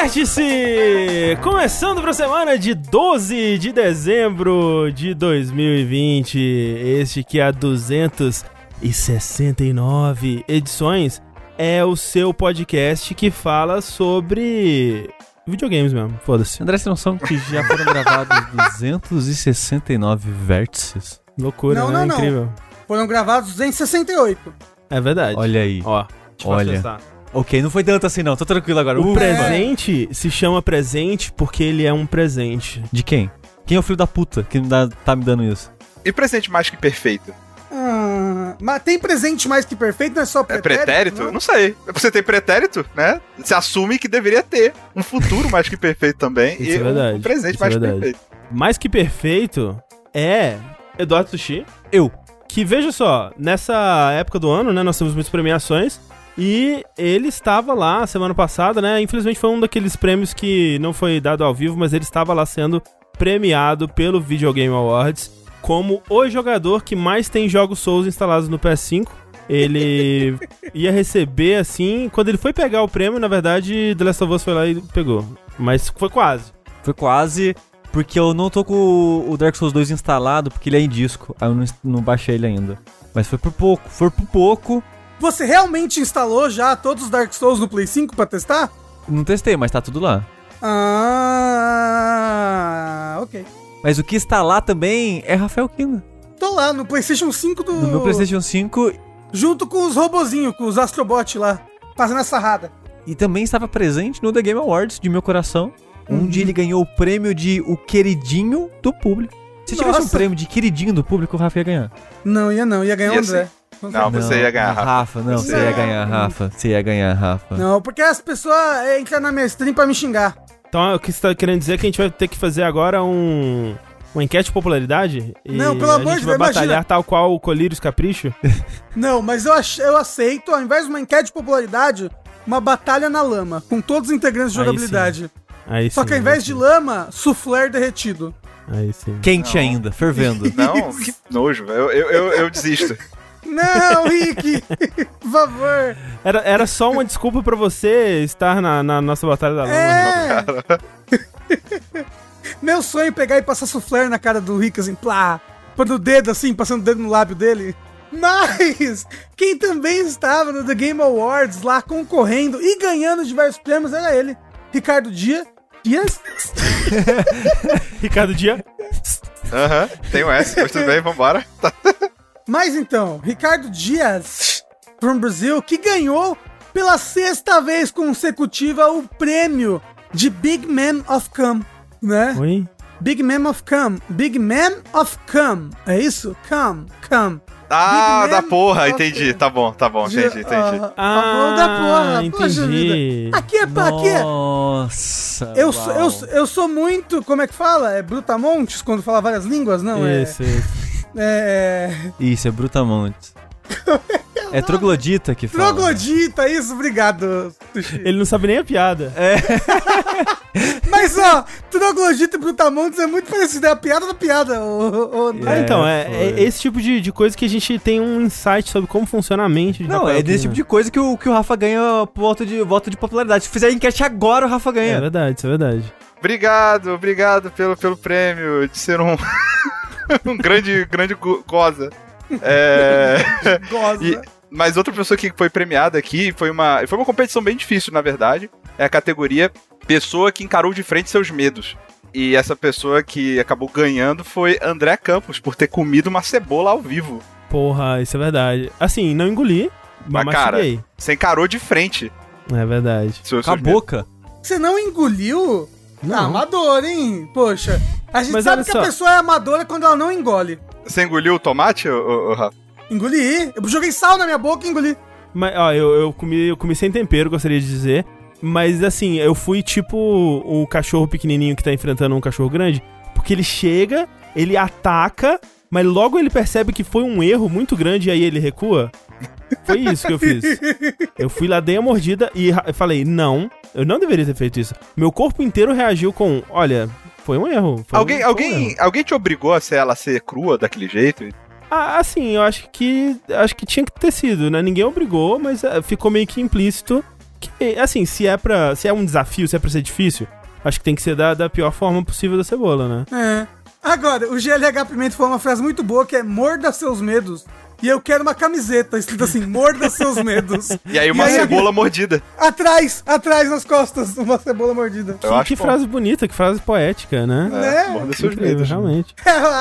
Vértice! Começando para a semana de 12 de dezembro de 2020, este que há 269 edições é o seu podcast que fala sobre videogames mesmo, foda-se. André, você não sabe que já foram gravados 269 vértices? Loucura, né? Não. Incrível. Foram gravados 268. É verdade. Olha aí. Ó, olha. Ok, não foi tanto assim não, tô tranquilo agora. O presente se chama presente porque ele é um presente. De quem? Quem é o filho da puta que tá me dando isso? E presente mais que perfeito? Mas tem presente mais que perfeito, não é só pretérito? É pretérito? Não sei. Você tem pretérito, né? Você assume que deveria ter um futuro mais que perfeito também. Isso e é verdade. um presente mais que perfeito. Mais que perfeito é Eduardo Sushi. Eu. Que, veja só, nessa época do ano, né, nós temos muitas premiações. E ele estava lá semana passada, né? Infelizmente foi um daqueles prêmios que não foi dado ao vivo, mas ele estava lá sendo premiado pelo Video Game Awards como o jogador que mais tem jogos Souls instalados no PS5. Ele ia receber, assim... Quando ele foi pegar o prêmio, na verdade, The Last of Us foi lá e pegou. Mas foi quase. Foi quase, porque eu não tô com o Dark Souls 2 instalado, porque ele é em disco. Aí eu não baixei ele ainda. Mas foi por pouco. Você realmente instalou já todos os Dark Souls no Play 5 pra testar? Não testei, mas tá tudo lá. Ok. Mas o que está lá também é Rafael Kina. Tô lá no PlayStation 5 do... No meu PlayStation 5. Junto com os robozinhos, com os Astrobot lá, fazendo a sarrada. E também estava presente no The Game Awards de meu coração, onde ele ganhou o prêmio de o queridinho do público. Se tivesse um prêmio de queridinho do público, o Rafa ia ganhar. Não, ia ganhar o André. Não, você ia ganhar, Rafa. Você ia ganhar, Rafa. Não, porque as pessoas entram na minha stream pra me xingar. Então, o que você tá querendo dizer é que a gente vai ter que fazer agora uma enquete de popularidade? Não, pelo amor de Deus, A gente vai batalhar imagina. tal qual o Colírios Capricho? Não, mas eu aceito, ao invés de uma enquete de popularidade, uma batalha na lama, com todos os integrantes de jogabilidade. Aí Só sim, que ao invés de lama, soufflé derretido. Aí sim. Quente ainda, fervendo. Não, que nojo, velho. Eu desisto. Não, Rick! Por favor! Era só uma desculpa pra você estar na nossa batalha da lama. É! Meu sonho é pegar e passar soufflé na cara do Rick, assim, plá! No dedo, assim, passando o dedo no lábio dele. Mas quem também estava no The Game Awards lá concorrendo e ganhando diversos prêmios era ele, Ricardo Dias. Ricardo Dia? Tem um S, mas tudo bem, vambora. Mas então, Ricardo Dias, from Brazil, que ganhou pela 6ª vez consecutiva o prêmio de Big Man of Come, né? Oi? Big Man of Come. Big Man of Come. É isso? Come. Ah, da porra, of entendi. Tá bom, entendi. Ah, da porra. Poxa entendi. vida. Aqui é... Nossa. Eu sou muito... Como é que fala? É Brutamontes quando fala várias línguas? Não, Isso. Isso, é Brutamontes. É troglodita que fala. Troglodita, isso, obrigado, Sushi. Ele não sabe nem a piada. Mas, ó, troglodita e Brutamontes é muito parecido, é a piada da piada. Então, é esse tipo de coisa que a gente tem um insight sobre como funciona a mente. Não, é desse tipo de coisa que o Rafa ganha voto de popularidade. Se fizer a enquete agora, o Rafa ganha. É verdade, isso é verdade. Obrigado pelo prêmio de ser um grande goza. Goza. Mas outra pessoa que foi premiada aqui foi uma competição bem difícil, na verdade. É a categoria Pessoa que encarou de frente seus medos. E essa pessoa que acabou ganhando foi André Campos, por ter comido uma cebola ao vivo. Porra, isso é verdade. Assim, não engoli, mas cara, mastiguei. você encarou de frente. É verdade. Com a boca. Você não engoliu? Não. Ah, amador, hein? Poxa, a gente Mas sabe olha que só. a pessoa é amadora quando ela não engole. Você engoliu o tomate, Rafa? Engoli. Eu joguei sal na minha boca e engoli. Mas, ó, eu comi sem tempero, gostaria de dizer. Mas, assim, eu fui tipo o cachorro pequenininho que tá enfrentando um cachorro grande. Porque ele chega, ele ataca, mas logo ele percebe que foi um erro muito grande e aí ele recua. Foi isso que eu fiz. Eu fui lá, dei a mordida e falei, não, eu não deveria ter feito isso. Meu corpo inteiro reagiu com, olha, foi um erro. Alguém te obrigou a ela ser crua daquele jeito? Ah, assim, eu acho que tinha que ter sido, né? Ninguém obrigou, mas ficou meio que implícito Que, assim, se é um desafio, se é pra ser difícil, acho que tem que ser da pior forma possível da cebola, né? É. Agora, o GLH Pimenta falou uma frase muito boa que é morda seus medos. E eu quero uma camiseta escrito assim, morda seus medos. E aí uma cebola mordida. Atrás nas costas, uma cebola mordida. Que frase bonita, que frase poética, né? Né? Morda seus medos. Realmente.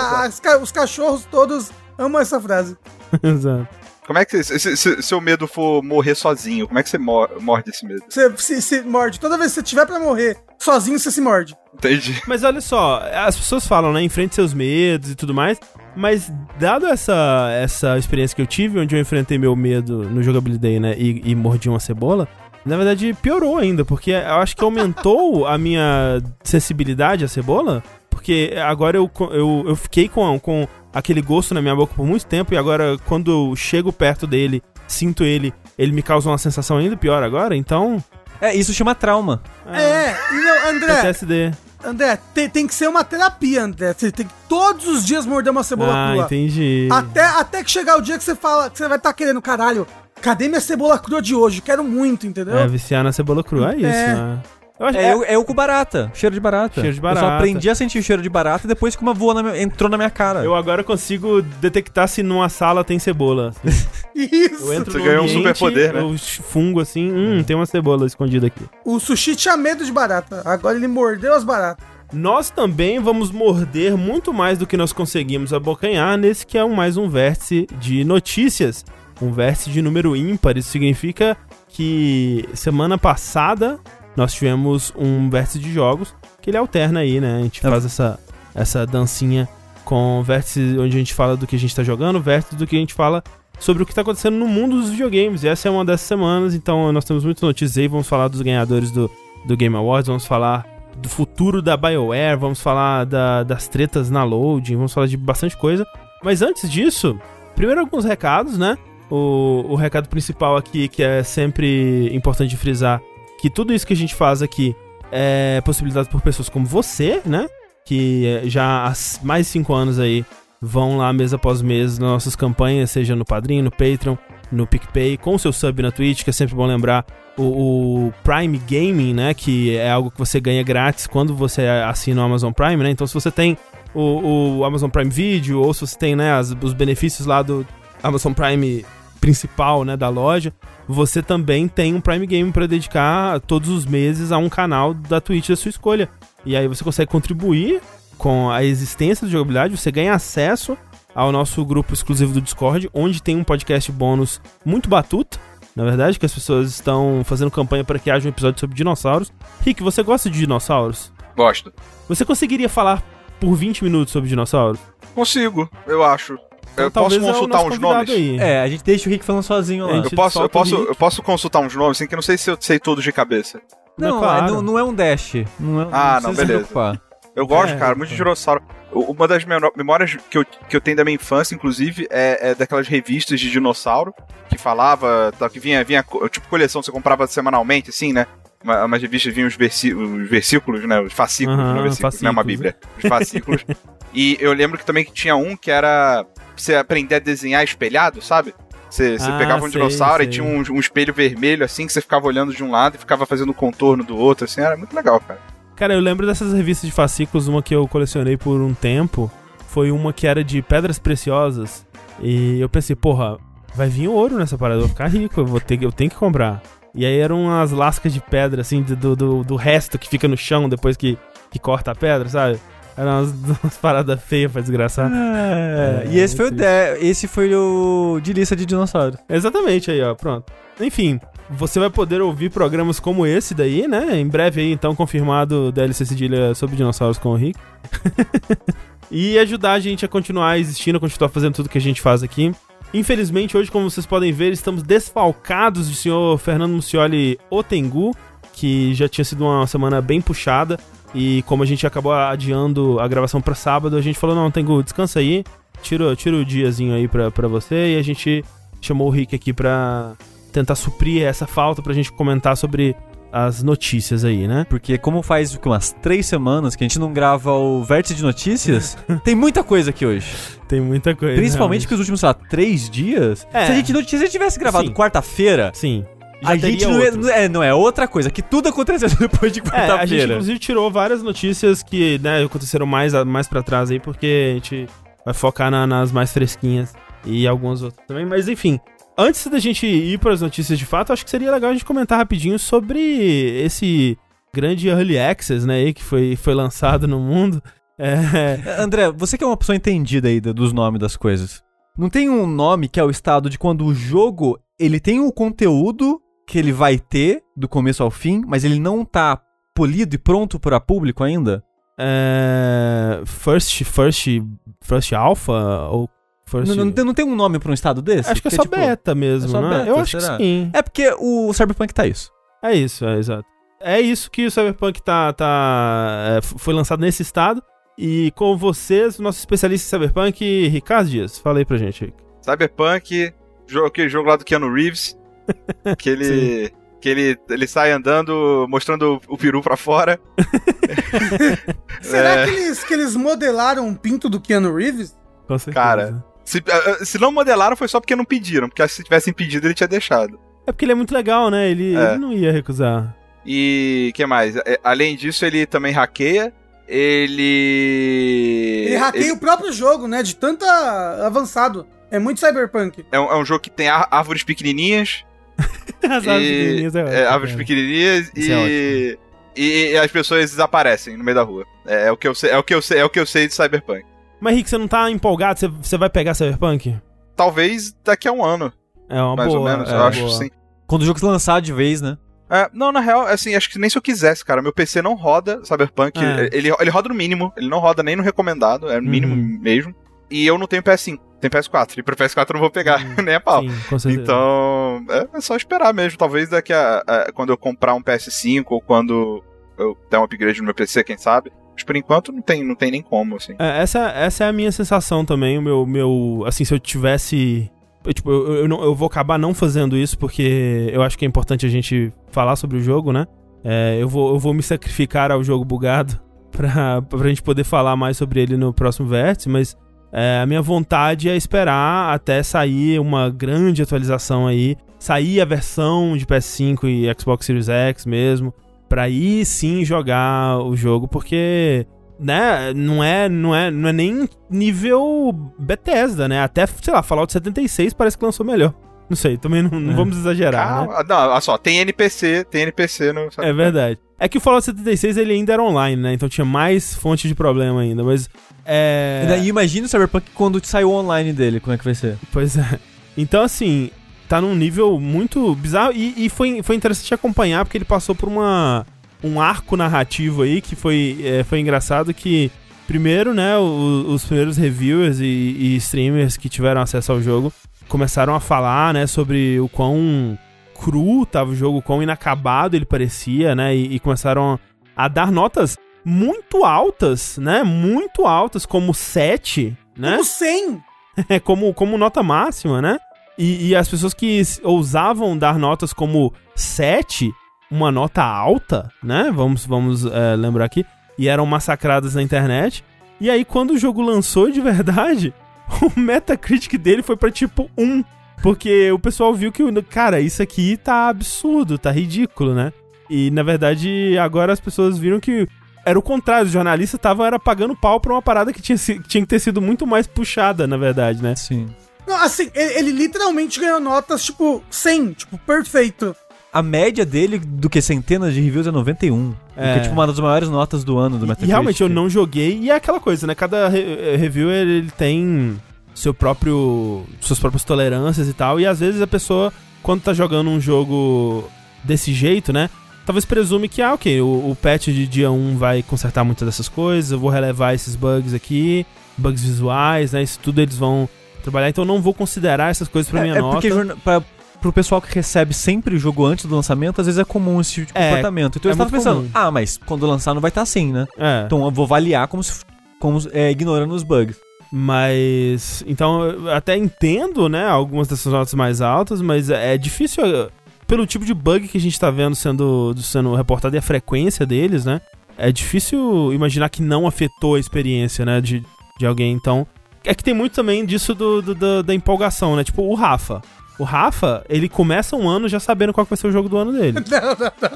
Os cachorros todos amam essa frase. Exato. Como é que se seu medo for morrer sozinho, como é que você morde esse medo? Você se morde. Toda vez que você tiver pra morrer sozinho, você se morde. Entendi. Mas olha só, as pessoas falam, né, enfrente seus medos e tudo mais, mas dado essa experiência que eu tive, onde eu enfrentei meu medo no Jogabilidade, né, e mordi uma cebola, na verdade piorou ainda, porque eu acho que aumentou a minha sensibilidade à cebola, porque agora eu fiquei com aquele gosto na minha boca por muito tempo, e agora quando eu chego perto dele, sinto ele me causa uma sensação ainda pior agora, então... Isso chama trauma. André... PTSD. André, tem que ser uma terapia, André. Você tem que todos os dias morder uma cebola crua. Entendi. Até que chegar o dia que você fala, que você vai estar querendo, caralho, cadê minha cebola crua de hoje? Quero muito, entendeu? Viciar na cebola crua, é isso, né? Eu com barata, cheiro de barata. Cheiro de barata. Eu só aprendi a sentir o cheiro de barata depois que uma voa entrou na minha cara. Eu agora consigo detectar se numa sala tem cebola. Assim. Isso. Eu entro Você no ganhou um ambiente, superpoder, né? eu fungo assim, tem uma cebola escondida aqui. O Sushi tinha medo de barata, agora ele mordeu as baratas. Nós também vamos morder muito mais do que nós conseguimos abocanhar nesse que é mais um vértice de notícias. Um vértice de número ímpar. Isso significa que semana passada nós tivemos um vértice de jogos que ele alterna aí, né? A gente faz essa dancinha com vértice onde a gente fala do que a gente tá jogando, vértice do que a gente fala sobre o que tá acontecendo no mundo dos videogames. E essa é uma dessas semanas, então nós temos muitas notícias aí. Vamos falar dos ganhadores do Game Awards, vamos falar do futuro da BioWare, vamos falar das tretas na loading, vamos falar de bastante coisa. Mas antes disso, primeiro alguns recados, né? O recado principal aqui, que é sempre importante frisar, que tudo isso que a gente faz aqui é possibilitado por pessoas como você, né? Que já há mais de 5 anos aí vão lá mês após mês nas nossas campanhas, seja no Padrim, no Patreon, no PicPay, com o seu sub na Twitch, que é sempre bom lembrar o Prime Gaming, né? Que é algo que você ganha grátis quando você assina o Amazon Prime, né? Então se você tem o Amazon Prime Video, ou se você tem, né, os benefícios lá do Amazon Prime principal, né, da loja, você também tem um Prime Game para dedicar todos os meses a um canal da Twitch da sua escolha. E aí você consegue contribuir com a existência do Jogabilidade, você ganha acesso ao nosso grupo exclusivo do Discord, onde tem um podcast bônus muito batuta, na verdade, que as pessoas estão fazendo campanha para que haja um episódio sobre dinossauros. Rick, você gosta de dinossauros? Gosto. Você conseguiria falar por 20 minutos sobre dinossauros? Consigo, eu acho. Então, eu posso consultar uns nomes? Aí. A gente deixa o Rick falando sozinho lá. Eu posso consultar uns nomes, assim, que eu não sei se eu sei todos de cabeça. Não, claro. não é um dash. Não, beleza. Eu gosto, cara, muito de dinossauro. Uma das memórias que eu tenho da minha infância, inclusive, é daquelas revistas de dinossauro que falava, que vinha tipo coleção, você comprava semanalmente, assim, né? Umas revistas vinham os versículos, né? Os fascículos, não é versículos, não é uma bíblia. Os fascículos. E eu lembro que também tinha um que era você aprender a desenhar espelhado, sabe? Você pegava um dinossauro e tinha um espelho vermelho, assim, que você ficava olhando de um lado e ficava fazendo o contorno do outro, assim, era muito legal, cara. Cara, eu lembro dessas revistas de fascículos, uma que eu colecionei por um tempo, foi uma que era de pedras preciosas, e eu pensei, porra, vai vir ouro nessa parada, eu vou ficar rico, eu tenho que comprar. E aí eram umas lascas de pedra, assim, do resto que fica no chão depois que corta a pedra, sabe? Eram umas paradas feias pra desgraçar. E esse foi o de lista de dinossauros. Exatamente, aí, ó, pronto. Enfim, você vai poder ouvir programas como esse daí, né? Em breve aí, então, confirmado DLC Cedilha sobre dinossauros com o Rick. E ajudar a gente a continuar existindo, a continuar fazendo tudo que a gente faz aqui. Infelizmente, hoje, como vocês podem ver, estamos desfalcados do senhor Fernando Muccioli Otengu, que já tinha sido uma semana bem puxada. E como a gente acabou adiando a gravação pra sábado, a gente falou, não, Tengu, descansa aí, tira o diazinho aí pra você. E a gente chamou o Rick aqui pra tentar suprir essa falta, pra gente comentar sobre as notícias aí, né? Porque como faz umas 3 semanas que a gente não grava o Vértice de Notícias, tem muita coisa aqui hoje. Tem muita coisa. Principalmente porque os últimos, 3 dias... Se a gente tivesse gravado quarta-feira... Sim. A gente não é outra coisa, que tudo aconteceu depois de quarta-feira. A gente, inclusive, tirou várias notícias que, né, aconteceram mais pra trás aí, porque a gente vai focar nas mais fresquinhas e algumas outras também. Mas, enfim, antes da gente ir pras notícias de fato, acho que seria legal a gente comentar rapidinho sobre esse grande Early Access, né, aí, que foi lançado no mundo. André, você que é uma pessoa entendida aí dos nomes das coisas, não tem um nome que é o estado de quando o jogo, ele tem o conteúdo que ele vai ter do começo ao fim, mas ele não tá polido e pronto para público ainda? First Alpha ou First... Não tem um nome pra um estado desse? Acho que é só tipo, beta mesmo, né? Beta, eu acho que sim. É porque o Cyberpunk tá isso. É isso, exato. É isso que o Cyberpunk foi lançado nesse estado. E com vocês, nosso especialista em Cyberpunk, Ricardo Dias. Fala aí pra gente, Rick. Cyberpunk, aquele jogo lá do Keanu Reeves, que ele sai andando, mostrando o peru pra fora. Será que eles modelaram um pinto do Keanu Reeves? Com certeza. Cara, se não modelaram foi só porque não pediram, porque se tivessem pedido ele tinha deixado. É porque ele é muito legal, né? Ele não ia recusar. E o que mais? Além disso, ele também hackeia. Ele hackeia o próprio jogo, né? De tanto avançado. É muito Cyberpunk. É um jogo que tem árvores pequenininhas. As árvores pequenininhas árvores pequenininhas e as pessoas desaparecem no meio da rua. É o que eu sei de Cyberpunk. Mas, Rick, você não tá empolgado? Você vai pegar Cyberpunk? Talvez daqui a um ano. É uma mais boa. ou menos, eu acho que sim. Quando o jogo se lançar de vez, né? Não, na real, assim, acho que nem se eu quisesse, cara. Meu PC não roda Cyberpunk. Ele roda no mínimo. Ele não roda nem no recomendado. É no mínimo mesmo. E eu não tenho PS5. Tenho PS4. E pro PS4 eu não vou pegar nem a pau. Sim, com certeza. Então, é só esperar mesmo. Talvez daqui quando eu comprar um PS5 ou quando eu der um upgrade no meu PC, quem sabe. Mas por enquanto não tem nem como, assim. Essa é a minha sensação também. O meu assim, se eu tivesse... Eu vou acabar não fazendo isso porque eu acho que é importante a gente falar sobre o jogo, né? Eu vou me sacrificar ao jogo bugado pra gente poder falar mais sobre ele no próximo vértice, mas a minha vontade é esperar até sair uma grande atualização aí, sair a versão de PS5 e Xbox Series X mesmo, pra aí sim jogar o jogo, porque... né, não é nem nível Bethesda, né? Até, sei lá, Fallout 76 parece que lançou melhor. Não sei, também não vamos exagerar, né? Não, olha só, tem NPC no... É verdade. É que o Fallout 76 ele ainda era online, né? Então tinha mais fonte de problema ainda, mas... E daí imagina o Cyberpunk quando saiu o online dele, como é que vai ser? Pois é. Então, assim, tá num nível muito bizarro e foi interessante acompanhar porque ele passou por um arco narrativo aí que foi engraçado que, primeiro, né, os primeiros reviewers e streamers que tiveram acesso ao jogo começaram a falar, né, sobre o quão cru tava o jogo, o quão inacabado ele parecia, né, e começaram a dar notas muito altas, né, muito altas, como 7, né? Como 100! como nota máxima, né? E as pessoas que ousavam dar notas como 7... uma nota alta, né? Vamos lembrar aqui. E eram massacradas na internet. E aí, quando o jogo lançou de verdade, o Metacritic dele foi pra tipo 1. Porque o pessoal viu que, cara, isso aqui tá absurdo, tá ridículo, né? E, na verdade, agora as pessoas viram que era o contrário. Os jornalistas estavam pagando pau pra uma parada que tinha que ter sido muito mais puxada, na verdade, né? Sim. Não, assim, ele literalmente ganhou notas, tipo, 100, tipo, perfeito. A média dele, do que centenas de reviews, é 91. Que é tipo uma das maiores notas do ano do Metacritic. E realmente eu não joguei, e é aquela coisa, né? Cada reviewer, ele tem suas próprias tolerâncias e tal, e às vezes a pessoa, quando tá jogando um jogo desse jeito, né? Talvez presume que, ok, o patch de dia 1 vai consertar muitas dessas coisas, eu vou relevar esses bugs aqui, bugs visuais, né? Isso tudo eles vão trabalhar, então eu não vou considerar essas coisas pra minha nota. Porque pro pessoal que recebe sempre o jogo antes do lançamento, às vezes é comum esse tipo de comportamento. Então eu estava pensando, mas quando lançar não vai estar assim, né? Então eu vou avaliar como ignorando os bugs. Mas, então, eu até entendo, né, algumas dessas notas mais altas, mas é difícil, pelo tipo de bug que a gente tá vendo sendo reportado e a frequência deles, né? É difícil imaginar que não afetou a experiência, né, de alguém. Então, é que tem muito também disso da empolgação, né? Tipo, o Rafa. O Rafa, ele começa um ano já sabendo qual vai ser o jogo do ano dele. Não.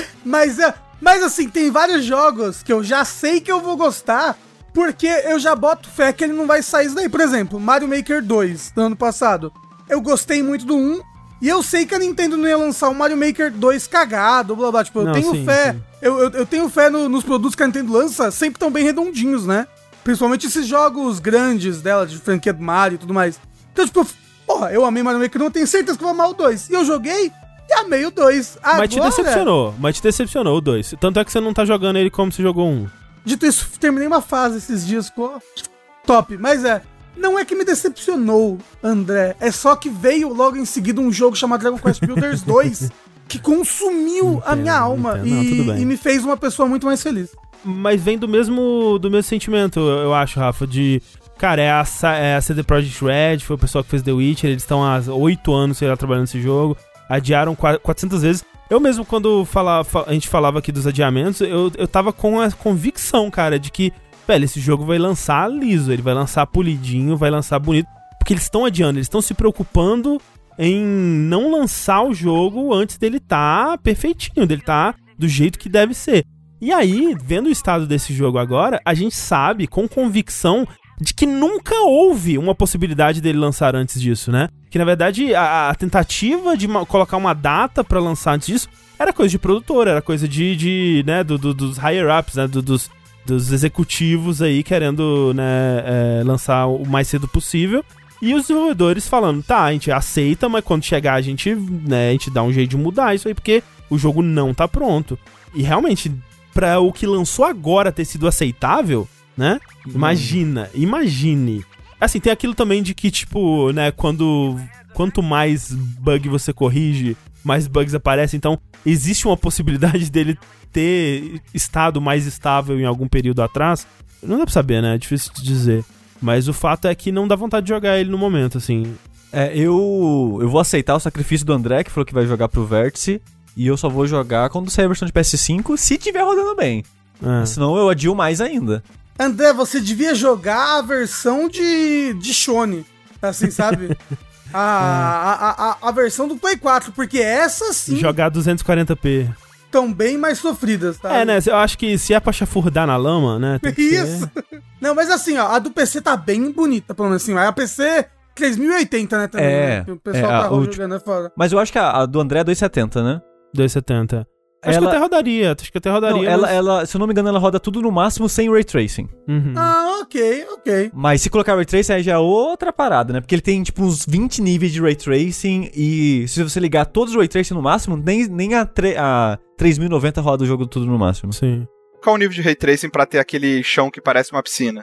Mas assim, tem vários jogos que eu já sei que eu vou gostar, porque eu já boto fé que ele não vai sair isso daí. Por exemplo, Mario Maker 2, do ano passado. Eu gostei muito do 1, e eu sei que a Nintendo não ia lançar o Mario Maker 2 cagado, blá blá. Tipo, eu tenho fé. Sim. Eu tenho fé nos produtos que a Nintendo lança, sempre tão bem redondinhos, né? Principalmente esses jogos grandes dela, de franquia do Mario e tudo mais. Então, tipo, porra, eu amei Mario Maker 1, eu tenho certeza que eu vou amar o 2. E eu joguei e amei o 2. Agora... Mas te decepcionou o 2. Tanto é que você não tá jogando ele como você jogou um. Dito isso, terminei uma fase esses dias, ficou top. Mas não é que me decepcionou, André. É só que veio logo em seguida um jogo chamado Dragon Quest Builders 2 que consumiu a minha alma e me fez uma pessoa muito mais feliz. Mas vem do mesmo sentimento, eu acho, Rafa, de... Cara, é a CD Projekt Red, foi o pessoal que fez The Witcher, eles estão há 8 anos, sei lá, trabalhando nesse jogo, adiaram 400 vezes. Eu mesmo, quando a gente falava aqui dos adiamentos, eu tava com a convicção, cara, de que, velho, esse jogo vai lançar liso, ele vai lançar polidinho, vai lançar bonito, porque eles estão adiando, eles estão se preocupando em não lançar o jogo antes dele tá perfeitinho, dele tá do jeito que deve ser. E aí, vendo o estado desse jogo agora, a gente sabe com convicção de que nunca houve uma possibilidade dele lançar antes disso, né? Que, na verdade, a tentativa de colocar uma data pra lançar antes disso era coisa de produtor, era coisa né, dos higher-ups, né, dos executivos aí querendo, né, lançar o mais cedo possível. E os desenvolvedores falando, tá, a gente aceita, mas quando chegar a gente dá um jeito de mudar isso aí, porque o jogo não tá pronto. E, realmente, pra o que lançou agora ter sido aceitável... né? Imagine. Assim, tem aquilo também de que, tipo, né, quanto mais bug você corrige, mais bugs aparecem. Então, existe uma possibilidade dele ter estado mais estável em algum período atrás. Não dá pra saber, né? É difícil de dizer. Mas o fato é que não dá vontade de jogar ele no momento, assim. Eu vou aceitar o sacrifício do André, que falou que vai jogar pro Vértice, e eu só vou jogar quando sair a versão de PS5, se tiver rodando bem. Senão eu adio mais ainda. André, você devia jogar a versão de Shone, assim, sabe? A versão do Play 4, porque essa sim... Jogar 240p. Tão bem mais sofridas, tá? Né? Eu acho que se é pra chafurdar na lama, né? Isso! Não, mas assim, ó, a do PC tá bem bonita, pelo menos assim. A PC 3080, né, também. Né? O pessoal tá jogando, é foda. Mas eu acho que a do André é 270, né? 270. Acho que até rodaria. Não, ela, se eu não me engano, ela roda tudo no máximo sem Ray Tracing. Uhum. Ok. Mas se colocar Ray Tracing, aí já é outra parada, né? Porque ele tem, tipo, uns 20 níveis de Ray Tracing e se você ligar todos os Ray Tracing no máximo, nem a 3090 roda o jogo tudo no máximo. Sim. Qual o nível de Ray Tracing pra ter aquele chão que parece uma piscina?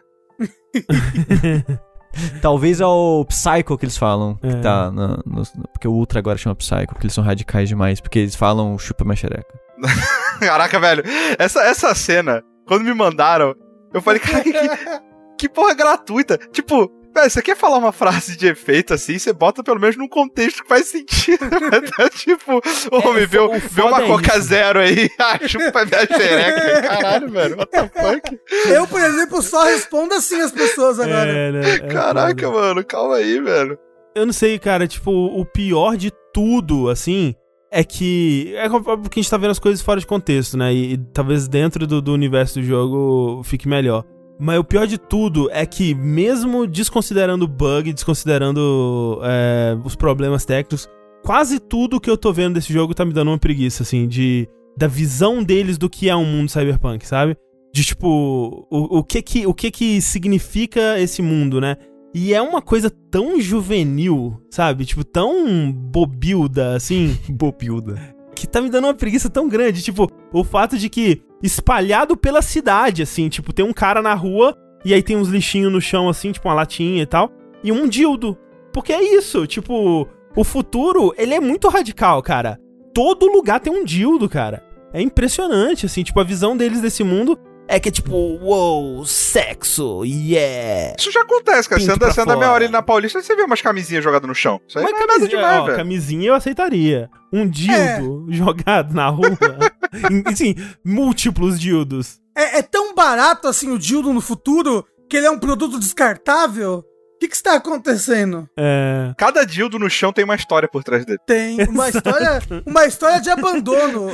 Talvez é o Psycho que eles falam, que tá porque o Ultra agora chama Psycho, porque eles são radicais demais, porque eles falam chupa minha xereca. Caraca, velho, essa cena, quando me mandaram, eu falei, cara, que porra gratuita. Tipo, velho, você quer falar uma frase de efeito assim, você bota pelo menos num contexto que faz sentido, né? Tipo, homem, vê uma Coca Zero aí, chupa minha xereca. Caralho, velho, what the fuck? Eu, por exemplo, só respondo assim as pessoas agora. Caraca, mano, calma aí, velho. Eu não sei, cara, tipo, o pior de tudo, assim... É que a gente tá vendo as coisas fora de contexto, né? E talvez dentro do universo do jogo fique melhor. Mas o pior de tudo é que mesmo desconsiderando o bug, desconsiderando os problemas técnicos, quase tudo que eu tô vendo desse jogo tá me dando uma preguiça, assim, da visão deles do que é um mundo cyberpunk, sabe? De, tipo, o que significa esse mundo, né? E é uma coisa tão juvenil, sabe? Tipo, tão bobilda, assim. Bobilda. Que tá me dando uma preguiça tão grande. Tipo, o fato de que, espalhado pela cidade, assim, tipo, tem um cara na rua e aí tem uns lixinhos no chão, assim, tipo uma latinha e tal, e um dildo. Porque é isso, tipo, o futuro, ele é muito radical, cara. Todo lugar tem um dildo, cara. É impressionante, assim, tipo, a visão deles desse mundo... É que é tipo, uou, sexo, yeah. Isso já acontece, cara. Você anda meia hora ali na Paulista e você vê umas camisinhas jogadas no chão. Isso aí mas não é nada demais, velho. Camisinha eu aceitaria. Um dildo jogado na rua. Assim, múltiplos dildos. É tão barato assim o dildo no futuro que ele é um produto descartável? O que está acontecendo? Cada dildo no chão tem uma história por trás dele. Tem uma história de abandono.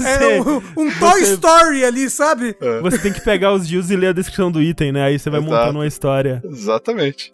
Um Toy Story ali, sabe? Você tem que pegar os dildos e ler a descrição do item, né? Aí você vai montando uma história. Exatamente.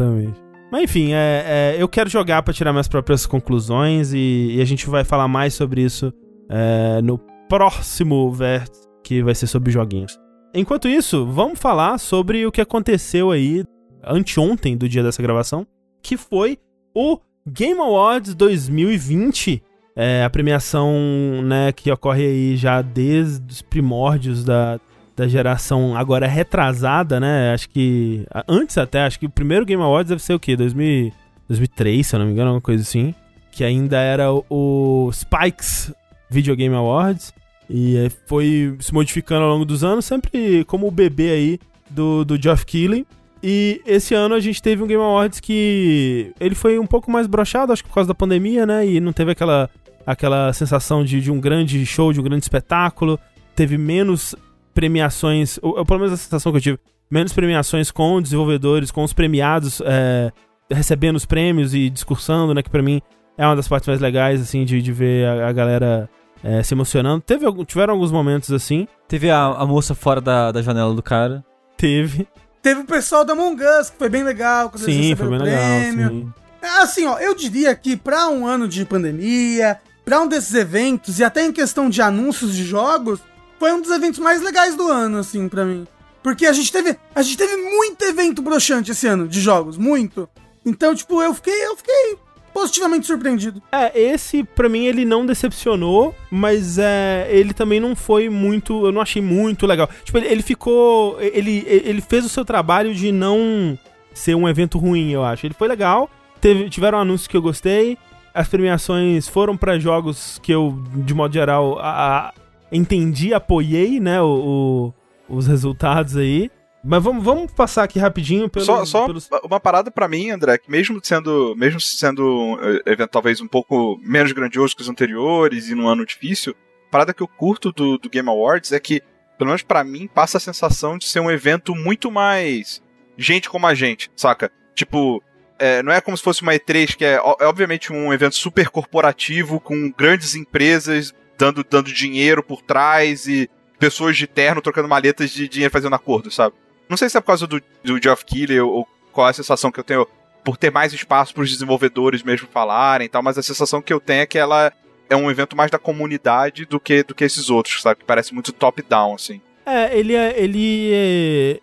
Mas enfim, eu quero jogar pra tirar minhas próprias conclusões e a gente vai falar mais sobre isso no próximo vértice, que vai ser sobre joguinhos. Enquanto isso, vamos falar sobre o que aconteceu aí anteontem do dia dessa gravação, que foi o Game Awards 2020, a premiação, né, que ocorre aí já desde os primórdios da geração agora retrasada, né, acho que acho que o primeiro Game Awards deve ser o quê? 2003, se eu não me engano, alguma coisa assim, que ainda era o Spikes Video Game Awards, e foi se modificando ao longo dos anos, sempre como o bebê aí do Geoff Keighley. E esse ano a gente teve um Game Awards que ele foi um pouco mais broxado, acho que por causa da pandemia, né? E não teve aquela sensação de um grande show, de um grande espetáculo. Teve menos premiações, ou pelo menos a sensação que eu tive, menos premiações com desenvolvedores, com os premiados recebendo os prêmios e discursando, né? Que pra mim é uma das partes mais legais, assim, de ver a galera se emocionando. Tiveram alguns momentos assim. Teve a moça fora da janela do cara. Teve o pessoal da Among Us, que foi bem legal. Sim, foi bem legal, sim. Assim, ó, eu diria que pra um ano de pandemia, pra um desses eventos, e até em questão de anúncios de jogos, foi um dos eventos mais legais do ano, assim, pra mim. Porque a gente teve muito evento broxante esse ano, de jogos, muito. Então, tipo, eu fiquei positivamente surpreendido. Esse, pra mim, ele não decepcionou, mas ele também não foi muito... Eu não achei muito legal. Tipo, ele ficou... Ele fez o seu trabalho de não ser um evento ruim, eu acho. Ele foi legal, tiveram anúncios que eu gostei, as premiações foram pra jogos que eu, de modo geral, entendi, apoiei, né, os resultados aí. Mas vamos passar aqui rapidinho pelos... Uma parada pra mim, André, que mesmo sendo um evento talvez um pouco menos grandioso que os anteriores e num ano difícil, a parada que eu curto do Game Awards é que, pelo menos pra mim, passa a sensação de ser um evento muito mais gente como a gente, saca? Tipo, não é como se fosse uma E3, que é obviamente um evento super corporativo, com grandes empresas dando dinheiro por trás e pessoas de terno trocando maletas de dinheiro fazendo acordo, sabe? Não sei se é por causa do Geoff Keighley ou qual é a sensação que eu tenho por ter mais espaço para os desenvolvedores mesmo falarem e tal, mas a sensação que eu tenho é que ela é um evento mais da comunidade do que esses outros, sabe? Que parece muito top-down, assim. Ele é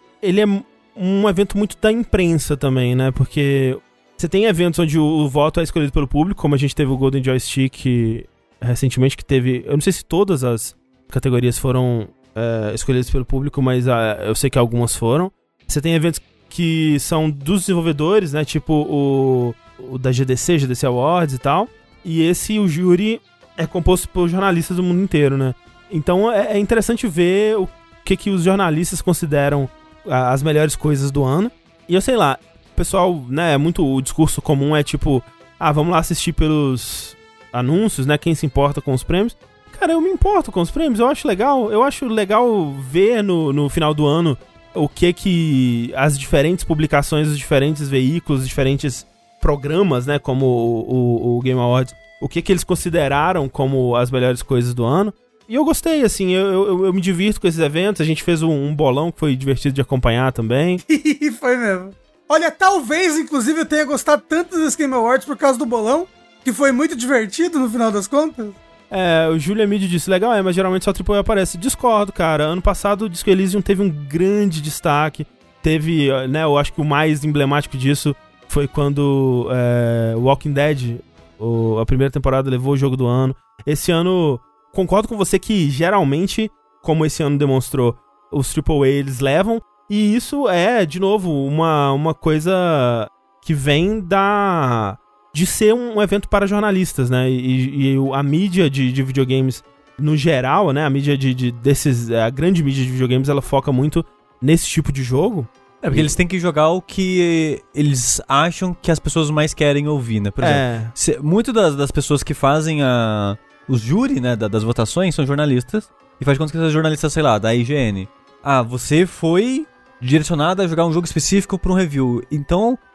um evento muito da imprensa também, né? Porque você tem eventos onde o voto é escolhido pelo público, como a gente teve o Golden Joystick recentemente, que teve... Eu não sei se todas as categorias foram escolhidas pelo público, mas eu sei que algumas foram. Você tem eventos que são dos desenvolvedores, né? Tipo o da GDC Awards e tal. E o júri é composto por jornalistas do mundo inteiro, né? Então é interessante ver o que os jornalistas consideram as melhores coisas do ano. E eu sei lá, o pessoal, né, o discurso comum é tipo, vamos lá assistir pelos anúncios, né? Quem se importa com os prêmios? Cara, eu me importo com os prêmios, eu acho legal ver no final do ano o que as diferentes publicações, os diferentes veículos, os diferentes programas, né, como o Game Awards, o que eles consideraram como as melhores coisas do ano. E eu gostei, assim, eu me divirto com esses eventos, a gente fez um bolão que foi divertido de acompanhar também. Foi mesmo. Olha, talvez, inclusive, eu tenha gostado tanto dos Game Awards por causa do bolão, que foi muito divertido no final das contas. O Julia Mid disse, legal, mas geralmente só o AAA aparece. Discordo, cara. Ano passado o Disco Elysium teve um grande destaque. Teve, né, eu acho que o mais emblemático disso foi quando Walking Dead, a primeira temporada, levou o jogo do ano. Esse ano, concordo com você que geralmente, como esse ano demonstrou, os AAA eles levam. E isso é, de novo, uma coisa que vem de ser um evento para jornalistas, né? E a mídia de videogames no geral, né? A mídia a grande mídia de videogames, ela foca muito nesse tipo de jogo. Porque eles têm que jogar o que eles acham que as pessoas mais querem ouvir, né? Por exemplo, muito das pessoas que fazem os júri, né, das votações são jornalistas. E faz conta que são jornalistas, sei lá, da IGN. Você foi direcionado a jogar um jogo específico para um review. Então,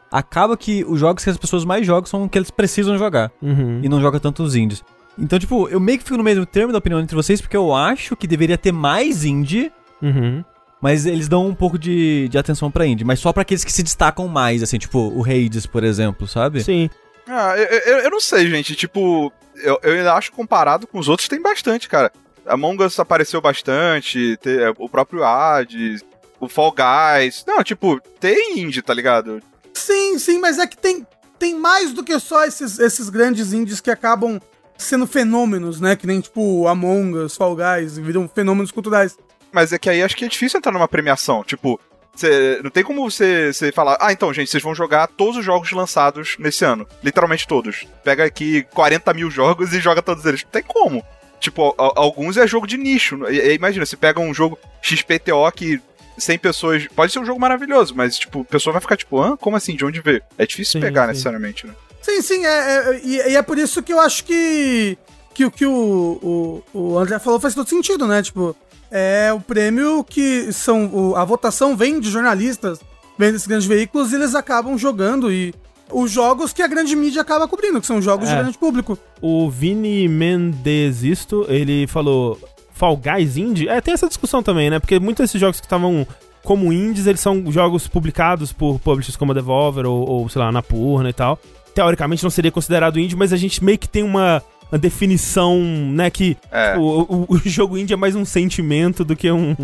acaba que os jogos que as pessoas mais jogam são os que eles precisam jogar. Uhum. E não joga tanto os indies. Então, tipo, eu meio que fico no meio termo da opinião entre vocês, porque eu acho que deveria ter mais indie, Uhum. mas eles dão um pouco de atenção pra indie. Mas só pra aqueles que se destacam mais, assim, tipo o Hades, por exemplo, sabe? Sim. Eu não sei, gente. Tipo, eu ainda acho que comparado com os outros tem bastante, cara. Among Us apareceu bastante, o próprio Hades, o Fall Guys. Não, tipo, tem indie, tá ligado? Sim, mas é que tem mais do que só esses grandes indies que acabam sendo fenômenos, né? Que nem, tipo, Among Us, Fall Guys, viram fenômenos culturais. Mas é que aí acho que é difícil entrar numa premiação. Tipo, não tem como você falar, então, gente, vocês vão jogar todos os jogos lançados nesse ano. Literalmente todos. Pega aqui 40 mil jogos e joga todos eles. Não tem como. Tipo, alguns é jogo de nicho. Imagina, você pega um jogo XPTO que 100 pessoas... Pode ser um jogo maravilhoso, mas, tipo, a pessoa vai ficar tipo, como assim? De onde veio? É difícil pegar, necessariamente, né? Sim, e é por isso que eu acho que o que o André falou faz todo sentido, né? Tipo, é o prêmio que a votação vem de jornalistas, vem desses grandes veículos e eles acabam jogando e os jogos que a grande mídia acaba cobrindo, que são jogos de grande público. O Vini Mendesisto, ele falou Fall Guys Indie? Tem essa discussão também, né? Porque muitos desses jogos que estavam como indies, eles são jogos publicados por publishers como a Devolver ou sei lá, Annapurna e tal. Teoricamente não seria considerado indie, mas a gente meio que tem uma definição, né, que o jogo indie é mais um sentimento do que um...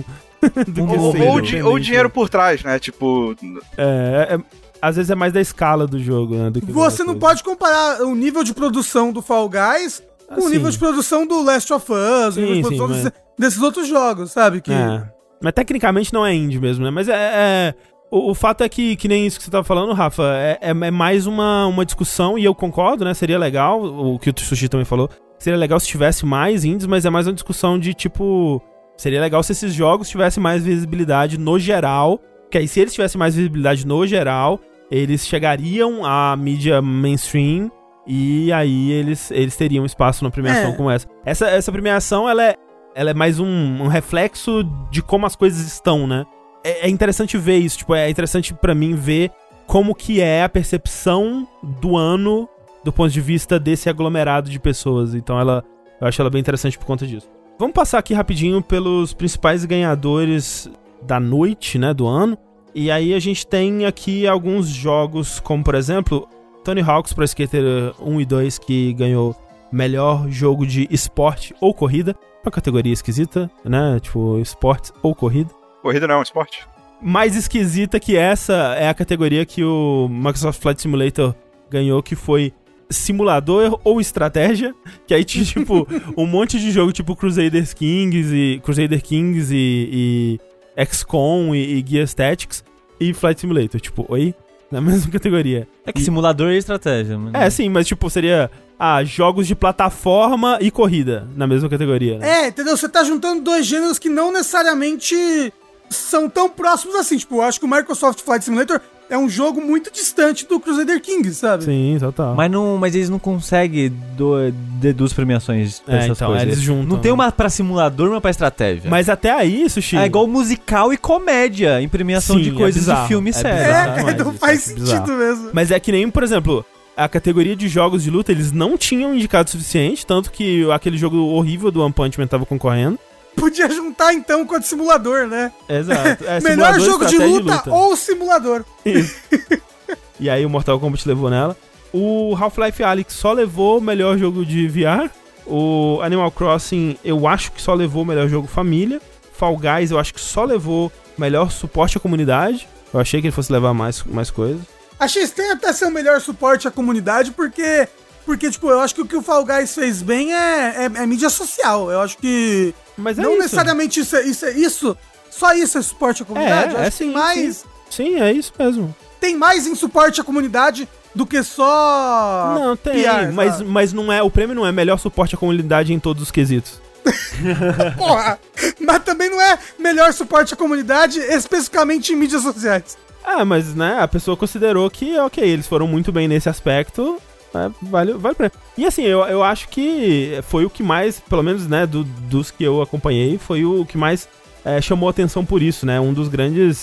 ou dinheiro por trás, né, tipo... Às vezes é mais da escala do jogo, né, do que você não pode comparar o nível de produção do Fall Guys com o nível de produção do Last of Us, desses outros jogos, sabe? Mas tecnicamente não é indie mesmo, né, mas o fato é que nem isso que você tava falando, Rafa, é mais uma discussão, e eu concordo, né, seria legal, o que o Sushi também falou, seria legal se tivesse mais indies, mas é mais uma discussão de, tipo, seria legal se esses jogos tivessem mais visibilidade no geral, que aí se eles tivessem mais visibilidade no geral, eles chegariam à mídia mainstream, e aí eles teriam espaço numa premiação como essa. Essa premiação, ela é mais um reflexo de como as coisas estão, né? É interessante ver isso, tipo, é interessante pra mim ver como que é a percepção do ano do ponto de vista desse aglomerado de pessoas. Então eu acho ela bem interessante por conta disso. Vamos passar aqui rapidinho pelos principais ganhadores da noite, né, do ano. E aí a gente tem aqui alguns jogos, como por exemplo, Tony Hawk's Pro Skater 1 e 2, que ganhou melhor jogo de esporte ou corrida. Uma categoria esquisita, né, tipo, esporte ou corrida. Corrida não é um esporte? Mais esquisita que essa é a categoria que o Microsoft Flight Simulator ganhou, que foi simulador ou estratégia, que aí tinha, tipo, um monte de jogo, tipo Crusader Kings e XCOM e Gears Tactics e Flight Simulator, tipo, oi? Na mesma categoria. É que simulador e estratégia. Mas... sim, mas tipo, seria jogos de plataforma e corrida na mesma categoria, né? Entendeu? Você tá juntando dois gêneros que não necessariamente são tão próximos assim. Tipo, eu acho que o Microsoft Flight Simulator é um jogo muito distante do Crusader Kings, sabe? Sim, total. Mas eles não conseguem de duas premiações dessas então, coisas. Eles juntam. Não tem uma pra simulador e uma pra estratégia. Mas até aí, Sushi... É igual musical e comédia em premiação de coisas de filme e série. Não faz sentido mesmo. Mas é que nem, por exemplo, a categoria de jogos de luta, eles não tinham indicado o suficiente, tanto que aquele jogo horrível do One Punch Man tava concorrendo. Podia juntar então com o de simulador, né? Exato. Melhor jogo de luta ou simulador. Isso. E aí o Mortal Kombat levou nela. O Half-Life Alyx só levou o melhor jogo de VR. O Animal Crossing eu acho que só levou o melhor jogo família. Fall Guys eu acho que só levou melhor suporte à comunidade. Eu achei que ele fosse levar mais coisas. Achei estranho até ser o melhor suporte à comunidade, porque tipo, eu acho que o que o Fall Guys fez bem é mídia social. Eu acho que mas não isso. Necessariamente isso. Só isso é suporte à comunidade. Eu acho que sim, mais... Sim, é isso mesmo. Tem mais em suporte à comunidade do que só... Não, tem, PR, mas não é, o prêmio não é melhor suporte à comunidade em todos os quesitos. Porra! Mas também não é melhor suporte à comunidade especificamente em mídias sociais. Mas, né, a pessoa considerou que, ok, eles foram muito bem nesse aspecto, vale o prêmio. E assim, eu acho que foi o que mais, pelo menos, né, dos que eu acompanhei, foi o que mais chamou atenção por isso, né, um dos grandes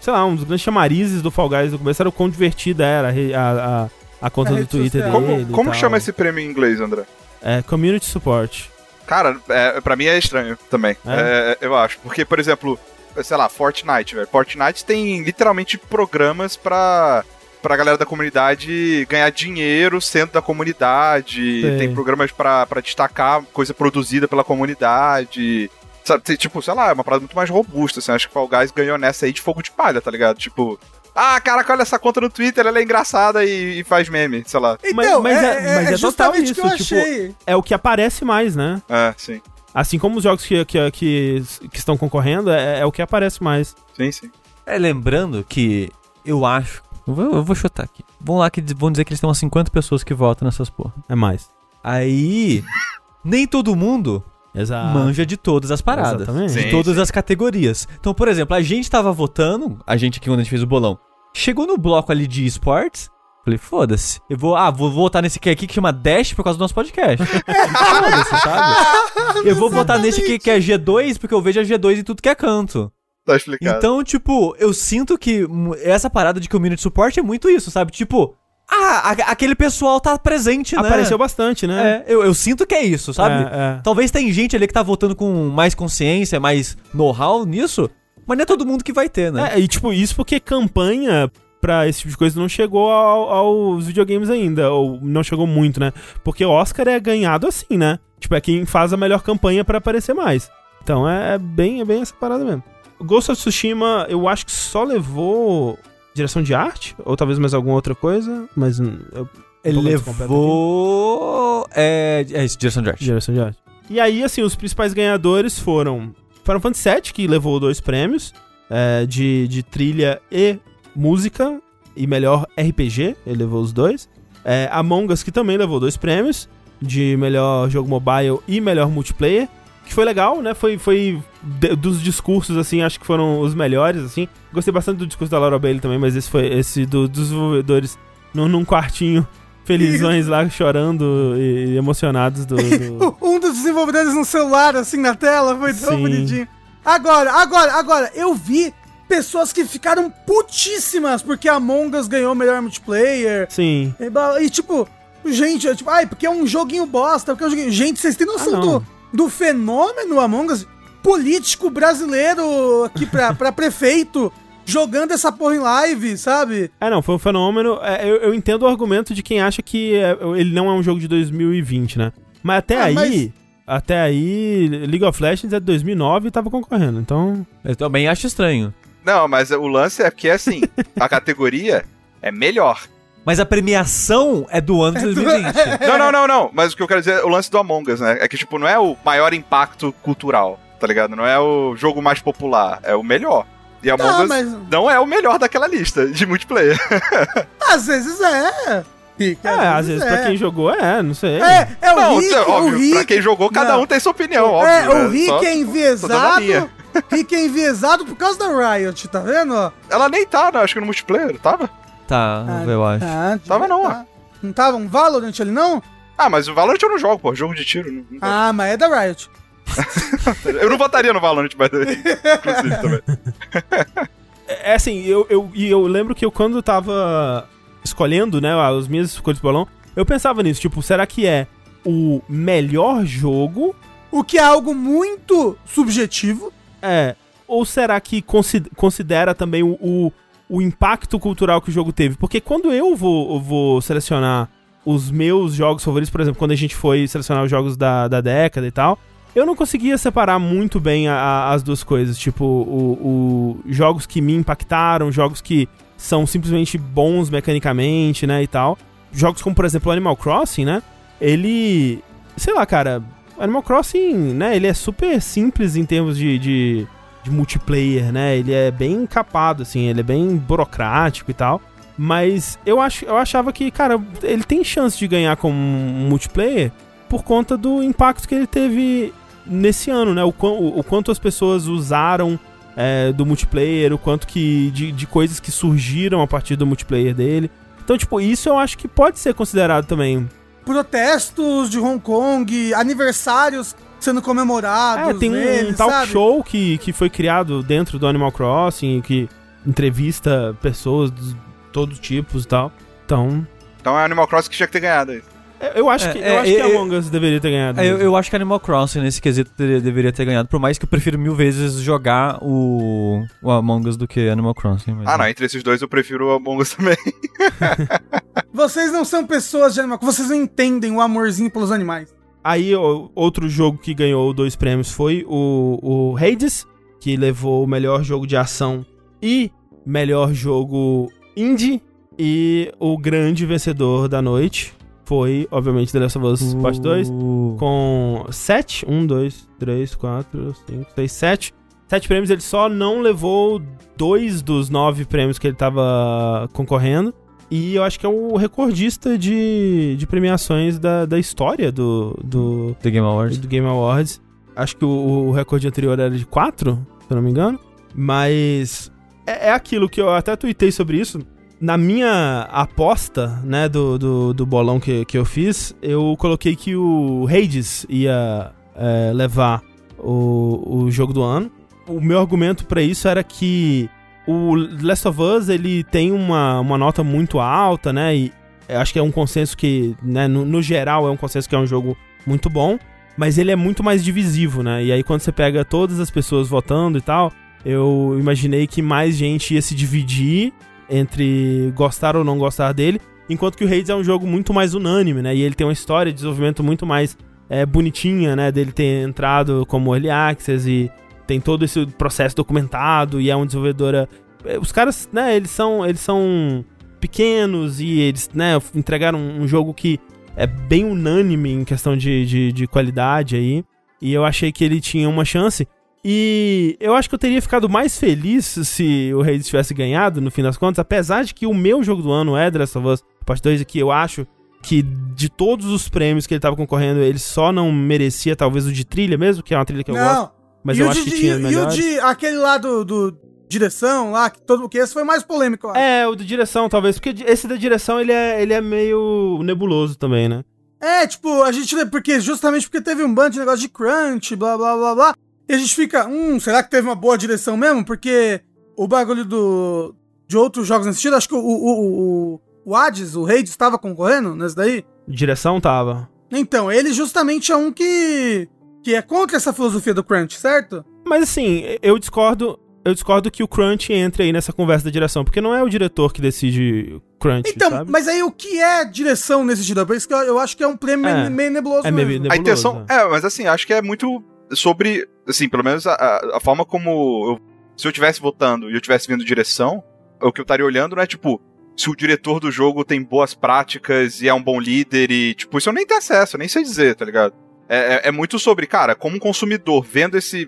sei lá, um dos grandes chamarizes do Fall Guys no começo era o quão divertida era a conta do Twitter dele. Como chama esse prêmio em inglês, André? É Community Support. Cara, pra mim é estranho também. Eu acho. Porque, por exemplo, sei lá, Fortnite, velho. Fortnite tem literalmente programas pra galera da comunidade ganhar dinheiro sendo da comunidade. Sim. Tem programas pra destacar coisa produzida pela comunidade. Sabe, tipo, sei lá, é uma parada muito mais robusta, assim. Acho que o Fall Guys ganhou nessa aí de fogo de palha, tá ligado? Tipo, caraca, olha essa conta no Twitter, ela é engraçada e faz meme, sei lá. Então, mas é total justamente isso, o que eu tipo, achei. é o que aparece mais, né? Sim. Assim como os jogos que estão concorrendo, é o que aparece mais. Sim. Lembrando que eu acho... Eu vou chutar aqui. Vão dizer que eles têm umas 50 pessoas que votam nessas porra. É mais. Aí, nem todo mundo manja de todas as paradas. Exatamente. De todas as categorias. Então, por exemplo, a gente tava votando, a gente aqui quando a gente fez o bolão, chegou no bloco ali de esportes, falei, foda-se, eu vou votar nesse aqui que chama Dash por causa do nosso podcast. Foda-se, sabe? Eu vou votar nesse que é G2 porque eu vejo a G2 em tudo que é canto. Tá explicado. Então, tipo, eu sinto que essa parada de community support é muito isso, sabe? Tipo, aquele pessoal tá presente, né? Apareceu bastante, né? Eu sinto que é isso, sabe? É. Talvez tem gente ali que tá votando com mais consciência, mais know-how nisso, mas não é todo mundo que vai ter, né? E tipo, isso porque campanha pra esse tipo de coisa não chegou aos videogames ainda, ou não chegou muito, né? Porque o Oscar é ganhado assim, né? Tipo, é quem faz a melhor campanha pra aparecer mais. Então é bem essa parada mesmo. O Ghost of Tsushima, eu acho que só levou direção de arte, ou talvez mais alguma outra coisa, mas ele levou... isso, direção de arte. Direção de arte. E aí, assim, os principais ganhadores foram Final Fantasy VII, que levou 2 prêmios, de trilha e música, e melhor RPG, ele levou os 2. Among Us, que também levou 2 prêmios, de melhor jogo mobile e melhor multiplayer, que foi legal, né? Foi dos discursos, assim, acho que foram os melhores, assim. Gostei bastante do discurso da Laura Bailey também, mas esse dos desenvolvedores num quartinho, felizões lá, chorando e emocionados Um dos desenvolvedores no celular, assim, na tela, foi tão bonitinho. Agora, eu vi pessoas que ficaram putíssimas porque Among Us ganhou o melhor multiplayer. Sim. E tipo, gente, porque é um joguinho bosta, porque é um joguinho... Gente, vocês têm noção do fenômeno Among Us político brasileiro aqui pra prefeito jogando essa porra em live, sabe? Não, foi um fenômeno. Eu entendo o argumento de quem acha que ele não é um jogo de 2020, né? Mas até aí, League of Legends é de 2009 e tava concorrendo, então... Eu também acho estranho. Não, mas o lance é que, assim, a categoria é melhor. Mas a premiação é do ano de 2020. Não. Mas o que eu quero dizer é o lance do Among Us, né? É que, tipo, não é o maior impacto cultural, tá ligado? Não é o jogo mais popular, é o melhor. E Among Us não é o melhor daquela lista de multiplayer. Às vezes é. Às vezes pra quem jogou não sei. Rick, pra quem jogou, cada um tem sua opinião, óbvio. O Rick é enviesado. Rick é enviesado por causa da Riot, tá vendo? Ela nem tá, né? Acho que no multiplayer, tava? Tá, eu acho. Tava não, ó. Não tava um Valorant ali, não? Mas o Valorant eu não jogo, pô. Jogo de tiro. Não mas é da Riot. Eu não votaria no Valorant, mas inclusive também. Assim, eu lembro que quando eu tava escolhendo, né, as minhas escolhas do bolão, eu pensava nisso, tipo, será que é o melhor jogo? O que é algo muito subjetivo. Ou será que considera também o impacto cultural que o jogo teve? Porque quando eu vou selecionar os meus jogos favoritos, por exemplo, quando a gente foi selecionar os jogos da década e tal, eu não conseguia separar muito bem as duas coisas. Tipo, jogos que me impactaram, jogos que são simplesmente bons mecanicamente, né, e tal. Jogos como, por exemplo, o Animal Crossing, né, ele... Sei lá, cara, Animal Crossing, né, ele é super simples em termos de multiplayer, né, ele é bem capado, assim, ele é bem burocrático e tal. Mas eu achava que, cara, ele tem chance de ganhar como um multiplayer por conta do impacto que ele teve nesse ano, né? O quanto as pessoas usaram do multiplayer, o quanto que de coisas que surgiram a partir do multiplayer dele. Então, tipo, isso eu acho que pode ser considerado também. Protestos de Hong Kong, aniversários sendo comemorados. Tem um talk show que foi criado dentro do Animal Crossing, que entrevista pessoas de todos os tipos e tal. Então é Animal Crossing que tinha que ter ganhado aí. Eu acho que Among Us deveria ter ganhado. Eu acho que Animal Crossing nesse quesito deveria ter ganhado, por mais que eu prefiro 1000 vezes jogar o Among Us do que Animal Crossing. Mas não, entre esses dois eu prefiro o Among Us também. Vocês não são pessoas de Animal Crossing, vocês não entendem o amorzinho pelos animais. Aí, outro jogo que ganhou 2 prêmios foi o Hades, que levou o melhor jogo de ação e melhor jogo indie. E o grande vencedor da noite foi, obviamente, The Last of Us Part 2, com 7. 1, 2, 3, 4, 5, 6, 7. 7 prêmios, ele só não levou 2 dos 9 prêmios que ele tava concorrendo. E eu acho que é o recordista de premiações da história do The Game Awards. Do Game Awards. Acho que o recorde anterior era de 4, se eu não me engano. Mas é aquilo que eu até tuitei sobre isso. Na minha aposta, né, do bolão que eu fiz, eu coloquei que o Hades ia levar o jogo do ano. O meu argumento pra isso era que o Last of Us, ele tem uma nota muito alta, né, e acho que é um consenso que, né, no geral é um consenso que é um jogo muito bom, mas ele é muito mais divisivo, né, e aí quando você pega todas as pessoas votando e tal, eu imaginei que mais gente ia se dividir entre gostar ou não gostar dele, enquanto que o Hades é um jogo muito mais unânime, né, e ele tem uma história de desenvolvimento muito mais bonitinha, né, dele ter entrado como Early Access e tem todo esse processo documentado e é uma desenvolvedora... Os caras, né, eles são pequenos e eles, né, entregaram um jogo que é bem unânime em questão de qualidade aí, e eu achei que ele tinha uma chance. E eu acho que eu teria ficado mais feliz se o Hades tivesse ganhado, no fim das contas, apesar de que o meu jogo do ano é The Last of Us Part 2, e que eu acho que de todos os prêmios que ele tava concorrendo, ele só não merecia talvez o de trilha mesmo, que é uma trilha que eu gosto, mas eu acho que tinha melhores. E aquele lá do direção lá, que esse foi mais polêmico, eu acho. O de direção talvez, porque esse da direção ele é meio nebuloso também, né? Tipo, a gente, justamente porque teve um bando de negócio de crunch, blá blá blá blá, e a gente fica, será que teve uma boa direção mesmo? Porque o bagulho de outros jogos nesse sentido, acho que o Hades, o Hades, estava concorrendo nesse daí? Direção tava. Então, ele justamente é um que é contra essa filosofia do crunch, certo? Mas assim, eu discordo que o crunch entre aí nessa conversa da direção, porque não é o diretor que decide crunch, então, sabe? Mas aí o que é direção nesse sentido? Por isso que eu acho que é um prêmio meio nebuloso mesmo. Meio nebuloso, a intenção, mas assim, acho que é muito sobre, assim, pelo menos a forma como se eu estivesse votando e eu estivesse vendo direção, o que eu estaria olhando não é, tipo, se o diretor do jogo tem boas práticas e é um bom líder e, tipo, isso eu nem tenho acesso, eu nem sei dizer, tá ligado? É muito sobre, cara, como um consumidor, vendo esse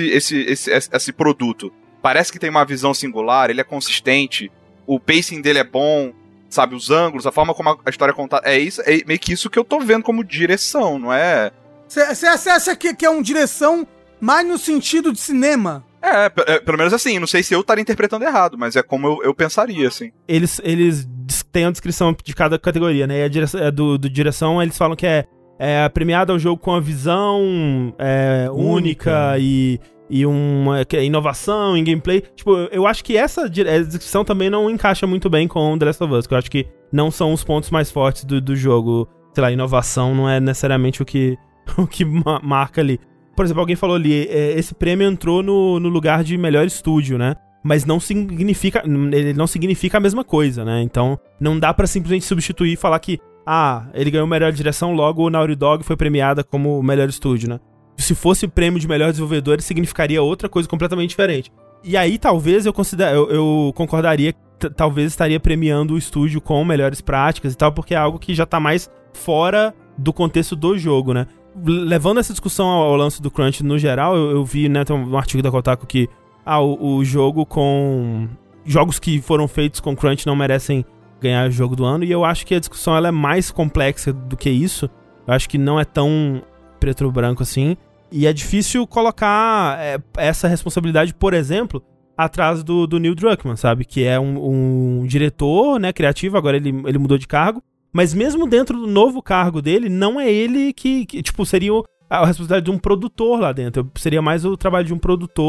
produto, parece que tem uma visão singular, ele é consistente, o pacing dele é bom, sabe, os ângulos, a forma como a história é contada, é meio que isso que eu tô vendo como direção, não é... Você acha que é uma direção mais no sentido de cinema? Pelo menos assim, não sei se eu estaria interpretando errado, mas é como eu pensaria, assim. Eles têm a descrição de cada categoria, né, e a direção, do direção eles falam que é premiado ao jogo com a visão única e uma inovação em gameplay. Tipo, eu acho que essa descrição também não encaixa muito bem com The Last of Us, que eu acho que não são os pontos mais fortes do jogo. Sei lá, inovação não é necessariamente o que marca ali. Por exemplo, alguém falou ali, esse prêmio entrou no lugar de melhor estúdio, né? Mas ele não significa a mesma coisa, né? Então, não dá pra simplesmente substituir e falar que ele ganhou melhor direção, logo o Naughty Dog foi premiada como melhor estúdio, né? Se fosse prêmio de melhor desenvolvedor, significaria outra coisa completamente diferente. E aí, talvez, eu concordaria que talvez estaria premiando o estúdio com melhores práticas e tal, porque é algo que já tá mais fora do contexto do jogo, né? Levando essa discussão ao lance do crunch no geral, eu vi, né, tem um artigo da Kotaku que o jogo com... jogos que foram feitos com crunch não merecem ganhar o jogo do ano, e eu acho que a discussão ela é mais complexa do que isso. Eu acho que não é tão preto ou branco assim, e é difícil colocar essa responsabilidade, por exemplo, atrás do Neil Druckmann, sabe? Que é um diretor, né, criativo, agora ele mudou de cargo, mas mesmo dentro do novo cargo dele, não é ele que tipo, seria a responsabilidade de um produtor lá dentro. Seria mais o trabalho de um produtor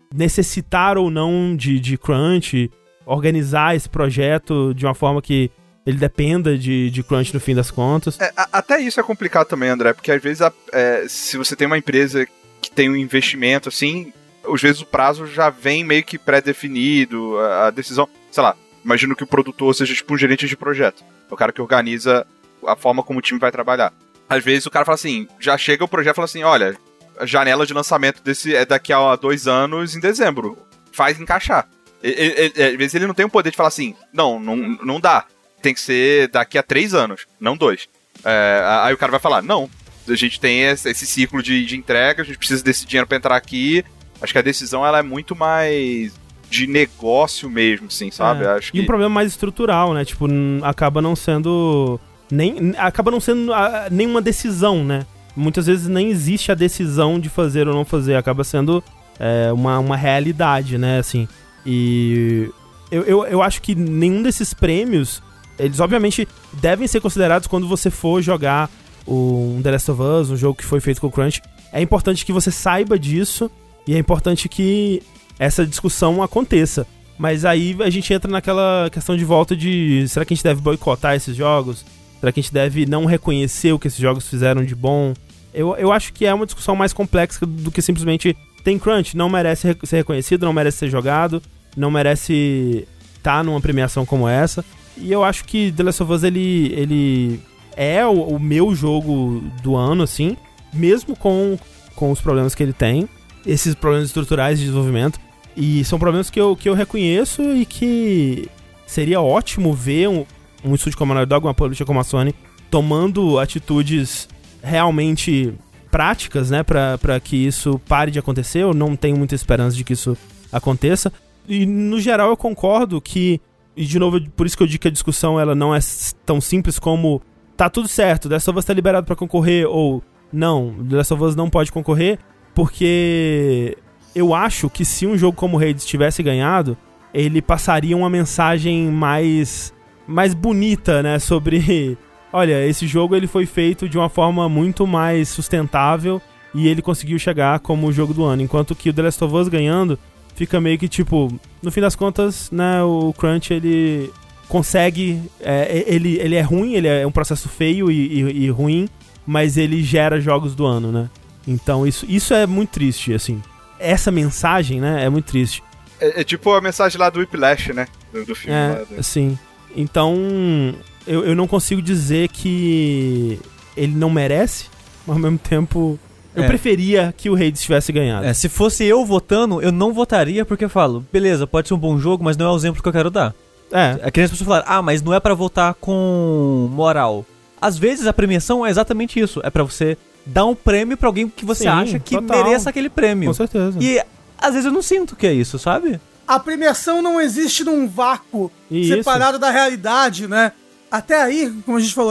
necessitar ou não de crunch, organizar esse projeto de uma forma que ele dependa de crunch no fim das contas. Até isso é complicado também, André, porque às vezes se você tem uma empresa que tem um investimento assim, às vezes o prazo já vem meio que pré-definido, a decisão, sei lá, imagino que o produtor seja tipo um gerente de projeto, o cara que organiza a forma como o time vai trabalhar. Às vezes o cara fala assim, já chega o projeto e fala assim, olha, a janela de lançamento desse é daqui a 2 anos em dezembro, faz encaixar. Às vezes ele não tem o poder de falar assim, não dá, tem que ser daqui a 3 anos, não 2. Aí o cara vai falar, não, a gente tem esse ciclo de entrega, a gente precisa desse dinheiro pra entrar aqui. Acho que a decisão ela é muito mais de negócio mesmo, assim, sabe? Acho que... E um problema mais estrutural, né? Tipo, acaba não sendo nenhuma decisão, né? Muitas vezes nem existe a decisão de fazer ou não fazer, acaba sendo uma realidade, né? Assim, e eu acho que nenhum desses prêmios, eles obviamente devem ser considerados quando você for jogar um The Last of Us, um jogo que foi feito com o crunch. É importante que você saiba disso e é importante que essa discussão aconteça. Mas aí a gente entra naquela questão de volta de, será que a gente deve boicotar esses jogos? Será que a gente deve não reconhecer o que esses jogos fizeram de bom? Eu acho que é uma discussão mais complexa do que simplesmente tem crunch, não merece ser reconhecido, não merece ser jogado, não merece estar numa premiação como essa. E eu acho que The Last of Us, ele é o meu jogo do ano, assim, mesmo com os problemas que ele tem, esses problemas estruturais de desenvolvimento. E são problemas que eu reconheço e que seria ótimo ver um estúdio como a Naughty Dog, uma publisher como a Sony, tomando atitudes realmente práticas, né, pra que isso pare de acontecer. Eu não tenho muita esperança de que isso aconteça. E, no geral, eu concordo que, e de novo, por isso que eu digo que a discussão ela não é tão simples como tá tudo certo, The Last of Us tá liberado pra concorrer, ou não, The Last of Us não pode concorrer, porque eu acho que se um jogo como Hades tivesse ganhado, ele passaria uma mensagem mais bonita, né, sobre... Olha, esse jogo ele foi feito de uma forma muito mais sustentável e ele conseguiu chegar como o jogo do ano. Enquanto que o The Last of Us ganhando, fica meio que tipo... No fim das contas, né, o crunch ele consegue... ele é ruim, ele é um processo feio e ruim, mas ele gera jogos do ano, né? Então isso é muito triste, assim. Essa mensagem, né, é muito triste. É tipo a mensagem lá do Whiplash, né? Do filme lá. Sim. Então... Eu não consigo dizer que ele não merece, mas ao mesmo tempo eu preferia que o Hades tivesse ganhado. Se fosse eu votando, eu não votaria porque eu falo, beleza, pode ser um bom jogo, mas não é o exemplo que eu quero dar. É que as pessoas falaram, mas não é pra votar com moral. Às vezes a premiação é exatamente isso, é pra você dar um prêmio pra alguém que você acha que mereça aquele prêmio. Com certeza. E às vezes eu não sinto que é isso, sabe? A premiação não existe num vácuo separado da realidade, né? Até aí, como a gente falou,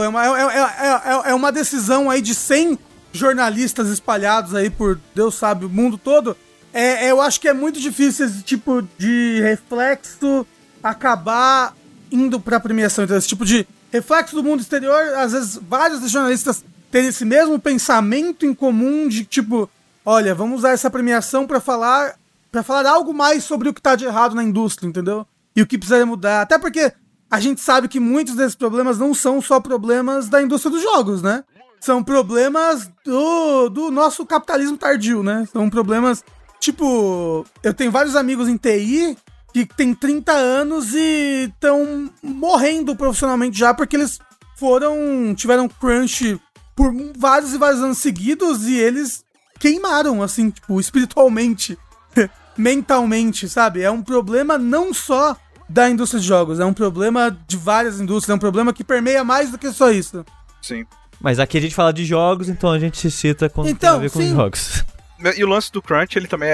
é uma decisão aí de 100 jornalistas espalhados aí por Deus sabe o mundo todo. Eu acho que é muito difícil esse tipo de reflexo acabar indo pra premiação. Então, esse tipo de reflexo do mundo exterior, às vezes vários jornalistas têm esse mesmo pensamento em comum de tipo, olha, vamos usar essa premiação pra falar algo mais sobre o que tá de errado na indústria, entendeu? E o que precisaria mudar. Até porque a gente sabe que muitos desses problemas não são só problemas da indústria dos jogos, né? São problemas do nosso capitalismo tardio, né? São problemas, tipo... Eu tenho vários amigos em TI que têm 30 anos e estão morrendo profissionalmente já porque eles tiveram crunch por vários e vários anos seguidos e eles queimaram, assim, tipo, espiritualmente, mentalmente, sabe? É um problema não só da indústria de jogos, é um problema de várias indústrias, é um problema que permeia mais do que só isso. Sim. Mas aqui a gente fala de jogos, então a gente se cita quando tem a ver com jogos. E o lance do crunch, ele também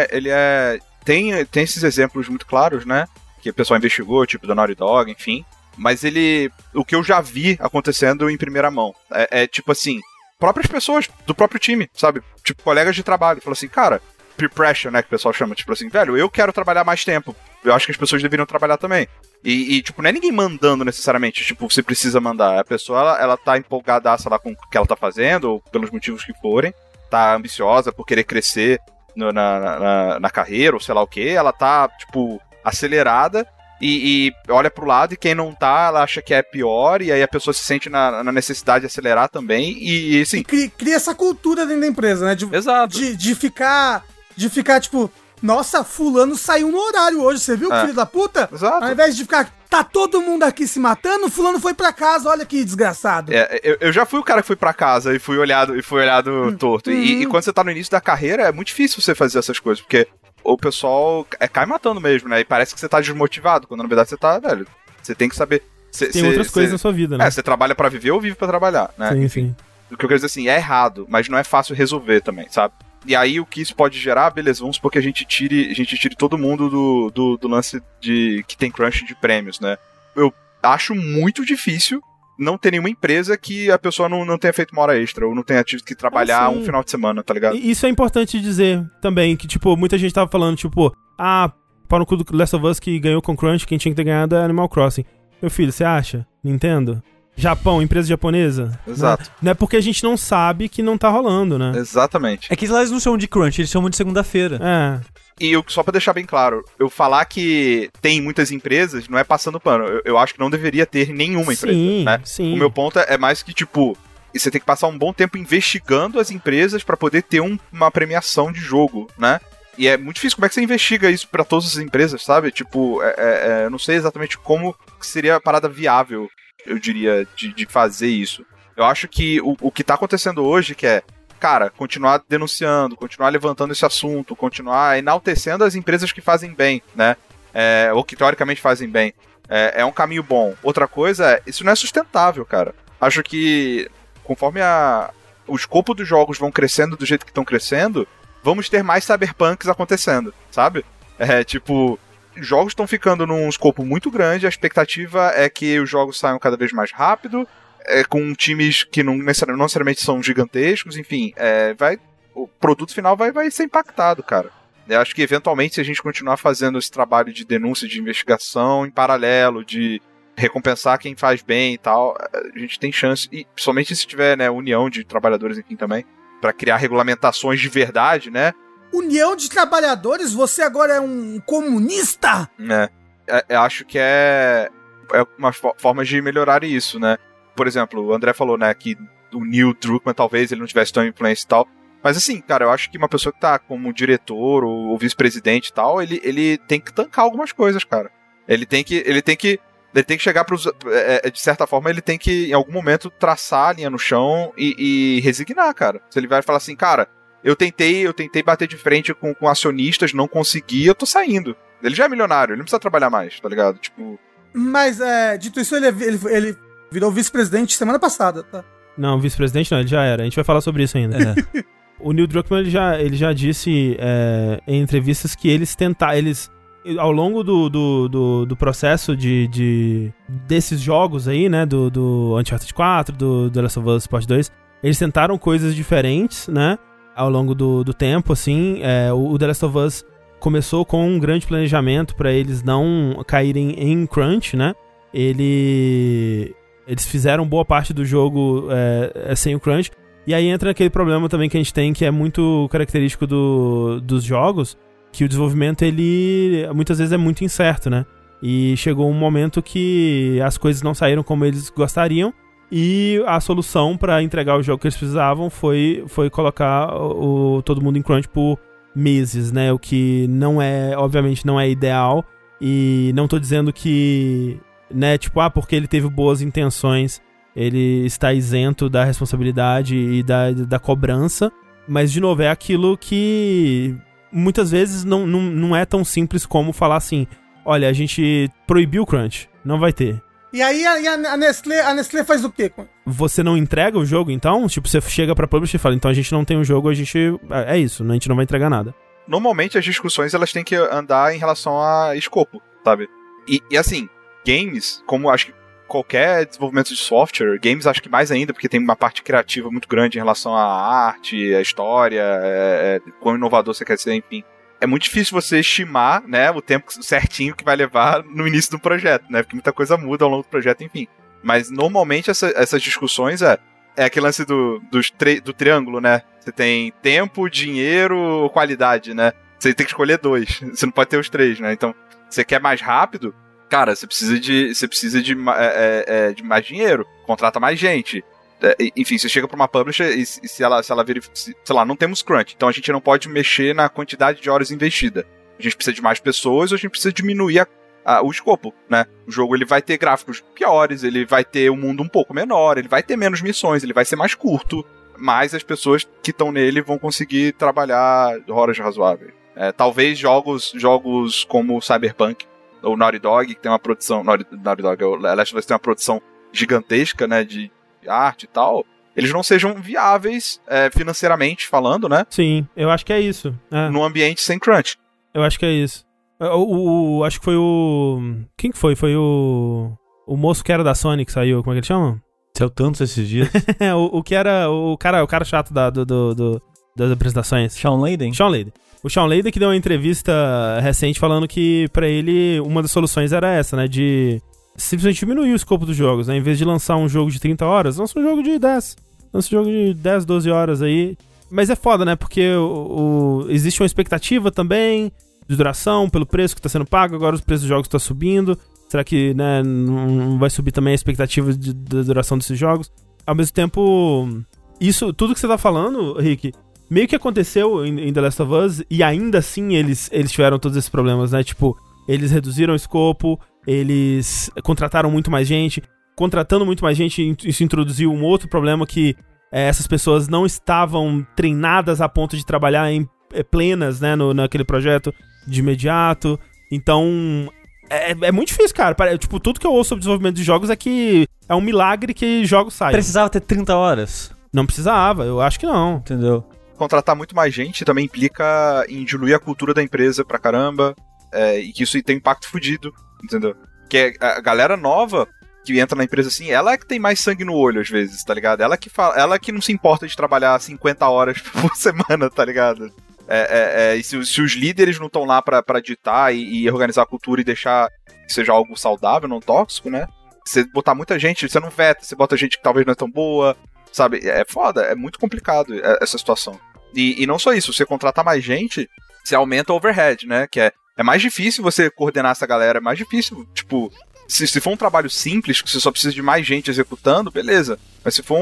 tem esses exemplos muito claros, né? Que o pessoal investigou, tipo da Naughty Dog, enfim. Mas o que eu já vi acontecendo em primeira mão é tipo assim, próprias pessoas do próprio time, sabe? Tipo, colegas de trabalho. Falam assim, cara, peer pressure, né, que o pessoal chama, tipo assim, velho, eu quero trabalhar mais tempo, eu acho que as pessoas deveriam trabalhar também. E tipo, não é ninguém mandando necessariamente, tipo, você precisa mandar. A pessoa, ela tá empolgadaça lá com o que ela tá fazendo, ou pelos motivos que forem, tá ambiciosa por querer crescer na carreira, ou sei lá o que, ela tá, tipo, acelerada e olha pro lado, e quem não tá, ela acha que é pior, e aí a pessoa se sente na necessidade de acelerar também, e assim... Cria essa cultura dentro da empresa, né? Exato. De ficar, tipo, nossa, fulano saiu no horário hoje, você viu, filho da puta? Exato. Ao invés de ficar, tá todo mundo aqui se matando, fulano foi pra casa, olha que desgraçado. Eu já fui o cara que foi pra casa e fui olhado torto. E quando você tá no início da carreira, é muito difícil você fazer essas coisas, porque o pessoal cai matando mesmo, né? E parece que você tá desmotivado, quando na verdade você tá, velho, você tem que saber... Tem outras coisas na sua vida, né? Você trabalha pra viver ou vive pra trabalhar, né? Sim, Enfim, sim. o que eu quero dizer assim, é errado, mas não é fácil resolver também, sabe? E aí o que isso pode gerar, beleza, vamos supor que a gente tire todo mundo do lance de que tem crunch de prêmios, né? Eu acho muito difícil não ter nenhuma empresa que a pessoa não tenha feito uma hora extra, ou não tenha tido que trabalhar um final de semana, tá ligado? E isso é importante dizer também, que, tipo, muita gente tava falando, tipo, pau no cu do Last of Us que ganhou com crunch, quem tinha que ter ganhado é Animal Crossing. Meu filho, você acha? Nintendo? Japão, empresa japonesa? Exato. Não é porque a gente não sabe que não tá rolando, né? Exatamente. É que lá eles não chamam de crunch, eles chamam de segunda-feira. E só pra deixar bem claro, eu falar que tem muitas empresas não é passando pano. Eu acho que não deveria ter nenhuma empresa, né? Sim. O meu ponto é mais que, tipo, você tem que passar um bom tempo investigando as empresas pra poder ter uma premiação de jogo, né? E é muito difícil. Como é que você investiga isso pra todas as empresas, sabe? Tipo, eu não sei exatamente como seria a parada viável, eu diria, de fazer isso. Eu acho que o que tá acontecendo hoje, que é, cara, continuar denunciando, continuar levantando esse assunto, continuar enaltecendo as empresas que fazem bem, né? Ou que teoricamente fazem bem. É um caminho bom. Outra coisa isso não é sustentável, cara. Acho que conforme o escopo dos jogos vão crescendo do jeito que estão crescendo, vamos ter mais cyberpunks acontecendo, sabe? Tipo, jogos estão ficando num escopo muito grande, a expectativa é que os jogos saiam cada vez mais rápido, com times que não necessariamente são gigantescos, enfim, o produto final vai ser impactado, cara. Eu acho que eventualmente, se a gente continuar fazendo esse trabalho de denúncia, de investigação em paralelo, de recompensar quem faz bem e tal, a gente tem chance, e principalmente se tiver, né, união de trabalhadores, enfim, também, pra criar regulamentações de verdade, né? União de trabalhadores? Você agora é um comunista? Eu acho que é uma forma de melhorar isso, né? Por exemplo, o André falou, né, que o Neil Druckmann talvez ele não tivesse tão influência e tal. Mas assim, cara, eu acho que uma pessoa que tá como diretor ou vice-presidente e tal, ele tem que tancar algumas coisas, cara. Ele tem que chegar pros... de certa forma, ele tem que, em algum momento, traçar a linha no chão e resignar, cara. Se ele vai falar assim, cara, eu tentei bater de frente com acionistas, não consegui, eu tô saindo. Ele já é milionário, ele não precisa trabalhar mais, tá ligado? Tipo... Mas, dito isso, ele virou vice-presidente semana passada, tá? Não, vice-presidente não, ele já era. A gente vai falar sobre isso ainda. O Neil Druckmann, ele já disse em entrevistas que eles ao longo do processo desses jogos aí, né, do Uncharted 4, do The Last of Us Part 2, eles tentaram coisas diferentes, né, ao longo do tempo, assim. O The Last of Us começou com um grande planejamento para eles não caírem em crunch, né. Eles fizeram boa parte do jogo sem o crunch. E aí entra aquele problema também que a gente tem, que é muito característico dos jogos, que o desenvolvimento, ele muitas vezes é muito incerto, né? E chegou um momento que as coisas não saíram como eles gostariam, e a solução para entregar o jogo que eles precisavam foi colocar todo mundo em crunch por meses, né? O que obviamente não é ideal, e não tô dizendo que, né, tipo, porque ele teve boas intenções, ele está isento da responsabilidade e da cobrança, mas, de novo, é aquilo que muitas vezes não é tão simples como falar assim, olha, a gente proibiu o crunch, não vai ter. E aí a Nestlé faz o quê? Você não entrega o jogo, então? Tipo, você chega pra publisher e fala, então a gente não tem um jogo, a gente... É isso, a gente não vai entregar nada. Normalmente as discussões, elas têm que andar em relação a escopo, sabe? E assim, games, como acho que qualquer desenvolvimento de software, games acho que mais ainda, porque tem uma parte criativa muito grande em relação à arte, à história, quão inovador você quer ser, enfim. É muito difícil você estimar, né, o tempo certinho que vai levar no início do projeto, né, porque muita coisa muda ao longo do projeto, enfim. Mas normalmente essas discussões É aquele lance do triângulo, né? Você tem tempo, dinheiro, qualidade, né? Você tem que escolher 2. Você não pode ter os 3, né? Então, você quer mais rápido, cara, você precisa de mais dinheiro, contrata mais gente. Enfim, você chega pra uma publisher e se ela verifica, sei lá, não temos crunch, então a gente não pode mexer na quantidade de horas investida. A gente precisa de mais pessoas, ou a gente precisa diminuir o escopo, né? O jogo ele vai ter gráficos piores, ele vai ter um mundo um pouco menor, ele vai ter menos missões, ele vai ser mais curto, mas as pessoas que estão nele vão conseguir trabalhar horas razoáveis. Talvez jogos como Cyberpunk ou Naughty Dog, que tem uma produção... Naughty Dog, o Last of Us tem uma produção gigantesca, né, de arte e tal, eles não sejam viáveis financeiramente falando, né? Sim, eu acho que é isso. Num ambiente sem crunch. Eu acho que é isso. Acho que foi o... Quem que foi? Foi o moço que era da Sony que saiu, como é que ele chama? Saiu tantos esses dias. o que era o cara chato das apresentações. Shawn Layden? Shawn Layden. O Shawn Layden que deu uma entrevista recente falando que pra ele uma das soluções era essa, né? De simplesmente diminuir o escopo dos jogos, né? Em vez de lançar um jogo de 30 horas, lança um jogo de 10. Lança um jogo de 10, 12 horas aí. Mas é foda, né? Porque existe uma expectativa também de duração pelo preço que tá sendo pago. Agora os preços dos jogos estão subindo. Será que, né, não vai subir também a expectativa da duração desses jogos? Ao mesmo tempo, isso, tudo que você tá falando, Rick, meio que aconteceu em The Last of Us, e ainda assim eles tiveram todos esses problemas, né? Tipo, eles reduziram o escopo, eles contrataram muito mais gente. Contratando muito mais gente, isso introduziu um outro problema que essas pessoas não estavam treinadas a ponto de trabalhar em plenas, né, naquele projeto de imediato. Então... É muito difícil, cara. Tipo, tudo que eu ouço sobre desenvolvimento de jogos é que é um milagre que jogos saiam. Precisava ter 30 horas? Não precisava, eu acho que não. Entendeu? Contratar muito mais gente também implica em diluir a cultura da empresa pra caramba, e que isso tem impacto fudido, entendeu? Que a galera nova que entra na empresa assim, ela é que tem mais sangue no olho às vezes, tá ligado? Ela que não se importa de trabalhar 50 horas por semana, tá ligado? E se os líderes não estão lá pra ditar e organizar a cultura e deixar que seja algo saudável, não tóxico, né? Você botar muita gente, você não veta, você bota gente que talvez não é tão boa, sabe? É foda, é muito complicado essa situação. E não só isso, você contratar mais gente, você aumenta o overhead, né? Que é mais difícil você coordenar essa galera, é mais difícil, tipo... Se for um trabalho simples, que você só precisa de mais gente executando, beleza. Mas se for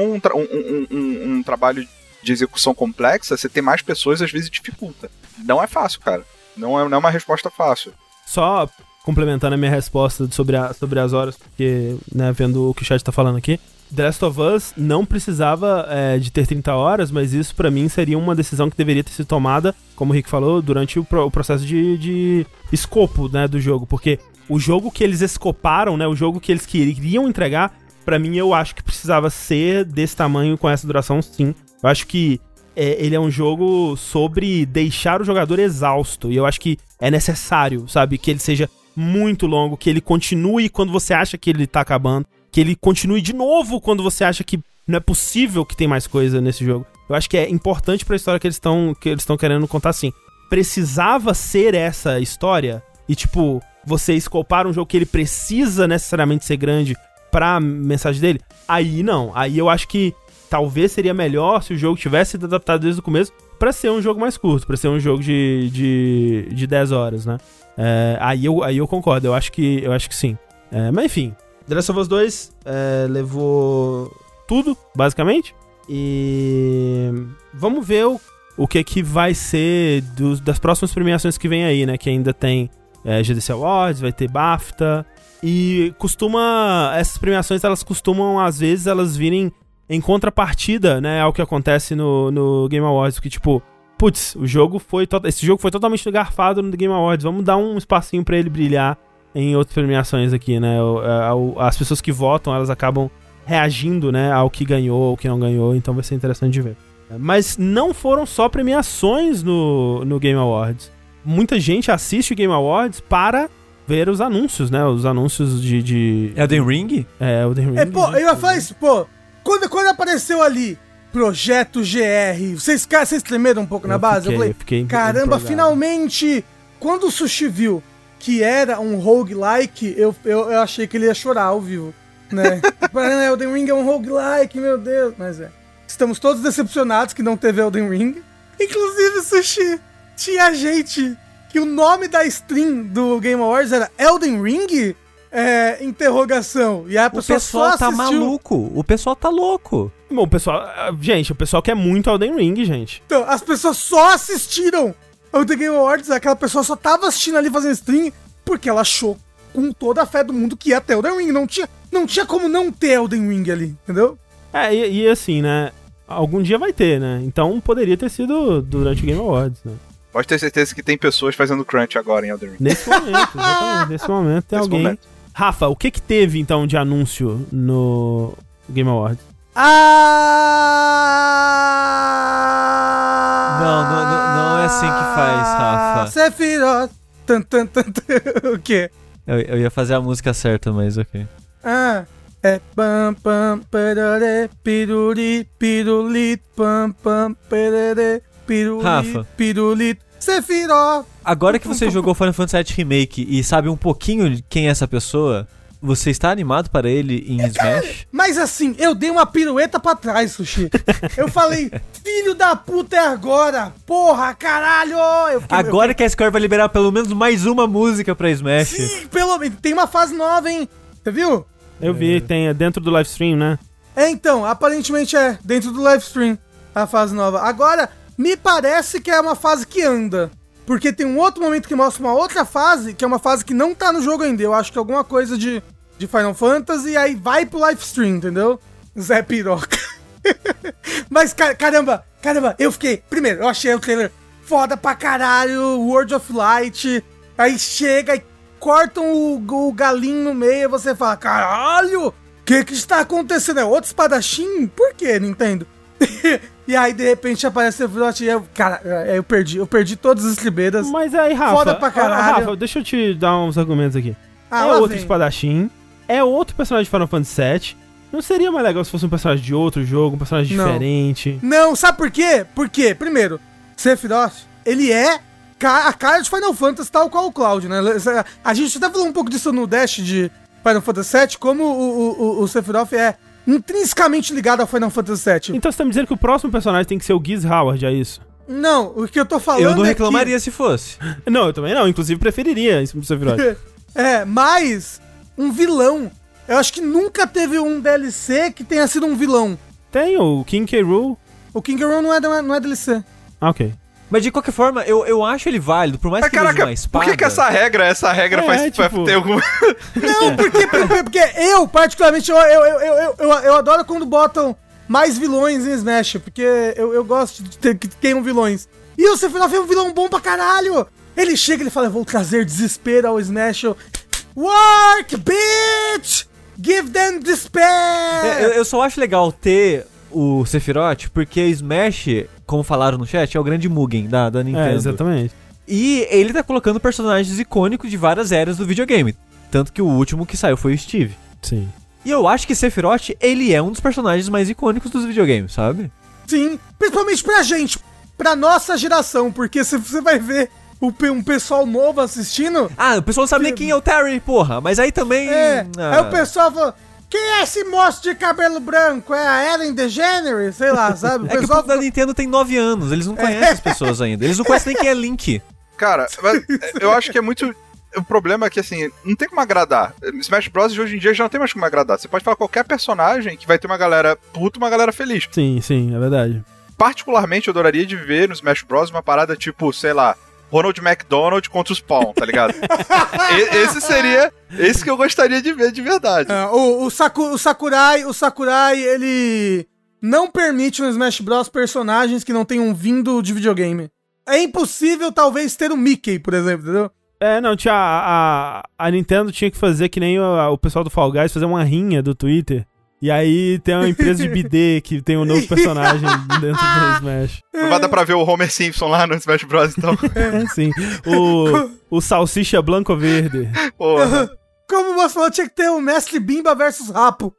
um trabalho de execução complexa, você ter mais pessoas às vezes dificulta. Não é fácil, cara. Não é uma resposta fácil. Só complementando a minha resposta sobre as horas, porque, né, vendo o que o chat tá falando aqui, The Last of Us não precisava de ter 30 horas, mas isso pra mim seria uma decisão que deveria ter sido tomada, como o Rick falou, durante o processo de escopo, né, do jogo, porque o jogo que eles escoparam, né, o jogo que eles queriam entregar, pra mim eu acho que precisava ser desse tamanho com essa duração, sim. Eu acho que ele é um jogo sobre deixar o jogador exausto, e eu acho que é necessário, sabe, que ele seja muito longo, que ele continue quando você acha que ele tá acabando, que ele continue de novo quando você acha que não é possível que tem mais coisa nesse jogo. Eu acho que é importante pra história que eles estão querendo contar, assim. Precisava ser essa história e, tipo, você escopar um jogo que ele precisa necessariamente ser grande pra mensagem dele? Aí não. Aí eu acho que talvez seria melhor se o jogo tivesse sido adaptado desde o começo pra ser um jogo mais curto, pra ser um jogo de 10 horas, né? Aí eu concordo, eu acho que sim. Mas enfim, The Last of Us 2 levou tudo, basicamente. E vamos ver o que vai ser das próximas premiações que vem aí, né? Que ainda tem GDC Awards, vai ter BAFTA. E essas premiações, elas costumam, às vezes, elas virem em contrapartida, né, ao que acontece no Game Awards. Porque, tipo, putz, esse jogo foi totalmente garfado no Game Awards. Vamos dar um espacinho pra ele brilhar em outras premiações aqui, né? As pessoas que votam, elas acabam reagindo, né, ao que ganhou, ao que não ganhou. Então vai ser interessante de ver. Mas não foram só premiações no Game Awards. Muita gente assiste o Game Awards para ver os anúncios, né? Os anúncios de... Elden Ring? Elden Ring. Pô, eu ia falar isso, pô. Quando apareceu ali, Projeto GR, vocês tremeram um pouco na base? Eu falei, caramba, empolgado. Finalmente, quando o Sushi viu que era um roguelike, eu achei que ele ia chorar ao vivo. Né? Elden Ring é um roguelike, meu Deus. Mas estamos todos decepcionados que não teve Elden Ring. Inclusive, Sushi, tinha gente que o nome da stream do Game Awards era Elden Ring? Interrogação. E a pessoa só tá assistiu. maluco. O pessoal tá louco. Bom, o pessoal quer muito Elden Ring, gente. Então, as pessoas só assistiram o The Game Awards, aquela pessoa só tava assistindo ali fazendo stream porque ela achou com toda a fé do mundo que ia ter Elden Ring. Não tinha como não ter Elden Ring ali, entendeu? E assim, né? Algum dia vai ter, né? Então poderia ter sido durante o Game Awards, né? Pode ter certeza que tem pessoas fazendo crunch agora em Elden Ring. Nesse momento, exatamente. Nesse momento tem alguém. Momento. Rafa, o que teve então de anúncio no Game Awards? Não é assim que faz, Rafa. Sephiroth. O quê? Eu ia fazer a música certa, mas ok. Pam pam perere piruri pirulit pam pam perere piruri Rafa. pirulit Sephiroth. Agora que você jogou Final Fantasy VII Remake e sabe um pouquinho de quem é essa pessoa, você está animado para ele em Smash? Mas assim, eu dei uma pirueta pra trás, Sushi. Eu falei, filho da puta, é agora! Porra, caralho! Agora que a Square vai liberar pelo menos mais uma música pra Smash. Sim, pelo menos. Tem uma fase nova, hein? Você viu? Eu vi, tem dentro do live stream, né? Então, aparentemente dentro do live stream, a fase nova. Agora, me parece que é uma fase que anda. Porque tem um outro momento que mostra uma outra fase, que é uma fase que não tá no jogo ainda. Eu acho que é alguma coisa de Final Fantasy, e aí vai pro live stream, entendeu? Zé Piroca. Mas, caramba, eu fiquei... Primeiro, eu achei o trailer foda pra caralho, World of Light, aí chega e cortam o galinho no meio, e você fala, caralho, o que está acontecendo? É outro espadachim? Por que, Nintendo? E aí, de repente, aparece o Sephiroth e eu perdi todas as estribeiras. Mas aí, Rafa... Foda pra caralho. Rafa, deixa eu te dar uns argumentos aqui. Ah, é lá outro vem. espadachim, é outro personagem de Final Fantasy VII. Não seria mais legal se fosse um personagem de outro jogo, um personagem diferente? Não, sabe por quê? Porque, primeiro, Sephiroth, ele é a cara de Final Fantasy, tal qual o Cloud, né? A gente até falou um pouco disso no Dash de Final Fantasy VII, como o Sephiroth é intrinsecamente ligado ao Final Fantasy VII. Então você tá me dizendo que o próximo personagem tem que ser o Giz Howard, é isso? Não, o que eu tô falando Eu não reclamaria se fosse. Não, eu também não. Inclusive preferiria isso pro Sephiroth. Mas um vilão. Eu acho que nunca teve um DLC que tenha sido um vilão. Tem o King K. Rool. O King Roll não é DLC. Ah, ok. Mas de qualquer forma, eu acho ele válido, por mais Mas que ele use caraca, uma espada. por que essa regra faz tipo... ter algum... Não, porque eu, particularmente, eu adoro quando botam mais vilões em Smash, porque eu gosto de ter que tenham vilões. E o Sephiroth é um vilão bom pra caralho! Ele chega e fala, eu vou trazer desespero ao Smash. Work, bitch! Give them despair! Eu só acho legal ter o Sephiroth, porque Smash, como falaram no chat, é o grande Mugen da Nintendo. É, exatamente. E ele tá colocando personagens icônicos de várias eras do videogame. Tanto que o último que saiu foi o Steve. Sim. E eu acho que Sephiroth, ele é um dos personagens mais icônicos dos videogames, sabe? Sim, principalmente pra gente, pra nossa geração, porque se você vai ver um pessoal novo assistindo... Ah, o pessoal não sabe nem quem é o Terry, porra. Mas aí também... Aí o pessoal fala... Quem é esse moço de cabelo branco? É a Ellen DeGeneres? Sei lá, sabe? O É que o pessoal povo da Nintendo tem 9 anos, eles não conhecem as pessoas ainda. Eles não conhecem nem quem é Link. Cara, mas eu acho que é muito... O problema é que, assim, não tem como agradar. Smash Bros. Hoje em dia já não tem mais como agradar. Você pode falar qualquer personagem que vai ter uma galera puta e uma galera feliz. Sim, é verdade. Particularmente, eu adoraria de ver no Smash Bros. Uma parada tipo, sei lá, Ronald McDonald contra o Spawn, tá ligado? Esse que eu gostaria de ver de verdade. O Sakurai, ele não permite no Smash Bros. Personagens que não tenham vindo de videogame. É impossível, talvez, ter o Mickey, por exemplo, entendeu? Não, a Nintendo tinha que fazer que nem o pessoal do Fall Guys, fazer uma rinha do Twitter. E aí tem uma empresa de bidê que tem um novo personagem dentro do Smash. Não vai dar pra ver o Homer Simpson lá no Smash Bros, então. Sim. O Salsicha Blanco Verde. Porra. Como você falou, tinha que ter o Mestre Bimba versus Rapo.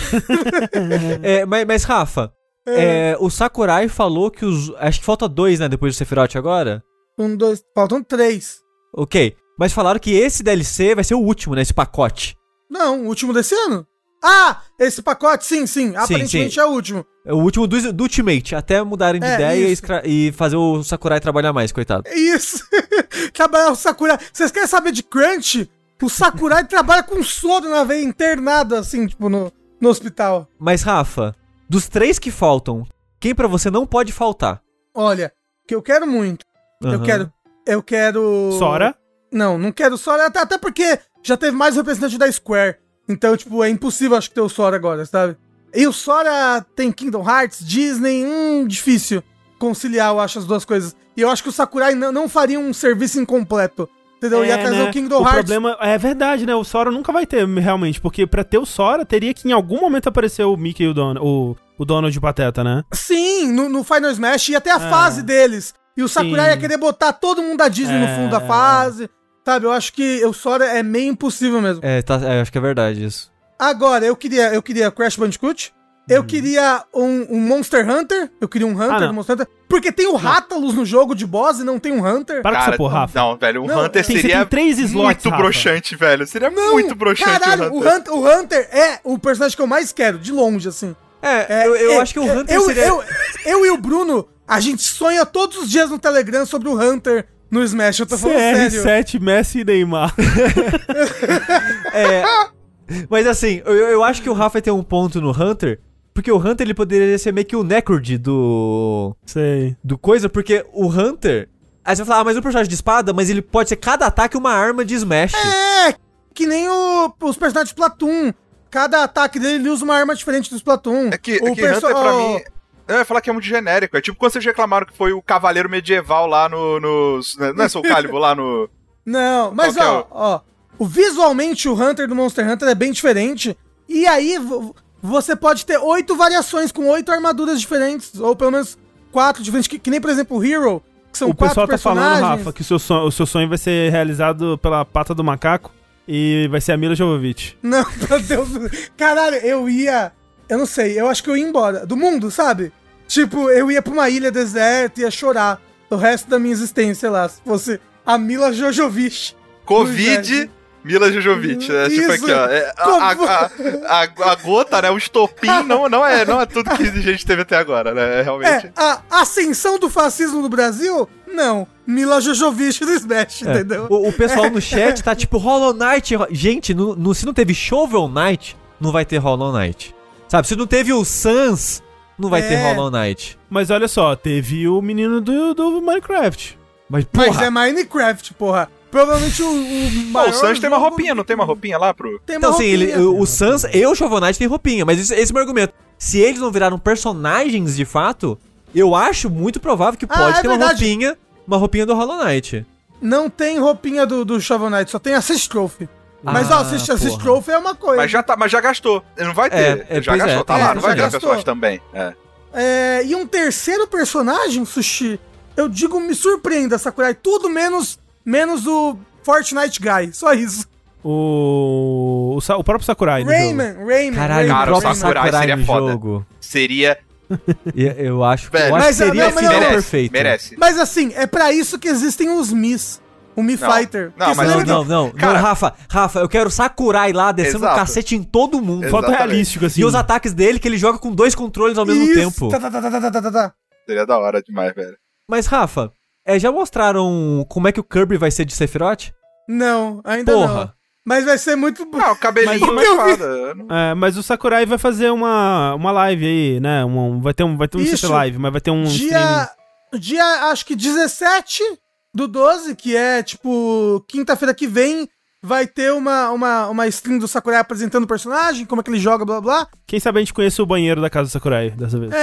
Mas Rafa, o Sakurai falou que acho que falta 2, né, depois do Sephiroth agora? 1, 2, faltam 3. Ok, mas falaram que esse DLC vai ser o último, né, esse pacote. Não, o último desse ano. Ah, esse pacote, sim. Aparentemente sim. é o último. É o último do Ultimate, até mudarem de ideia e fazer o Sakurai trabalhar mais, coitado. Isso. Trabalhar o Sakurai. Vocês querem saber de crunch? O Sakurai trabalha com soro na veia, internado, assim, tipo, no hospital. Mas, Rafa, dos 3 que faltam, quem pra você não pode faltar? Olha, que eu quero muito. Eu quero... Sora? Não quero Sora, até porque já teve mais representante da Square. Então, tipo, é impossível, acho que ter o Sora agora, sabe? E o Sora tem Kingdom Hearts, Disney, difícil conciliar, eu acho, as duas coisas. E eu acho que o Sakurai não faria um serviço incompleto, entendeu? Ia trazer o Kingdom Hearts. O problema é verdade, né? O Sora nunca vai ter, realmente, porque pra ter o Sora, teria que em algum momento aparecer o Mickey e o Donald de Pateta, né? Sim, no Final Smash ia ter a fase deles. E o Sakurai ia querer botar todo mundo da Disney no fundo da fase. Sabe, eu acho que o Sora é meio impossível mesmo. Acho que é verdade isso. Agora, eu queria Crash Bandicoot. Eu queria um Monster Hunter. Eu queria um Hunter do Monster Hunter. Porque tem o Rathalos no jogo de boss e não tem um Hunter. Para com essa porra, Rafa. Não, velho, o Hunter seria tem 3 slots, muito Rafa. broxante, velho. Seria muito broxante caralho, o Hunter. O Hunter é o personagem que eu mais quero, de longe, assim. Eu acho que o Hunter seria... Eu e o Bruno, a gente sonha todos os dias no Telegram sobre o Hunter no Smash. Eu tô falando sério. CR7, Messi e Neymar. Mas assim, eu acho que o Rafa tem um ponto no Hunter, porque o Hunter ele poderia ser meio que o Necrod do coisa, porque o Hunter... Aí você vai falar, mas o personagem de espada, mas ele pode ser cada ataque uma arma de Smash. Que nem os personagens de Splatoon. Cada ataque dele, ele usa uma arma diferente do Splatoon. É que Hunter, pra mim... Eu ia falar que é muito genérico. É tipo quando vocês reclamaram que foi o cavaleiro medieval lá nos... Não é Soul Calibur lá no... Não, mas visualmente o Hunter do Monster Hunter é bem diferente. E aí você pode ter 8 variações com 8 armaduras diferentes. Ou pelo menos 4 diferentes. Que nem, por exemplo, o Hero, que são 4 personagens. O pessoal tá falando, Rafa, que o seu sonho vai ser realizado pela pata do macaco e vai ser a Mila Jovovich. Não, meu Deus. Caralho, eu não sei, eu acho que eu ia embora do mundo, sabe? Tipo, eu ia pra uma ilha deserta e ia chorar o resto da minha existência lá, se fosse a Mila Jovovich. Covid, Mila Jovovich, né? Tipo aqui, ó. A gota, né? O estopim não é tudo que a gente teve até agora, né? Realmente. A ascensão do fascismo no Brasil? Não. Mila Jovovich do Smash, entendeu? O pessoal no chat tá tipo, Hollow Knight. Gente, se não teve Shovel Knight, não vai ter Hollow Knight. Sabe, se não teve o Sans, não vai ter Hollow Knight. Mas olha só, teve o menino do Minecraft. Mas é Minecraft, porra. Provavelmente o maior... O Sans tem uma roupinha, não tem uma roupinha lá pro... Então, sim, o Sans e o Shovel Knight tem roupinha, mas esse é o meu argumento. Se eles não viraram personagens de fato, eu acho muito provável que pode ter uma roupinha do Hollow Knight. Não tem roupinha do Shovel Knight, só tem Assist Trophy. Mas Assist Trophy é uma coisa. Mas já gastou. Não vai ter. Já gastou, tá lá. Não vai ter personagem também. E um terceiro personagem, Sushi, eu digo, me surpreenda, Sakurai. Tudo menos o Fortnite Guy. Só isso. O próprio Sakurai. Rayman. Caralho, cara, o o próprio Sakurai seria no foda. Jogo. Seria... Eu acho que seria perfeito. Merece. Mas assim, é pra isso que existem os Mis. O Mi Fighter. Não, Rafa, eu quero Sakurai lá descendo o cacete em todo mundo. Foto realístico, assim. E os ataques dele, que ele joga com 2 controles ao mesmo tempo. Seria da hora demais, velho. Mas, Rafa, já mostraram como é que o Kirby vai ser de Sephiroth? Não, ainda não. Mas vai ser muito... Não, o cabelinho mas mas o Sakurai vai fazer uma live aí, né? Vai ter um CT Live, mas vai ter um streaming. Dia, acho que 17/12, que é, tipo, quinta-feira que vem, vai ter uma stream do Sakurai apresentando o personagem, como é que ele joga, blá, blá. Quem sabe a gente conhece o banheiro da casa do Sakurai dessa vez.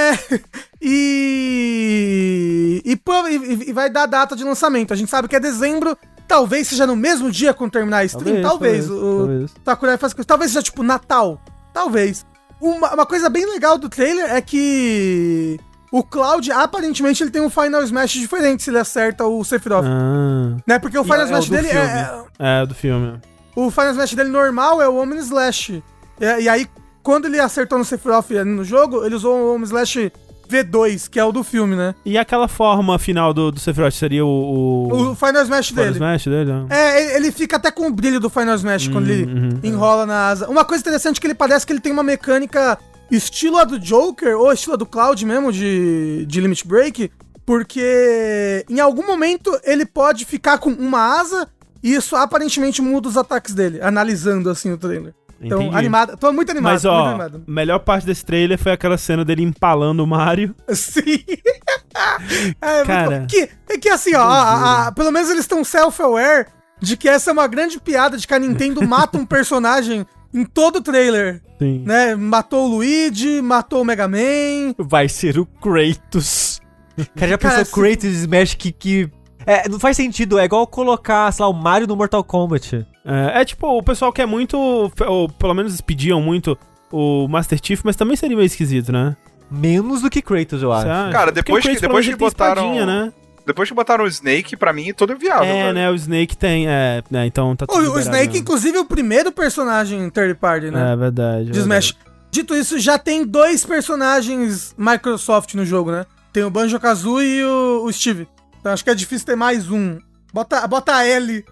E vai dar a data de lançamento. A gente sabe que é dezembro, talvez seja no mesmo dia quando terminar a stream, talvez. O Sakurai faz coisa. Talvez seja, tipo, Natal. Talvez. Uma coisa bem legal do trailer é que... O Cloud, aparentemente, ele tem um Final Smash diferente se ele acerta o Sephiroth. Né? Porque o Final Smash dele é do filme. O Final Smash dele normal é o Omni Slash. E aí, quando ele acertou no Sephiroth no jogo, ele usou o Omni Slash V2, que é o do filme, né? E aquela forma final do Sephiroth seria O Final Smash dele. Final Smash dele, né? Ele fica até com o brilho do Final Smash quando ele enrola na asa. Uma coisa interessante é que ele parece que ele tem uma mecânica estilo a do Joker, ou estilo a do Cloud mesmo, de Limit Break, porque em algum momento ele pode ficar com uma asa e isso aparentemente muda os ataques dele, analisando assim o trailer. Então, Entendi. animado. Tô muito animado. Mas, ó, a melhor parte desse trailer foi aquela cena dele empalando o Mario. Sim. Cara. Que assim, ó, pelo menos eles estão self-aware de que essa é uma grande piada de que a Nintendo mata um personagem em todo o trailer. Sim. Né? Matou o Luigi, matou o Mega Man. Vai ser o Kratos. Cara, já pensou Kratos e Smash que... não faz sentido, é igual colocar, sei lá, o Mario no Mortal Kombat. Tipo, o pessoal quer muito, ou pelo menos pediam muito o Master Chief, mas também seria meio esquisito, né? Menos do que Kratos, eu acho. Cara, depois que botaram... espadinha, né? Depois que botaram o Snake, pra mim, todo é viável. Velho. Né, o Snake tem, então tá tudo O Snake, inclusive, é o primeiro personagem third party, né? É verdade. De Smash. Dito isso, já tem 2 personagens Microsoft no jogo, né? Tem o Banjo-Kazooie e o Steve. Então acho que é difícil ter mais um. Bota a Ellie.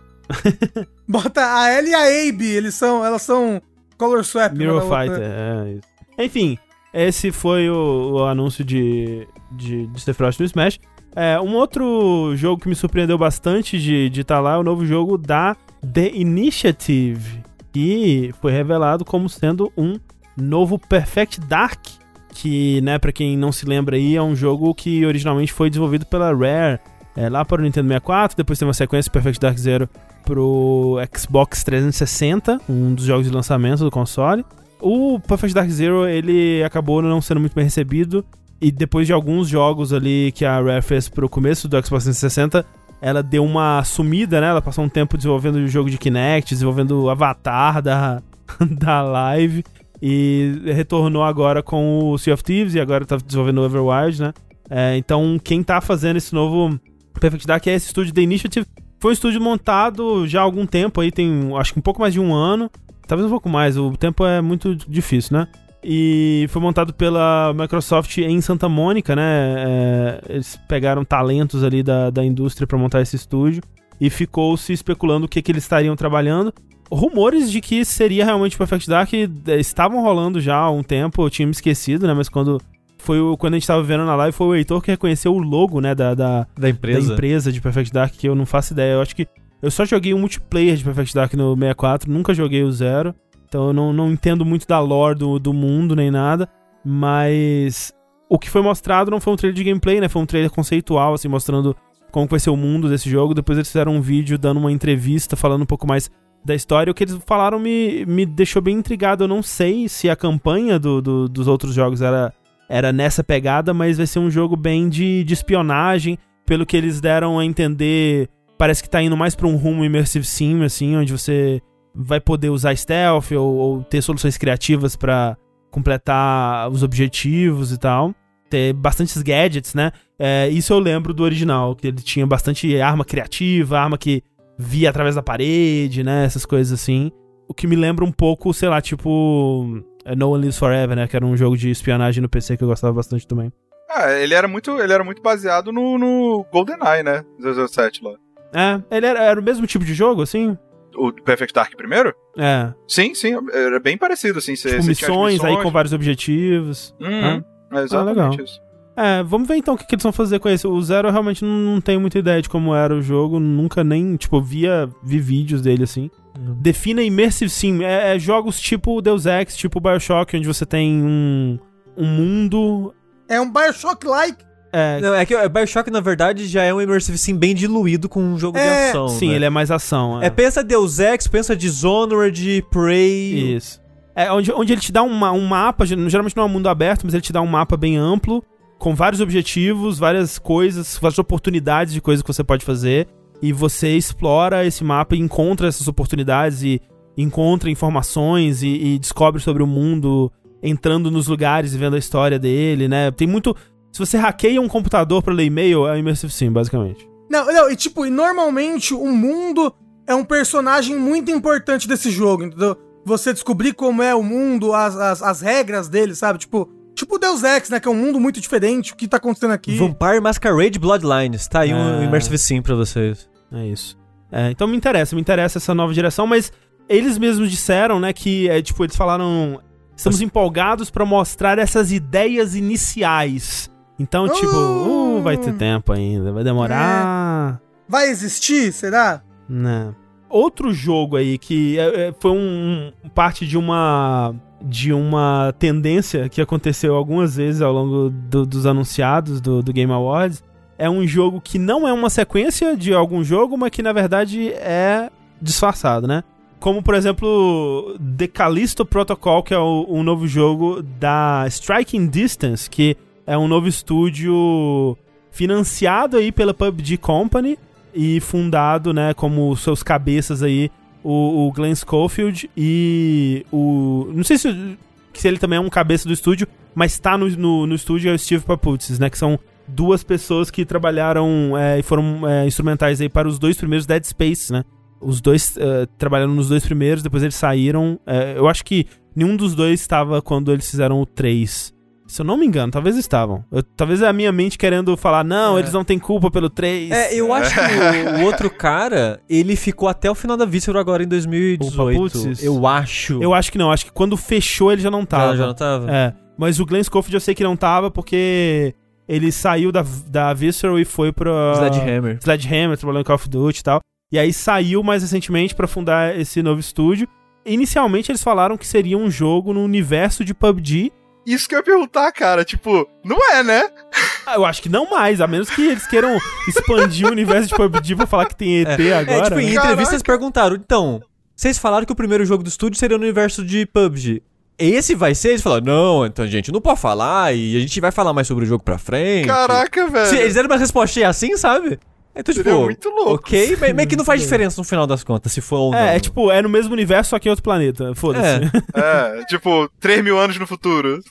Bota a Ellie e a Abe. Elas são color swap. Mirror Fighter, isso. Enfim, esse foi o anúncio de Sephiroth no Smash. Um outro jogo que me surpreendeu bastante de estar lá é o novo jogo da The Initiative, que foi revelado como sendo um novo Perfect Dark, que, né, pra quem não se lembra aí, é um jogo que originalmente foi desenvolvido pela Rare, lá para o Nintendo 64, depois teve uma sequência Perfect Dark Zero pro Xbox 360, um dos jogos de lançamento do console. O Perfect Dark Zero, ele acabou não sendo muito bem recebido, e depois de alguns jogos ali que a Rare fez pro começo do Xbox 360, ela deu uma sumida, né? Ela passou um tempo desenvolvendo o jogo de Kinect, desenvolvendo o Avatar da Live, e retornou agora com o Sea of Thieves, e agora tá desenvolvendo o Overwatch, né? Então, quem tá fazendo esse novo Perfect Dark é esse estúdio The Initiative. Foi um estúdio montado já há algum tempo, aí tem acho que um pouco mais de um ano, talvez um pouco mais, o tempo é muito difícil, né? E foi montado pela Microsoft em Santa Mônica, né? Eles pegaram talentos ali da indústria pra montar esse estúdio, e ficou se especulando o que eles estariam trabalhando. Rumores de que seria realmente Perfect Dark estavam rolando já há um tempo, eu tinha me esquecido, né? Mas quando a gente tava vendo na live, foi o Heitor que reconheceu o logo, né? Da empresa de Perfect Dark, que eu não faço ideia. Eu acho que eu só joguei o multiplayer de Perfect Dark no 64, nunca joguei o Zero. Então eu não entendo muito da lore do mundo nem nada. Mas o que foi mostrado não foi um trailer de gameplay, né? Foi um trailer conceitual, assim, mostrando como vai ser o mundo desse jogo. Depois eles fizeram um vídeo dando uma entrevista, falando um pouco mais da história. O que eles falaram me deixou bem intrigado. Eu não sei se a campanha dos outros jogos era nessa pegada, mas vai ser um jogo bem de espionagem. Pelo que eles deram a entender, parece que tá indo mais pra um rumo immersive sim, assim, onde você vai poder usar stealth ou ter soluções criativas pra completar os objetivos e tal. Ter bastantes gadgets, né? Isso eu lembro do original, que ele tinha bastante arma criativa, arma que via através da parede, né? Essas coisas assim. O que me lembra um pouco, sei lá, tipo No One Lives Forever, né? Que era um jogo de espionagem no PC que eu gostava bastante também. Ele era muito baseado no GoldenEye, né? 007 lá. Ele era o mesmo tipo de jogo, assim? O Perfect Dark primeiro? Sim, era bem parecido, assim. Tipo, missões aí com vários objetivos. Exatamente legal. isso. Vamos ver então o que eles vão fazer com esse. O Zero eu realmente não tenho muita ideia de como era o jogo, nunca nem, tipo, vi vídeos dele, assim. Defina Immersive Sim, jogos tipo Deus Ex, tipo Bioshock, onde você tem um mundo... É um Bioshock-like. Não, é que o Bioshock, na verdade, já é um Immersive Sim bem diluído com um jogo de ação. Sim, né? ele é mais ação. Pensa Deus Ex, pensa Dishonored, Prey... Isso. Onde ele te dá um mapa, geralmente não é um mundo aberto, mas ele te dá um mapa bem amplo, com vários objetivos, várias coisas, várias oportunidades de coisas que você pode fazer, e você explora esse mapa e encontra essas oportunidades, e encontra informações, e descobre sobre o mundo, entrando nos lugares e vendo a história dele, né? Tem muito... Se você hackeia um computador pra ler e-mail, é Immersive Sim, basicamente. E normalmente o mundo é um personagem muito importante desse jogo, entendeu? Você descobrir como é o mundo, as regras dele, sabe? Tipo tipo o Deus Ex, né? Que é um mundo muito diferente. O que tá acontecendo aqui? Vampire Masquerade Bloodlines. Tá aí um É. Immersive Sim pra vocês. É isso. Então me interessa essa nova direção, mas eles mesmos disseram, né, que, tipo, eles falaram, estamos empolgados pra mostrar essas ideias iniciais. Então, tipo, vai ter tempo ainda, vai demorar. Vai existir, será? Né. Outro jogo aí que foi parte de uma tendência que aconteceu algumas vezes ao longo dos anunciados do Game Awards, é um jogo que não é uma sequência de algum jogo, mas que na verdade é disfarçado, né? Como, por exemplo, The Callisto Protocol, que é um novo jogo da Striking Distance, que é um novo estúdio financiado aí pela PUBG Company e fundado, né, como seus cabeças aí, o Glenn Schofield e o... Não sei se ele também é um cabeça do estúdio, mas tá no estúdio é o Steve Papoutzis, né, que são duas pessoas que trabalharam e foram instrumentais aí para os 2 primeiros Dead Space, né? Os dois trabalharam nos 2 primeiros, depois eles saíram. Eu acho que nenhum dos dois estava quando eles fizeram o 3. Se eu não me engano, talvez estavam. Talvez é a minha mente querendo falar, não, eles não têm culpa pelo 3. Eu acho que o outro cara, ele ficou até o final da Visceral agora em 2018. Eu acho. Eu acho que não, acho que quando fechou ele já não tava. Já não tava? Mas o Glenn Schofield eu sei que não tava porque ele saiu da Visceral e foi pra... Sledgehammer, trabalhando em Call of Duty e tal. E aí saiu mais recentemente pra fundar esse novo estúdio. Inicialmente eles falaram que seria um jogo no universo de PUBG. Isso que eu ia perguntar, cara. Tipo, não é, né? Eu acho que não mais, a menos que eles queiram expandir o universo de PUBG pra falar que tem ET agora. Tipo, em entrevistas perguntaram, então, vocês falaram que o primeiro jogo do estúdio seria no universo de PUBG. Esse vai ser? Eles falaram, não, então, gente, não pode falar e a gente vai falar mais sobre o jogo pra frente. Caraca, velho. Eles deram uma respostinha assim, sabe? Então, seria tipo, muito louco. Ok, mas que não faz diferença no final das contas, se for ou não. Tipo, é no mesmo universo, só que em outro planeta. Foda-se. Tipo, 3.000 anos no futuro.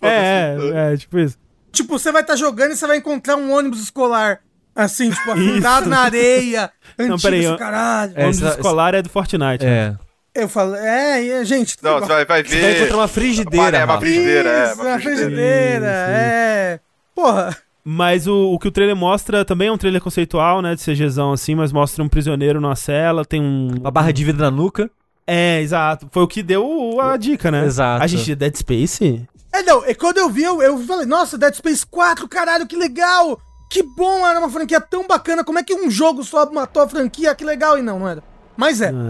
Tipo isso. Tipo, você vai estar jogando e você vai encontrar um ônibus escolar, assim, tipo, afundado na areia. Não, peraí. Caralho. O ônibus escolar é do Fortnite. Eu falo, gente... Não, você vai ver... Você vai encontrar uma frigideira. Uma frigideira, uma frigideira, Porra... Mas o que o trailer mostra também é um trailer conceitual, né, de CGzão assim, mas mostra um prisioneiro numa cela, tem uma barra de vidro na nuca. Exato. Foi o que deu a dica, né? Exato. A gente, Dead Space? Quando eu vi, eu falei, nossa, Dead Space 4, caralho, que legal! Que bom, era uma franquia tão bacana, como é que um jogo só matou a franquia, que legal, e não era. Mas é.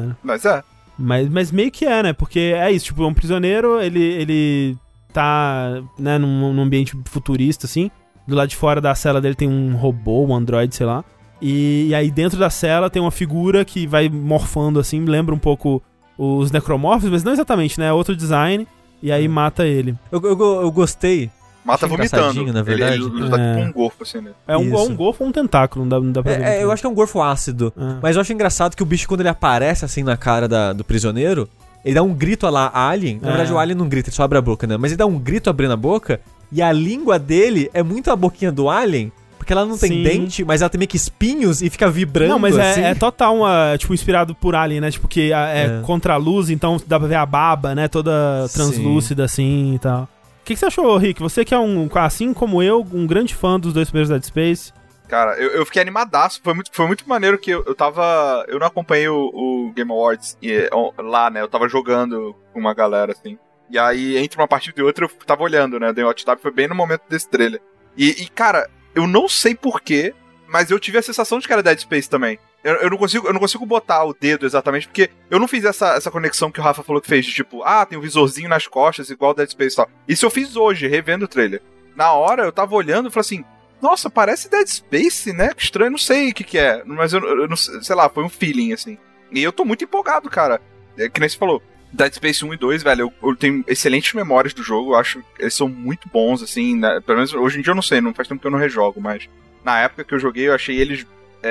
Mas meio que é, né, porque é isso, tipo, é um prisioneiro, ele tá, né, num ambiente futurista, assim. Do lado de fora da cela dele tem um robô, um androide, sei lá. E aí dentro da cela tem uma figura que vai morfando assim, lembra um pouco os necromorphos, mas não exatamente, né? É outro design. E aí mata ele. Eu gostei. Mata vomitando. Na verdade. Ele tá tipo um gorfo, assim, né? É um gorfo ou um tentáculo, não dá pra ver. Eu acho que é um gorfo ácido. Mas eu acho engraçado que o bicho, quando ele aparece assim na cara do prisioneiro, ele dá um grito a lá, alien. Na verdade, o alien não grita, ele só abre a boca, né? Mas ele dá um grito abrindo a boca. E a língua dele é muito a boquinha do alien, porque ela não tem dente, mas ela tem meio que espinhos e fica vibrando. Não, mas assim. É total tipo, inspirado por alien, né? Tipo, que é contra a luz, então dá pra ver a baba, né? Toda translúcida assim e tal. O que você achou, Rick? Você que é assim como eu, um grande fã dos 2 primeiros Dead Space. Cara, eu fiquei animadaço. Foi muito maneiro que eu não acompanhei o Game Awards lá, né? Eu tava jogando com uma galera, assim. E aí, entre uma partida e outra, eu tava olhando, né? The Hot Tab foi bem no momento desse trailer. E, cara, eu não sei porquê, mas eu tive a sensação de que era Dead Space também. Eu não consigo botar o dedo exatamente, porque eu não fiz essa conexão que o Rafa falou que fez, de tipo, tem um visorzinho nas costas, igual Dead Space e tal. Isso eu fiz hoje, revendo o trailer. Na hora, eu tava olhando e falei assim, nossa, parece Dead Space, né? Que estranho, não sei o que é. Mas eu não sei lá, foi um feeling, assim. E eu tô muito empolgado, cara. Que nem você falou. Dead Space 1 e 2, velho, eu tenho excelentes memórias do jogo, eu acho que eles são muito bons, assim, né? Pelo menos hoje em dia eu não sei, não faz tempo que eu não rejogo, mas na época que eu joguei eu achei eles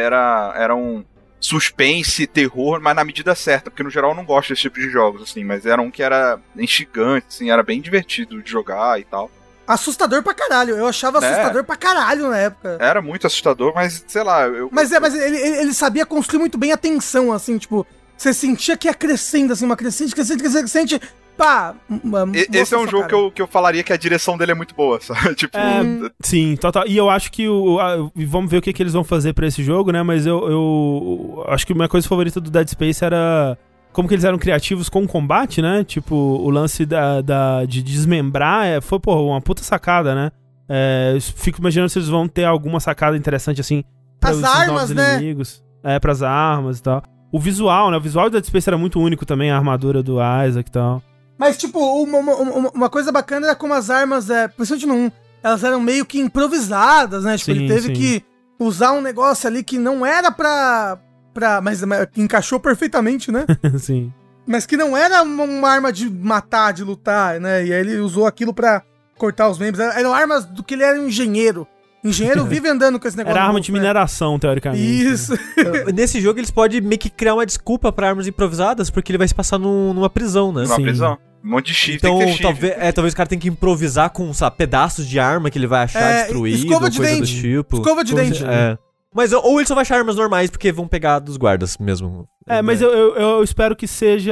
eram suspense, terror, mas na medida certa, porque no geral eu não gosto desse tipo de jogos, assim, mas era um que era instigante, assim, era bem divertido de jogar e tal. Assustador pra caralho, eu achava assustador pra caralho na época. Era muito assustador, mas sei lá... Mas ele sabia construir muito bem a tensão, assim, tipo... Você sentia que ia crescendo, assim, uma crescente. pá. Esse é um jogo que eu falaria que a direção dele é muito boa, sabe? Tipo... Sim, total. E eu acho que vamos ver o que eles vão fazer pra esse jogo, né? Mas eu acho que a minha coisa favorita do Dead Space era como que eles eram criativos com o combate, né? Tipo, o lance de desmembrar foi, uma puta sacada, né? Fico imaginando se eles vão ter alguma sacada interessante, assim, pra as armas, né? Inimigos. Pras armas e tal. O visual, né? O visual do Dead Space era muito único também, a armadura do Isaac e tal. Mas, tipo, uma coisa bacana era como as armas, principalmente no 1, elas eram meio que improvisadas, né? Tipo, ele teve que usar um negócio ali que não era mas encaixou perfeitamente, né? Sim. Mas que não era uma arma de matar, de lutar, né? E aí ele usou aquilo pra cortar os membros. Eram armas do que ele era um engenheiro. Engenheiro vive andando com esse negócio. Era arma de mineração, teoricamente. Isso. Nesse jogo eles podem meio que criar uma desculpa pra armas improvisadas, porque ele vai se passar numa prisão, né? Numa prisão. Um monte de shift. Então, talvez o cara tenha que improvisar com, pedaços de arma que ele vai achar destruído, escova de coisa dente. do tipo. Escova de dente. Mas ou ele só vai achar armas normais, porque vão pegar dos guardas mesmo. Mas eu espero que seja...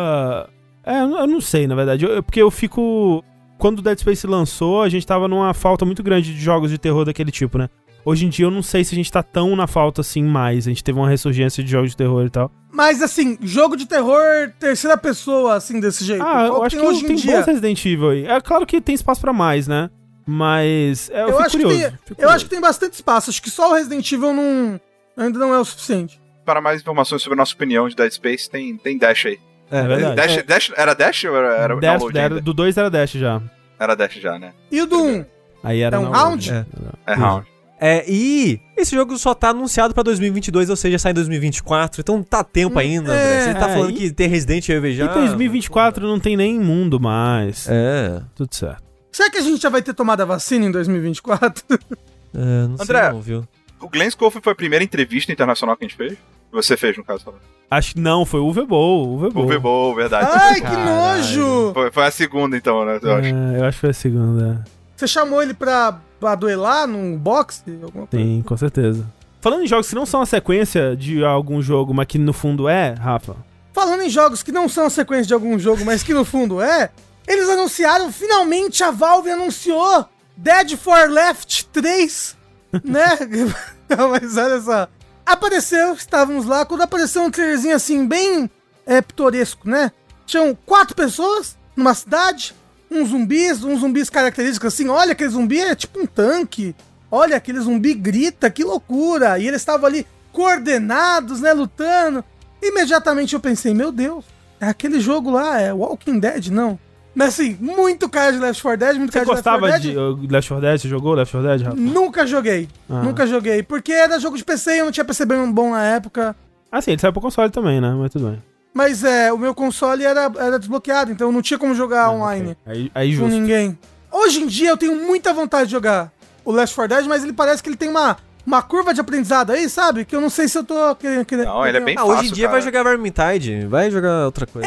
eu não sei, na verdade. Porque eu fico... Quando o Dead Space lançou, a gente tava numa falta muito grande de jogos de terror daquele tipo, né? Hoje em dia eu não sei se a gente tá tão na falta assim mais. A gente teve uma ressurgência de jogos de terror e tal. Mas assim, jogo de terror terceira pessoa, assim, desse jeito. Eu acho que hoje tem bons Resident Evil aí. É claro que tem espaço pra mais, né? Mas eu fico curioso. Eu acho que tem bastante espaço. Acho que só o Resident Evil ainda não é o suficiente. Para mais informações sobre a nossa opinião de Dead Space, tem Dash aí. É verdade. Dash, era Dash ou era download? Do 2 era Dash já. Era Dash já, né? E o do 1? Aí era um round? É round. E esse jogo só tá anunciado pra 2022, ou seja, sai em 2024, então tá tempo ainda, André. Você tá falando que tem Resident Evil já... E 2024 não tem nem mundo mais. Tudo certo. Será que a gente já vai ter tomado a vacina em 2024? Não André, sei não, viu? O Glenn Schofield foi a primeira entrevista internacional que a gente fez? Você fez, no caso, falando. Acho que não, foi o Uwe Boll. Uwe Boll, verdade. Ai, que nojo! Foi a segunda, então, né? Eu acho. Eu acho que foi a segunda. Você chamou ele pra duelar num boxe? Sim, com certeza. Falando em jogos que não são a sequência de algum jogo, mas que no fundo Rafa. Falando em jogos que não são a sequência de algum jogo, mas que no fundo eles anunciaram, finalmente a Valve anunciou Dead 4 Left 3, né? Não, mas olha só. Apareceu, estávamos lá, quando apareceu um trailerzinho assim, bem pitoresco, né? Tinham 4 pessoas numa cidade, uns zumbis característicos assim, olha aquele zumbi, é tipo um tanque, olha aquele zumbi grita, que loucura, e eles estavam ali coordenados, né, lutando. Imediatamente eu pensei, meu Deus, é aquele jogo lá, é Walking Dead, não. Mas assim, muito cara de Left 4 Dead, muito cara de Left 4 Dead. Você gostava de Left 4 Dead? Você jogou Left 4 Dead, Rafa? Nunca joguei, porque era jogo de PC e eu não tinha PC bom na época. Ah, sim, ele saiu pro console também, né? Mas tudo bem. Mas o meu console era desbloqueado, então eu não tinha como jogar online. Okay. Aí justo. Com ninguém. Hoje em dia eu tenho muita vontade de jogar o Left 4 Dead, mas ele parece que ele tem uma curva de aprendizado aí, sabe? Que eu não sei se eu tô querendo... Não, ele é bem fácil, hoje em dia cara. Vai jogar Vermintide, vai jogar outra coisa.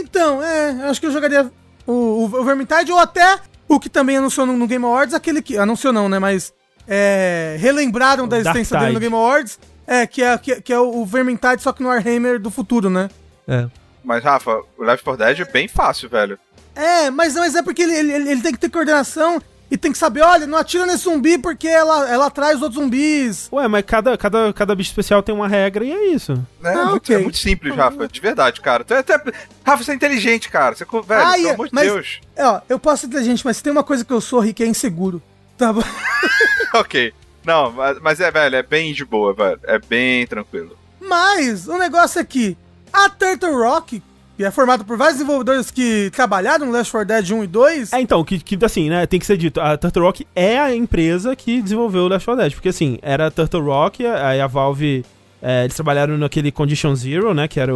Eu acho que eu jogaria o Vermintide ou até o que também anunciou no Game Awards, aquele que... Anunciou não, né? Mas relembraram da existência dele no Game Awards, que é o Vermintide, só que no Warhammer do futuro, né? Mas, Rafa, o Left 4 Dead é bem fácil, velho. Mas é porque ele tem que ter coordenação e tem que saber, olha, não atira nesse zumbi porque ela atrai os outros zumbis. Ué, mas cada bicho especial tem uma regra e é isso. É muito simples, Rafa, de verdade, cara. Rafa, você é inteligente, cara. Você, velho, pelo amor de Deus. Eu posso ser inteligente, mas se tem uma coisa que eu sou, Rick, é inseguro. Tá bom? Ok. Não, mas velho, é bem de boa, velho. É bem tranquilo. Mas o negócio é que a Turtle Rock, que é formada por vários desenvolvedores que trabalharam no Left 4 Dead 1 e 2... então, que assim, né, tem que ser dito, a Turtle Rock é a empresa que desenvolveu o Left 4 Dead, porque assim, era a Turtle Rock, aí a Valve, eles trabalharam naquele Condition Zero, né, que era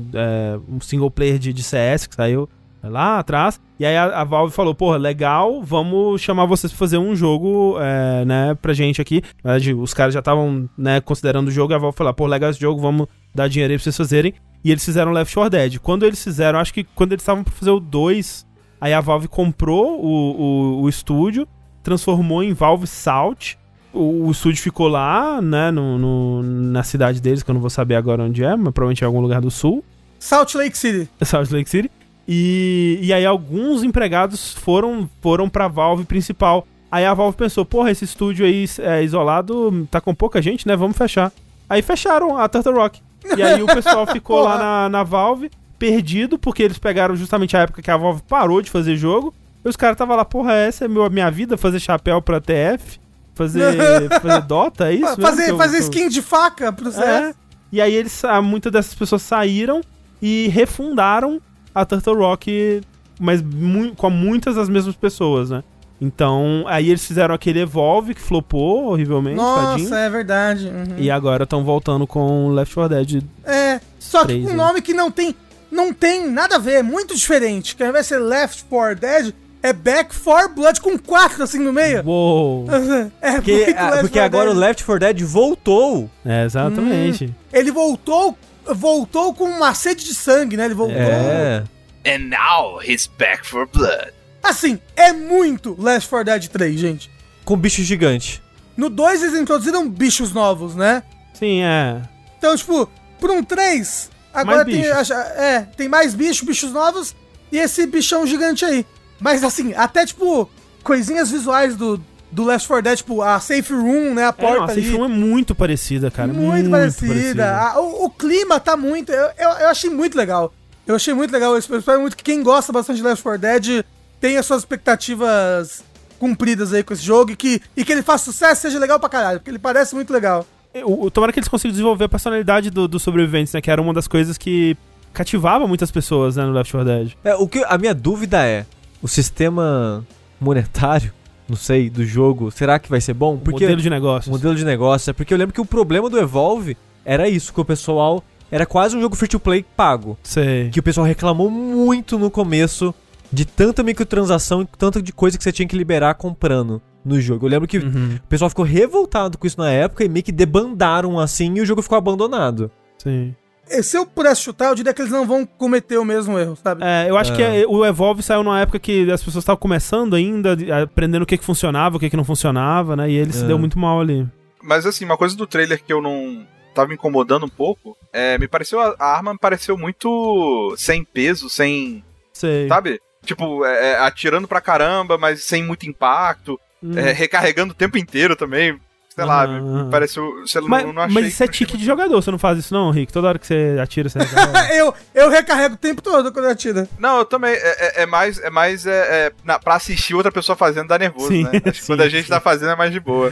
um single player de CS que saiu lá atrás, e aí a Valve falou, porra, legal, vamos chamar vocês pra fazer um jogo, né, pra gente aqui. Na verdade, os caras já estavam, né, considerando o jogo, e a Valve falou, pô, legal esse jogo, vamos dar dinheiro aí pra vocês fazerem. E eles fizeram Left 4 Dead. Quando eles fizeram, acho que quando eles estavam pra fazer o 2, aí a Valve comprou o estúdio, transformou em Valve Salt. O estúdio ficou lá, né, na cidade deles, que eu não vou saber agora onde é, mas provavelmente é em algum lugar do sul. Salt Lake City. Salt Lake City. E aí alguns empregados foram pra Valve principal. Aí a Valve pensou, porra, esse estúdio aí isolado tá com pouca gente, né? Vamos fechar. Aí fecharam a Turtle Rock. E aí o pessoal ficou lá na Valve, perdido, porque eles pegaram justamente a época que a Valve parou de fazer jogo. E os caras estavam lá, porra, essa é a minha vida, fazer chapéu pra TF, fazer Dota, é isso? Fazer skin de faca pro CS. E aí muitas dessas pessoas saíram e refundaram a Turtle Rock, mas com muitas das mesmas pessoas, né? Então, aí eles fizeram aquele Evolve que flopou horrivelmente. Nossa, tadinho. É verdade. Uhum. E agora estão voltando com Left 4 Dead. Só que com um nome que não tem nada a ver, é muito diferente. Que ao invés de ser Left 4 Dead, é Back 4 Blood com 4 assim no meio. Uou! Porque agora o Left 4 Dead voltou. Exatamente. Ele voltou com uma sede de sangue, né? Ele voltou. And now he's back for blood. Assim, é muito Left 4 Dead 3, gente. Com bicho gigante. No 2 eles introduziram bichos novos, né? Sim, Então, tipo, por um 3, agora tem mais bichos novos e esse bichão gigante aí. Mas assim, até tipo, coisinhas visuais do Left 4 Dead, tipo, a safe room, né, a porta ali. A safe room é muito parecida, cara. Muito parecida. O clima tá muito... Eu achei muito legal. Eu espero muito que quem gosta bastante de Left 4 Dead tenha suas expectativas cumpridas aí com esse jogo e que ele faça sucesso, seja legal pra caralho, porque ele parece muito legal. Tomara que eles consigam desenvolver a personalidade dos sobreviventes, né, que era uma das coisas que cativava muitas pessoas, né, no Left 4 Dead. A minha dúvida é, o sistema monetário, não sei, do jogo, será que vai ser bom? Porque modelo de negócios. Modelo de negócio, porque eu lembro que o problema do Evolve era isso, que o pessoal... Era quase um jogo free-to-play pago. Sei. Que o pessoal reclamou muito no começo de tanta microtransação e tanta de coisa que você tinha que liberar comprando no jogo. Eu lembro que o pessoal ficou revoltado com isso na época e meio que debandaram assim e o jogo ficou abandonado. Sim. Se eu pudesse chutar, eu diria que eles não vão cometer o mesmo erro, sabe? Eu acho que o Evolve saiu numa época que as pessoas estavam começando ainda, aprendendo o que funcionava, o que não funcionava, né? E ele se deu muito mal ali. Mas assim, uma coisa do trailer que eu não... tava me incomodando um pouco, me pareceu... A arma me pareceu muito sem peso, sem... Sei. Sabe? Tipo, atirando pra caramba, mas sem muito impacto. Recarregando o tempo inteiro também. Sei lá, me pareceu... não achei. Mas isso é tique de jogador, você não faz isso não, Rick? Toda hora que você atira, você recarrega. eu recarrego o tempo todo quando eu atiro. Não, eu também. Pra assistir outra pessoa fazendo dá nervoso, sim, né? Acho que quando a gente tá fazendo é mais de boa.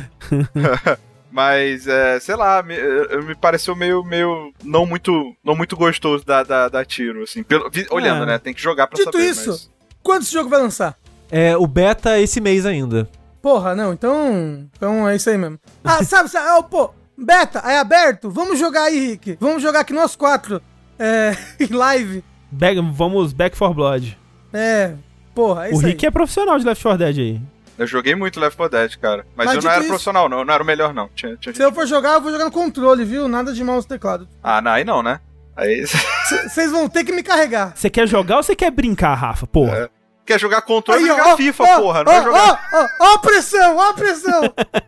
Mas, sei lá, me pareceu meio não muito gostoso da tiro, assim. Olhando, né? Tem que jogar pra Dito saber. Isso, mas... quando esse jogo vai lançar? O beta esse mês ainda. Porra, não, então é isso aí mesmo. Sabe, beta, é aberto? Vamos jogar aí, Rick. Vamos jogar aqui nós 4, em live. Vamos Back 4 Blood. Porra, é isso aí. O aí. Rick é profissional de Left 4 Dead aí. Eu joguei muito Left 4 Dead, cara. Mas eu não era profissional, não. Eu não era o melhor, não. Se eu for jogar, eu vou jogar no controle, viu? Nada de mouse e teclado. Aí não, né? Aí... Vocês vão ter que me carregar. Você quer jogar ou você quer brincar, Rafa? Porra. Quer jogar controle, jogar FIFA, porra. Não vai jogar... Ó a pressão, ó a pressão.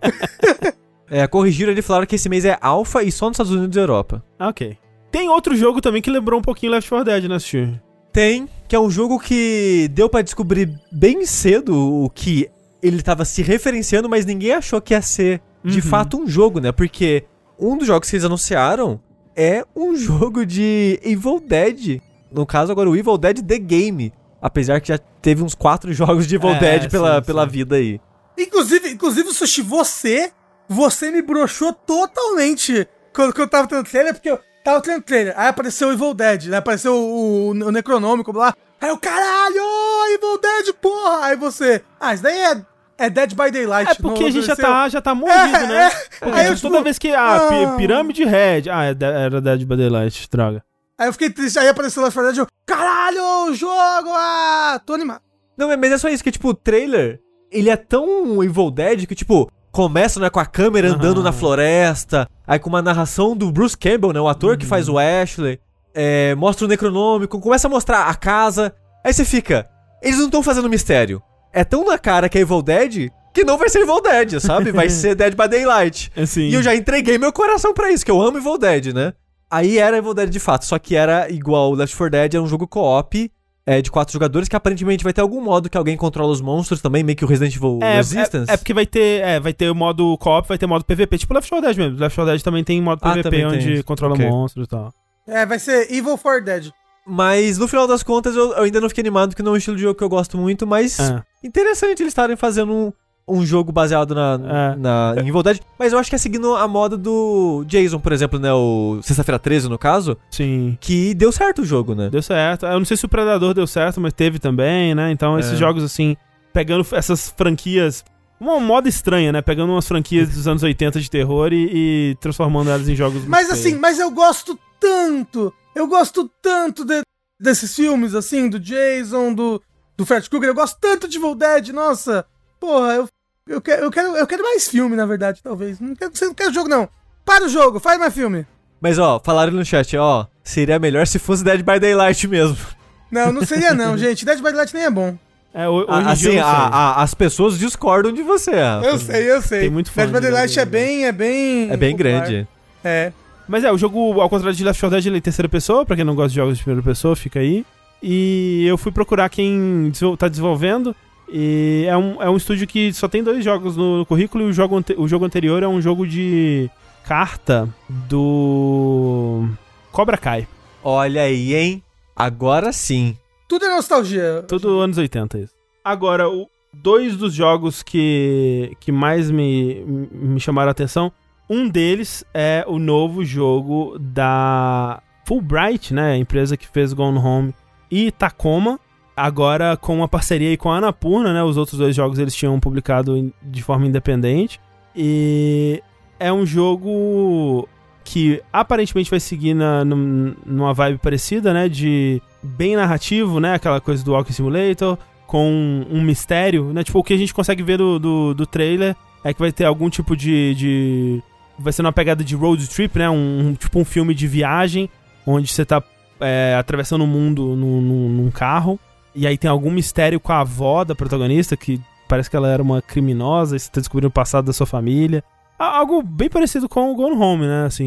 Corrigiram, eles falaram que esse mês é alpha e só nos Estados Unidos e Europa. Ok. Tem outro jogo também que lembrou um pouquinho Left 4 Dead, né, Steve? Tem, que é um jogo que deu pra descobrir bem cedo o que ele tava se referenciando, mas ninguém achou que ia ser de fato um jogo, né? Porque um dos jogos que eles anunciaram é um jogo de Evil Dead. No caso, agora o Evil Dead The Game. Apesar que já teve uns 4 jogos de Evil Dead pela vida aí. Inclusive, Sushi, você me broxou totalmente quando eu tava tendo trailer, porque eu tava tendo trailer. Aí apareceu o Evil Dead, né? Apareceu o Necronômico lá. Aí eu, caralho, Evil Dead, porra! Aí você, isso daí é Dead by Daylight. Porque a gente já tá mordido, né? Aí toda vez que... Pirâmide Red. Era Dead by Daylight, droga. Aí eu fiquei triste, aí apareceu lá fora, eu, caralho, jogo, tô animado. Não, mas é só isso, que tipo, o trailer, ele é tão Evil Dead que tipo, começa, né, com a câmera andando na floresta, aí com uma narração do Bruce Campbell, né, o ator que faz o Ashley, mostra o Necronômico, começa a mostrar a casa, aí você fica, eles não estão fazendo mistério, é tão na cara que é Evil Dead, que não vai ser Evil Dead, sabe, vai ser Dead by Daylight. E eu já entreguei meu coração pra isso, que eu amo Evil Dead, né. Aí era Evil Dead de fato, só que era igual o Left 4 Dead, era um jogo co-op de 4 jogadores, que aparentemente vai ter algum modo que alguém controla os monstros também, meio que o Resident Evil Resistance. É porque vai ter o modo co-op, vai ter modo PVP, tipo Left 4 Dead mesmo. Left 4 Dead também tem modo PVP, onde controla monstros e tal. Vai ser Evil 4 Dead. Mas, no final das contas, eu ainda não fiquei animado, porque não é um estilo de jogo que eu gosto muito, mas interessante eles estarem fazendo um jogo baseado em Evil Dead, mas eu acho que é seguindo a moda do Jason, por exemplo, né, o Sexta-feira 13, no caso. Sim. Que deu certo o jogo, né? Deu certo. Eu não sei se o Predador deu certo, mas teve também, né? Então, esses jogos, assim, pegando essas franquias... Uma moda estranha, né? Pegando umas franquias dos anos 80 de terror e transformando elas em jogos... Mas assim, eu gosto tanto desses filmes, assim, do Jason, do Fred Krueger. Eu gosto tanto de Evil Dead, nossa... Porra, eu quero mais filme, na verdade, talvez. Não quero jogo, não. Para o jogo, faz mais filme. Mas, falaram no chat, seria melhor se fosse Dead by Daylight mesmo. Não seria não, gente. Dead by Daylight nem é bom. Hoje assim, as pessoas discordam de você. Eu sei. Tem muito fã. Dead by Daylight é bem popular. Grande. Mas o jogo, ao contrário de Left 4 Dead, ele é em terceira pessoa. Pra quem não gosta de jogos de primeira pessoa, fica aí. E eu fui procurar quem tá desenvolvendo. E é um estúdio que só tem 2 jogos no currículo. E o jogo anterior é um jogo de carta do Cobra Kai. Olha aí, hein? Agora sim. Tudo é nostalgia. Tudo anos 80, isso. Agora, 2 dos jogos que mais me chamaram a atenção, um deles é o novo jogo da Fulbright, né? A empresa que fez Gone Home e Tacoma. Agora com uma parceria aí com a Annapurna, né? Os outros 2 jogos eles tinham publicado de forma independente. E é um jogo que aparentemente vai seguir numa vibe parecida, né? De bem narrativo, né? Aquela coisa do Walking Simulator, com um mistério, né? Tipo, o que a gente consegue ver do trailer é que vai ter algum tipo de... Vai ser uma pegada de road trip, né? Tipo um filme de viagem, onde você tá atravessando o mundo num carro. E aí tem algum mistério com a avó da protagonista, que parece que ela era uma criminosa, e você tá descobrindo o passado da sua família. Algo bem parecido com o Gone Home, né, assim.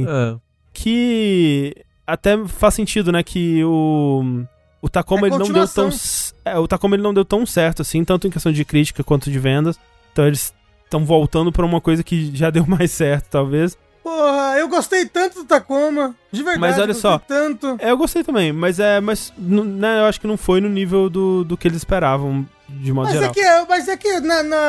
Que até faz sentido, né, que o Tacoma, ele não deu tão... o Tacoma, ele não deu tão certo, assim, tanto em questão de crítica quanto de vendas. Então eles estão voltando pra uma coisa que já deu mais certo, talvez. Porra, eu gostei tanto do Tacoma, de verdade. Mas olha só, tanto. Eu gostei também, mas né, eu acho que não foi no nível do que eles esperavam, de modo geral. Mas é que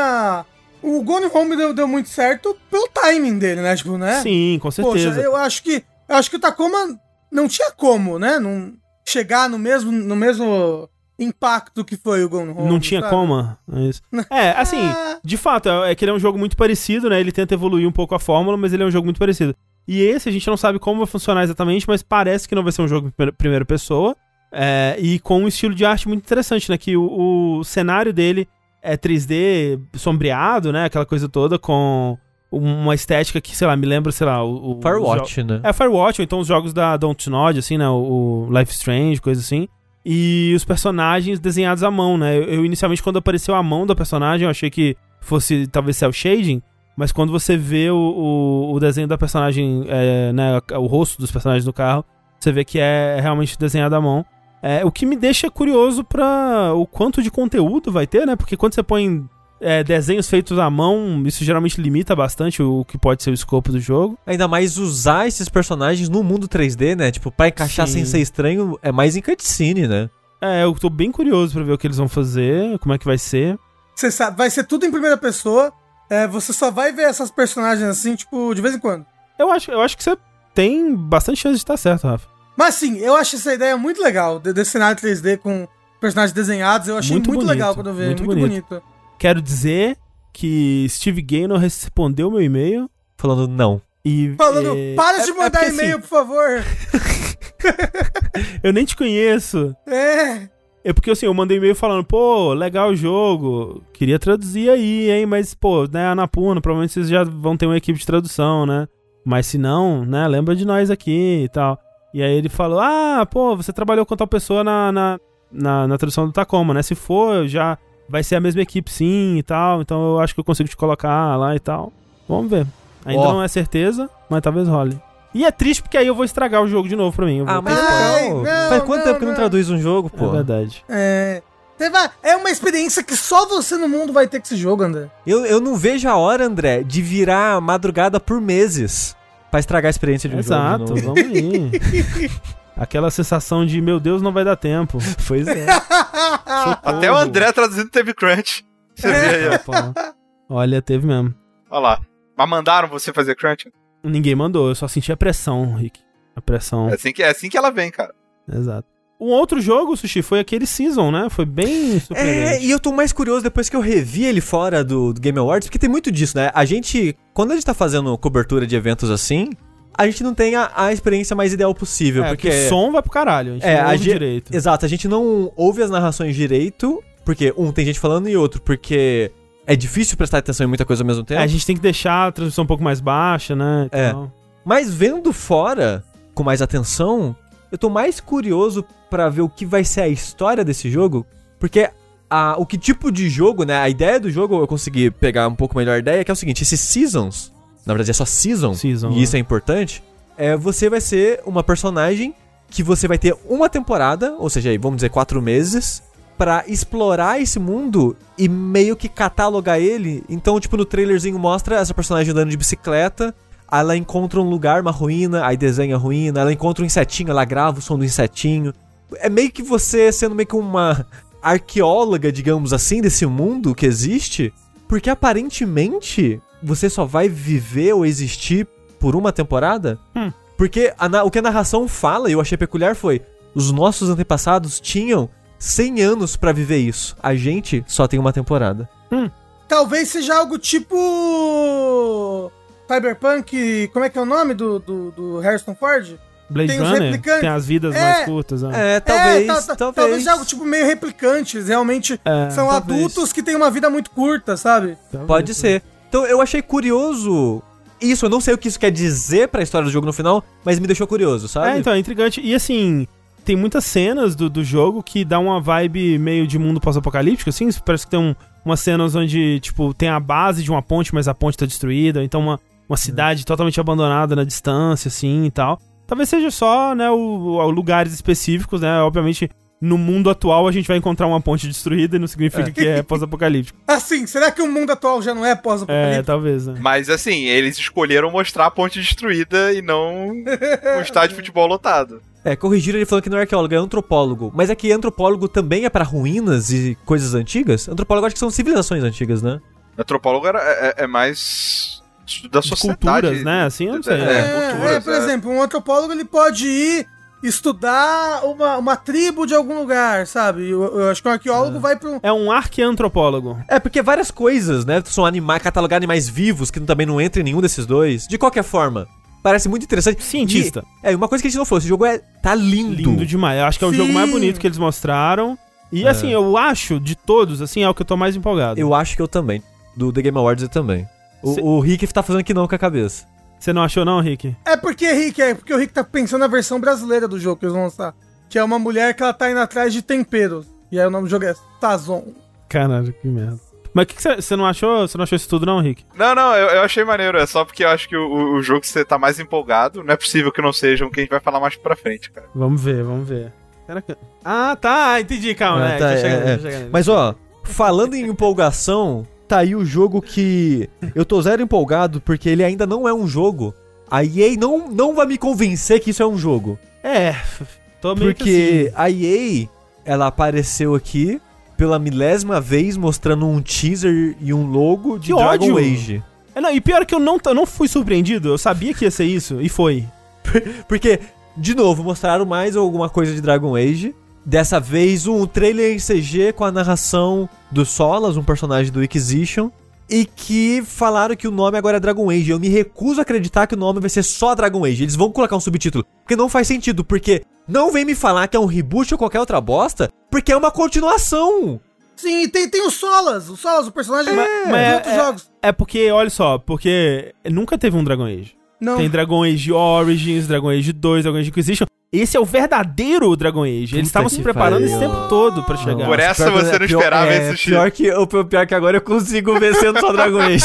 o Gone Home deu muito certo pelo timing dele, né? Tipo, né? Sim, com certeza. Poxa, eu acho que o Tacoma não tinha como, né? Não chegar no mesmo impacto que foi o Gone Home. Não tinha como? É isso. Assim, de fato, é que ele é um jogo muito parecido, né? Ele tenta evoluir um pouco a fórmula, mas ele é um jogo muito parecido. E esse a gente não sabe como vai funcionar exatamente, mas parece que não vai ser um jogo em primeira pessoa. E com um estilo de arte muito interessante, né? Que o cenário dele é 3D sombreado, né? Aquela coisa toda com uma estética que, sei lá, me lembra, sei lá... o Firewatch, né? Firewatch, ou então os jogos da Dontnod, assim, né? O Life is Strange, coisa assim. E os personagens desenhados à mão, né? Eu inicialmente, quando apareceu a mão da personagem, eu achei que fosse, talvez, cel shading, mas quando você vê o desenho da personagem, né? O rosto dos personagens no carro, você vê que é realmente desenhado à mão. O que me deixa curioso pra o quanto de conteúdo vai ter, né? Porque quando você põe desenhos feitos à mão, isso geralmente limita bastante o que pode ser o escopo do jogo. Ainda mais usar esses personagens no mundo 3D, né? Tipo, pra encaixar sem ser estranho, é mais em cutscene, né? Eu tô bem curioso pra ver o que eles vão fazer, como é que vai ser. Você sabe, vai ser tudo em primeira pessoa, você só vai ver essas personagens assim, tipo, de vez em quando. Eu acho que você tem bastante chance de estar certo, Rafa. Mas sim, eu acho essa ideia muito legal, desse cenário 3D com personagens desenhados, eu achei muito legal quando eu vi, muito bonito. Quero dizer que Steve Gaynor respondeu meu e-mail. Falando não. Para de mandar e-mail, assim, por favor. Eu nem te conheço. É porque assim, eu mandei e-mail falando, pô, legal o jogo, queria traduzir aí, hein, mas pô, né, Annapurna, provavelmente vocês já vão ter uma equipe de tradução, né? Mas se não, né, lembra de nós aqui e tal. E aí ele falou, pô, você trabalhou com tal pessoa na tradução do Tacoma, né? Se for, já vai ser a mesma equipe sim e tal, então eu acho que eu consigo te colocar lá e tal. Vamos ver. Ainda não é certeza, mas talvez role. E é triste porque aí eu vou estragar o jogo de novo pra mim. Mas Ai, legal. não, Faz quanto não, tempo que não não. traduz um jogo, pô? É verdade. É uma experiência que só você no mundo vai ter com esse jogo, André. Eu não vejo a hora, André, de virar madrugada por meses pra estragar a experiência de um Exato, jogo de novo. vamos aí. Aquela sensação de, meu Deus, não vai dar tempo. Pois é. Até o André traduzindo teve crunch. Você vê aí, ó. Pô, olha, teve mesmo. Olha lá. Mas mandaram você fazer crunch? Ninguém mandou, eu só senti a pressão, Rick. A pressão. É assim que ela vem, cara. Exato. Um outro jogo, Sushi, foi aquele Season, né? Foi bem surpreendente. E eu tô mais curioso depois que eu revi ele fora do Game Awards, porque tem muito disso, né? Quando a gente tá fazendo cobertura de eventos assim, a gente não tem a experiência mais ideal possível, porque o som vai pro caralho, a gente não ouve direito. Exato, a gente não ouve as narrações direito, porque, tem gente falando, e outro, porque é difícil prestar atenção em muita coisa ao mesmo tempo. A gente tem que deixar a transmissão um pouco mais baixa, né? Mas vendo fora, com mais atenção, eu tô mais curioso pra ver o que vai ser a história desse jogo, porque o que tipo de jogo, né, a ideia do jogo, eu consegui pegar um pouco melhor a ideia, que é o seguinte, esses Seasons, na verdade é só Season, e isso é importante, você vai ser uma personagem que você vai ter uma temporada, ou seja, aí, vamos dizer 4 meses, pra explorar esse mundo e meio que catalogar ele. Então, tipo, no trailerzinho mostra essa personagem andando de bicicleta, ela encontra um lugar, uma ruína, aí desenha a ruína, ela encontra um insetinho, ela grava o som do insetinho. É meio que você sendo meio que uma arqueóloga, digamos assim, desse mundo que existe, porque aparentemente você só vai viver ou existir por uma temporada. Porque o que a narração fala, e eu achei peculiar, foi: os nossos antepassados tinham 100 anos pra viver isso. A gente só tem uma temporada. Talvez seja algo tipo Cyberpunk, como é que é o nome do Harrison Ford? Blade Tem os Runner replicantes. tem as vidas mais curtas. Né? Talvez. Talvez seja algo tipo meio replicantes. Realmente são talvez. adultos que têm uma vida muito curta, sabe? Pode ser. Então eu achei curioso isso. Eu não sei o que isso quer dizer pra história do jogo no final, mas me deixou curioso, sabe? Então, é intrigante. E assim, tem muitas cenas do jogo que dá uma vibe meio de mundo pós-apocalíptico, assim. Parece que tem umas cenas onde, tipo, tem a base de uma ponte, mas a ponte tá destruída. Então uma cidade totalmente abandonada na distância, assim, e tal. Talvez seja só, né, lugares específicos, né? Obviamente, no mundo atual a gente vai encontrar uma ponte destruída e não significa que é pós-apocalíptico. Assim, será que o mundo atual já não é pós-apocalíptico? Talvez, né? Mas assim, eles escolheram mostrar a ponte destruída e não um estádio de futebol lotado. Corrigiram ele falando que não é arqueólogo, é antropólogo. Mas é que antropólogo também é pra ruínas e coisas antigas? Antropólogo acho que são civilizações antigas, né? Antropólogo é mais da sociedade. Culturas, né? Assim, eu não sei. Culturas, por exemplo, um antropólogo ele pode ir estudar uma tribo de algum lugar, sabe? Eu acho que um arqueólogo vai pra um... É um arqueantropólogo. Porque várias coisas, né? São catalogar animais vivos, que também não entra em nenhum desses dois. De qualquer forma, parece muito interessante. Cientista. Uma coisa que a gente não falou, esse jogo tá lindo. Lindo demais. Eu acho que é o jogo mais bonito que eles mostraram. E assim, eu acho, de todos, assim, é o que eu tô mais empolgado. Eu acho que eu também. Do The Game Awards eu também. O Rick tá fazendo que não com a cabeça. Você não achou não, Rick? Porque o Rick tá pensando na versão brasileira do jogo que eles vão lançar. Que é uma mulher que ela tá indo atrás de temperos. E aí o nome do jogo é Sazon. Caralho, que merda. Mas o que você não achou? Você não achou isso tudo não, Rick? Não, eu achei maneiro. É só porque eu acho que o jogo você tá mais empolgado. Não é possível que não seja o que a gente vai falar mais pra frente, cara. Vamos ver. Tá, entendi, calma, né? Tô chegando. Mas falando em empolgação, tá aí o jogo que eu tô zero empolgado porque ele ainda não é um jogo. A EA não vai me convencer que isso é um jogo. Tô meio porque que assim. a EA, ela apareceu aqui pela 1000ª vez mostrando um teaser e um logo de Dragon Age. E pior que eu não fui surpreendido, eu sabia que ia ser isso, e foi. Porque, de novo, mostraram mais alguma coisa de Dragon Age. Dessa vez, um trailer em CG com a narração do Solas, um personagem do Inquisition. E que falaram que o nome agora é Dragon Age. Eu me recuso a acreditar que o nome vai ser só Dragon Age. Eles vão colocar um subtítulo. Porque não faz sentido. Porque não vem me falar que é um reboot ou qualquer outra bosta. Porque é uma continuação. Sim, tem o Solas. O personagem de outros jogos. Porque, olha só, porque nunca teve um Dragon Age. Não. Tem Dragon Age Origins, Dragon Age 2, Dragon Age Inquisition. Esse é o verdadeiro Dragon Age. Eles estavam se preparando esse tempo todo pra chegar. Por essa você não esperava esse pior que agora eu consigo ver sendo só Dragon Age.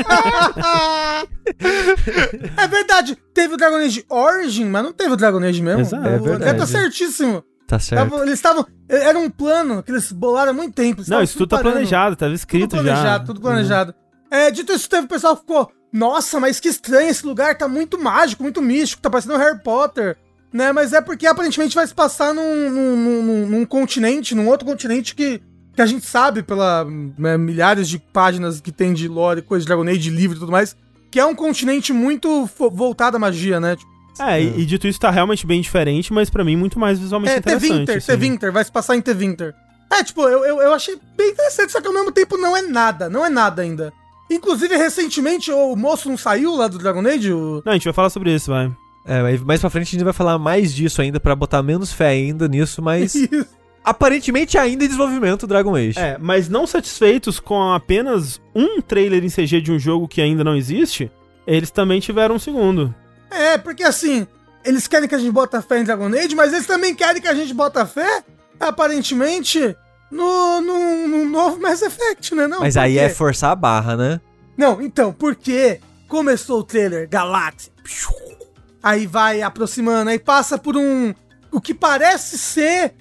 É verdade. Teve o Dragon Age Origin, mas não teve o Dragon Age mesmo. Exato. É verdade. Tá certíssimo. Tá certo. Eles estavam... Era um plano que eles bolaram há muito tempo. Não, isso tudo tá planejado, tava escrito já. Tudo planejado. Dito isso, teve o pessoal que ficou... Nossa, mas que estranho esse lugar. Tá muito mágico, muito místico. Tá parecendo Harry Potter. Né, mas é porque aparentemente vai se passar num continente, num outro continente que a gente sabe pela milhares de páginas que tem de lore, coisa de Dragon Age, de livro e tudo mais, que é um continente muito voltado à magia, né? Tipo, e dito isso, tá realmente bem diferente, mas pra mim muito mais visualmente interessante. Tevinter, vai se passar em Tevinter. Eu achei bem interessante, só que ao mesmo tempo não é nada ainda. Inclusive, recentemente, o moço não saiu lá do Dragon Age? Não, a gente vai falar sobre isso, vai. Mais pra frente a gente vai falar mais disso ainda, pra botar menos fé ainda nisso, mas... Aparentemente ainda em desenvolvimento o Dragon Age. Mas não satisfeitos com apenas um trailer em CG de um jogo que ainda não existe, eles também tiveram um segundo. Porque assim, eles querem que a gente bota fé em Dragon Age, mas eles também querem que a gente bota fé, aparentemente, no novo Mass Effect, né? Não, mas aí é forçar a barra, né? Não, então, porque começou o trailer Galáxia... Aí vai aproximando, aí passa por o que parece ser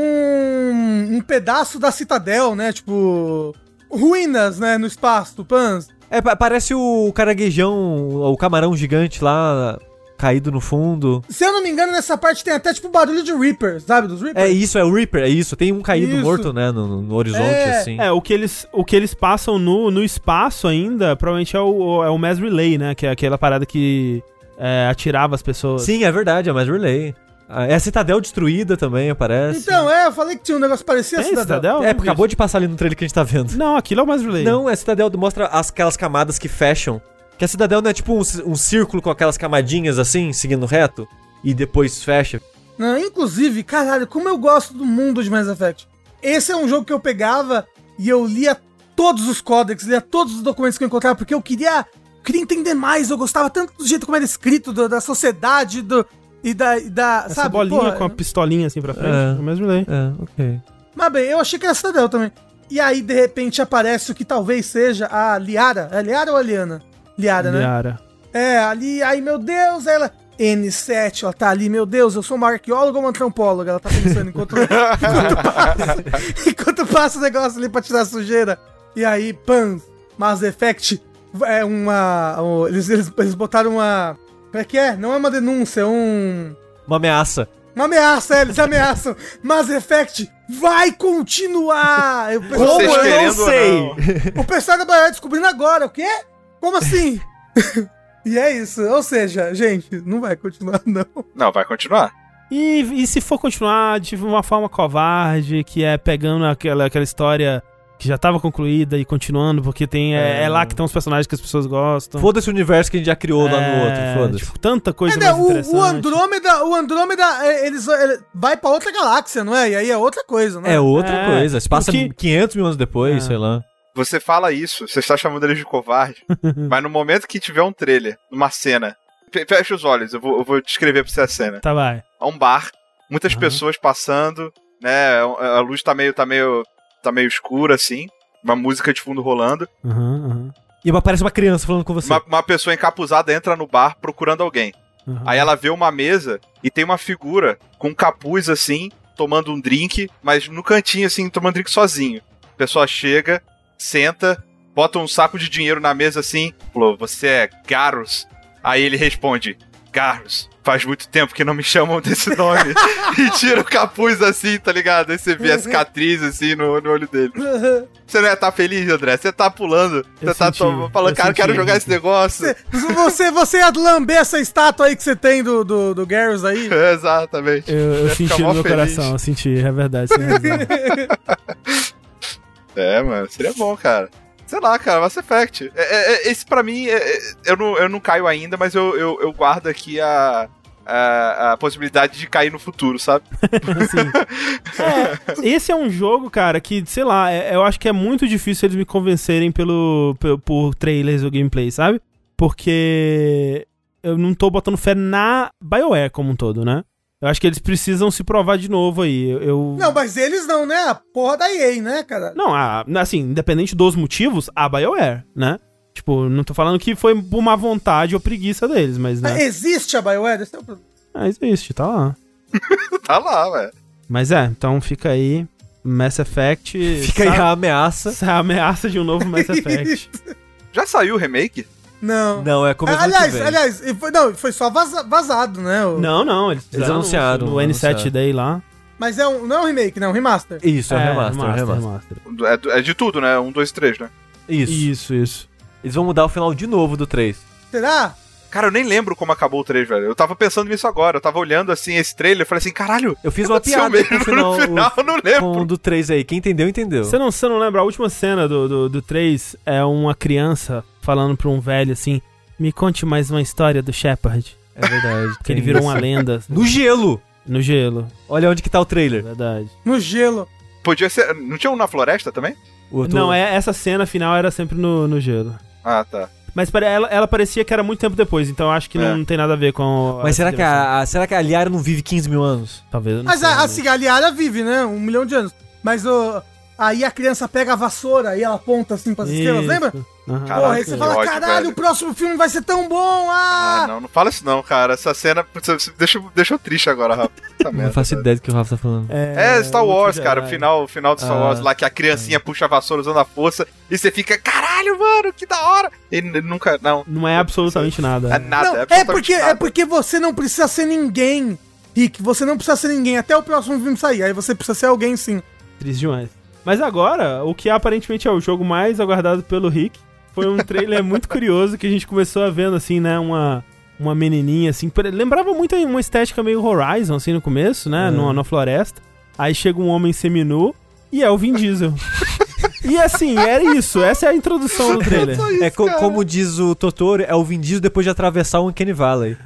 um pedaço da Citadel, né? Tipo, ruínas, né? No espaço, Pans. Parece o caranguejão, o camarão gigante lá, caído no fundo. Se eu não me engano, nessa parte tem até tipo barulho de Reaper, sabe? Dos Reapers. É o Reaper, tem um caído morto, né? No horizonte, assim. O que eles passam no espaço ainda, provavelmente é o Mass Relay, né? Que é aquela parada que... atirava as pessoas. Sim, é verdade, é mais Relay. É a Citadel destruída também, aparece. Então, eu falei que tinha um negócio parecido a Citadel. Porque acabou de passar ali no trailer que a gente tá vendo. Não, aquilo é o mais Relay. Não, a Citadel mostra aquelas camadas que fecham. Que a Citadel não é tipo um círculo com aquelas camadinhas assim, seguindo reto, e depois fecha. Não, inclusive, caralho, como eu gosto do mundo de Mass Effect. Esse é um jogo que eu pegava e eu lia todos os códex, lia todos os documentos que eu encontrava, porque eu queria entender mais, eu gostava tanto do jeito como era escrito, da sociedade, essa sabe, bolinha com a pistolinha assim pra frente, é o mesmo lei. Ok. Mas bem, eu achei que era Citadel também. E aí, de repente, aparece o que talvez seja a Liara. É Liara ou a Liana? Liara, né? Liara. Ali, aí, meu Deus, ela... N7, ela tá ali, meu Deus, eu sou uma arqueóloga ou uma antropóloga? Ela tá pensando enquanto passa o negócio ali pra tirar a sujeira. E aí, Mass Effect... Eles botaram uma... Como é que é? Não é uma denúncia, é uma ameaça. Uma ameaça, eles ameaçam. Mass Effect vai continuar! Como eu não sei? O pessoal vai descobrindo agora, o quê? Como assim? E é isso, ou seja, gente, não vai continuar, não. Não, vai continuar. E se for continuar de uma forma covarde, que é pegando aquela história... que já tava concluída e continuando, porque é lá que estão os personagens que as pessoas gostam. Foda-se o universo que a gente já criou lá no outro, foda-se. Tipo, tanta coisa mais interessante. O Andrômeda, ele vai pra outra galáxia, não é? E aí é outra coisa, não é? É outra coisa, se passa 500 mil anos depois, sei lá. Você fala isso, você está chamando eles de covarde, mas no momento que tiver um trailer, numa cena, fecha os olhos, eu vou descrever pra você a cena. Tá, vai. É um bar, muitas pessoas passando, né, a luz tá meio escura, assim, uma música de fundo rolando. E aparece uma criança falando com você. Uma pessoa encapuzada entra no bar procurando alguém. Aí ela vê uma mesa e tem uma figura com um capuz, assim, tomando um drink, mas no cantinho, assim, tomando drink sozinho. A pessoa chega, senta, bota um saco de dinheiro na mesa, assim, falou, você é Garrus? Aí ele responde, Garrus, faz muito tempo que não me chamam desse nome. E tira o capuz assim, tá ligado? Aí você vê a cicatriz assim no olho dele. Você não ia estar feliz, André? Você tá pulando. Você tá falando, cara, quero jogar esse negócio. Você ia lamber essa estátua aí que você tem do Garrus aí? Exatamente. Eu senti no meu coração, eu senti, é verdade. Mano, seria bom, cara. Sei lá, cara, Mass Effect. Esse pra mim, eu não caio ainda, mas eu guardo aqui a possibilidade de cair no futuro, sabe? Esse é um jogo, cara, que, sei lá, eu acho que é muito difícil eles me convencerem por trailers ou gameplay, sabe? Porque eu não tô botando fé na BioWare como um todo, né? Eu acho que eles precisam se provar de novo aí. Não, mas eles não, né? A porra da EA, né, cara? Não, assim, independente dos motivos, a BioWare, né? Tipo, não tô falando que foi por má vontade ou preguiça deles, mas, né? Existe a BioWare? Esse é o problema. Existe, tá lá. Tá lá, velho. Mas então fica aí Mass Effect... Fica aí a ameaça. A ameaça de um novo Mass Effect. Já saiu o remake? Não. Não, é começo do ano que vem. Aliás, foi só vazado, né? Não, eles anunciaram. no N7 Day lá. Mas não é um remake, não, é um remaster. Isso, é um remaster. É de tudo, né? 1, 2, 3, né? Isso. Isso. Eles vão mudar o final de novo do 3. Será? Cara, eu nem lembro como acabou o 3, velho. Eu tava pensando nisso agora. Eu tava olhando, assim, esse trailer e falei assim, caralho... Eu fiz uma piada com o final, eu não lembro. Com o do 3 aí. Quem entendeu, entendeu. Você não lembra? A última cena do 3 é uma criança falando pra um velho assim, me conte mais uma história do Shepard. É verdade. Que ele virou uma lenda. No gelo! No gelo. Olha onde que tá o É trailer. verdade. No gelo. Podia ser... Não tinha um na floresta também? Não, essa cena final era sempre no gelo. Ah, tá. Mas ela parecia que era muito tempo depois, então eu acho que não tem nada a ver com... Mas será que a Liara não vive 15 mil anos? Talvez, eu não Mas sei, assim, a Liara vive, né? 1 milhão de anos. Mas aí a criança pega a vassoura e ela aponta assim pras estrelas, lembra? Uhum. Porra, aí você fala, ódio, caralho, velho. o próximo filme vai ser tão bom! Não fala isso não, cara. Essa cena deixa eu triste agora, Rafa. Não faço ideia do que o Rafa tá falando. É Star Wars, cara. O final do Star Wars lá, que a criancinha É. puxa a vassoura usando a força e você fica, caralho, mano, que da hora! E nunca, não. Não é absolutamente nada. É nada, Não, absolutamente nada. é porque você não precisa ser ninguém, Rick. Você não precisa ser ninguém até o próximo filme sair. Aí você precisa ser alguém, sim. Triste demais. Mas agora, o que aparentemente é o jogo mais aguardado pelo Rick, foi um trailer muito curioso que a gente começou a vendo, assim, né, uma menininha, assim, lembrava muito uma estética meio Horizon, assim, no começo, né, na floresta. Aí chega um homem seminu e é o Vin Diesel. E assim, era isso, essa é a introdução do trailer. Como diz o Totoro, é o Vin Diesel depois de atravessar o Uncanny Valley.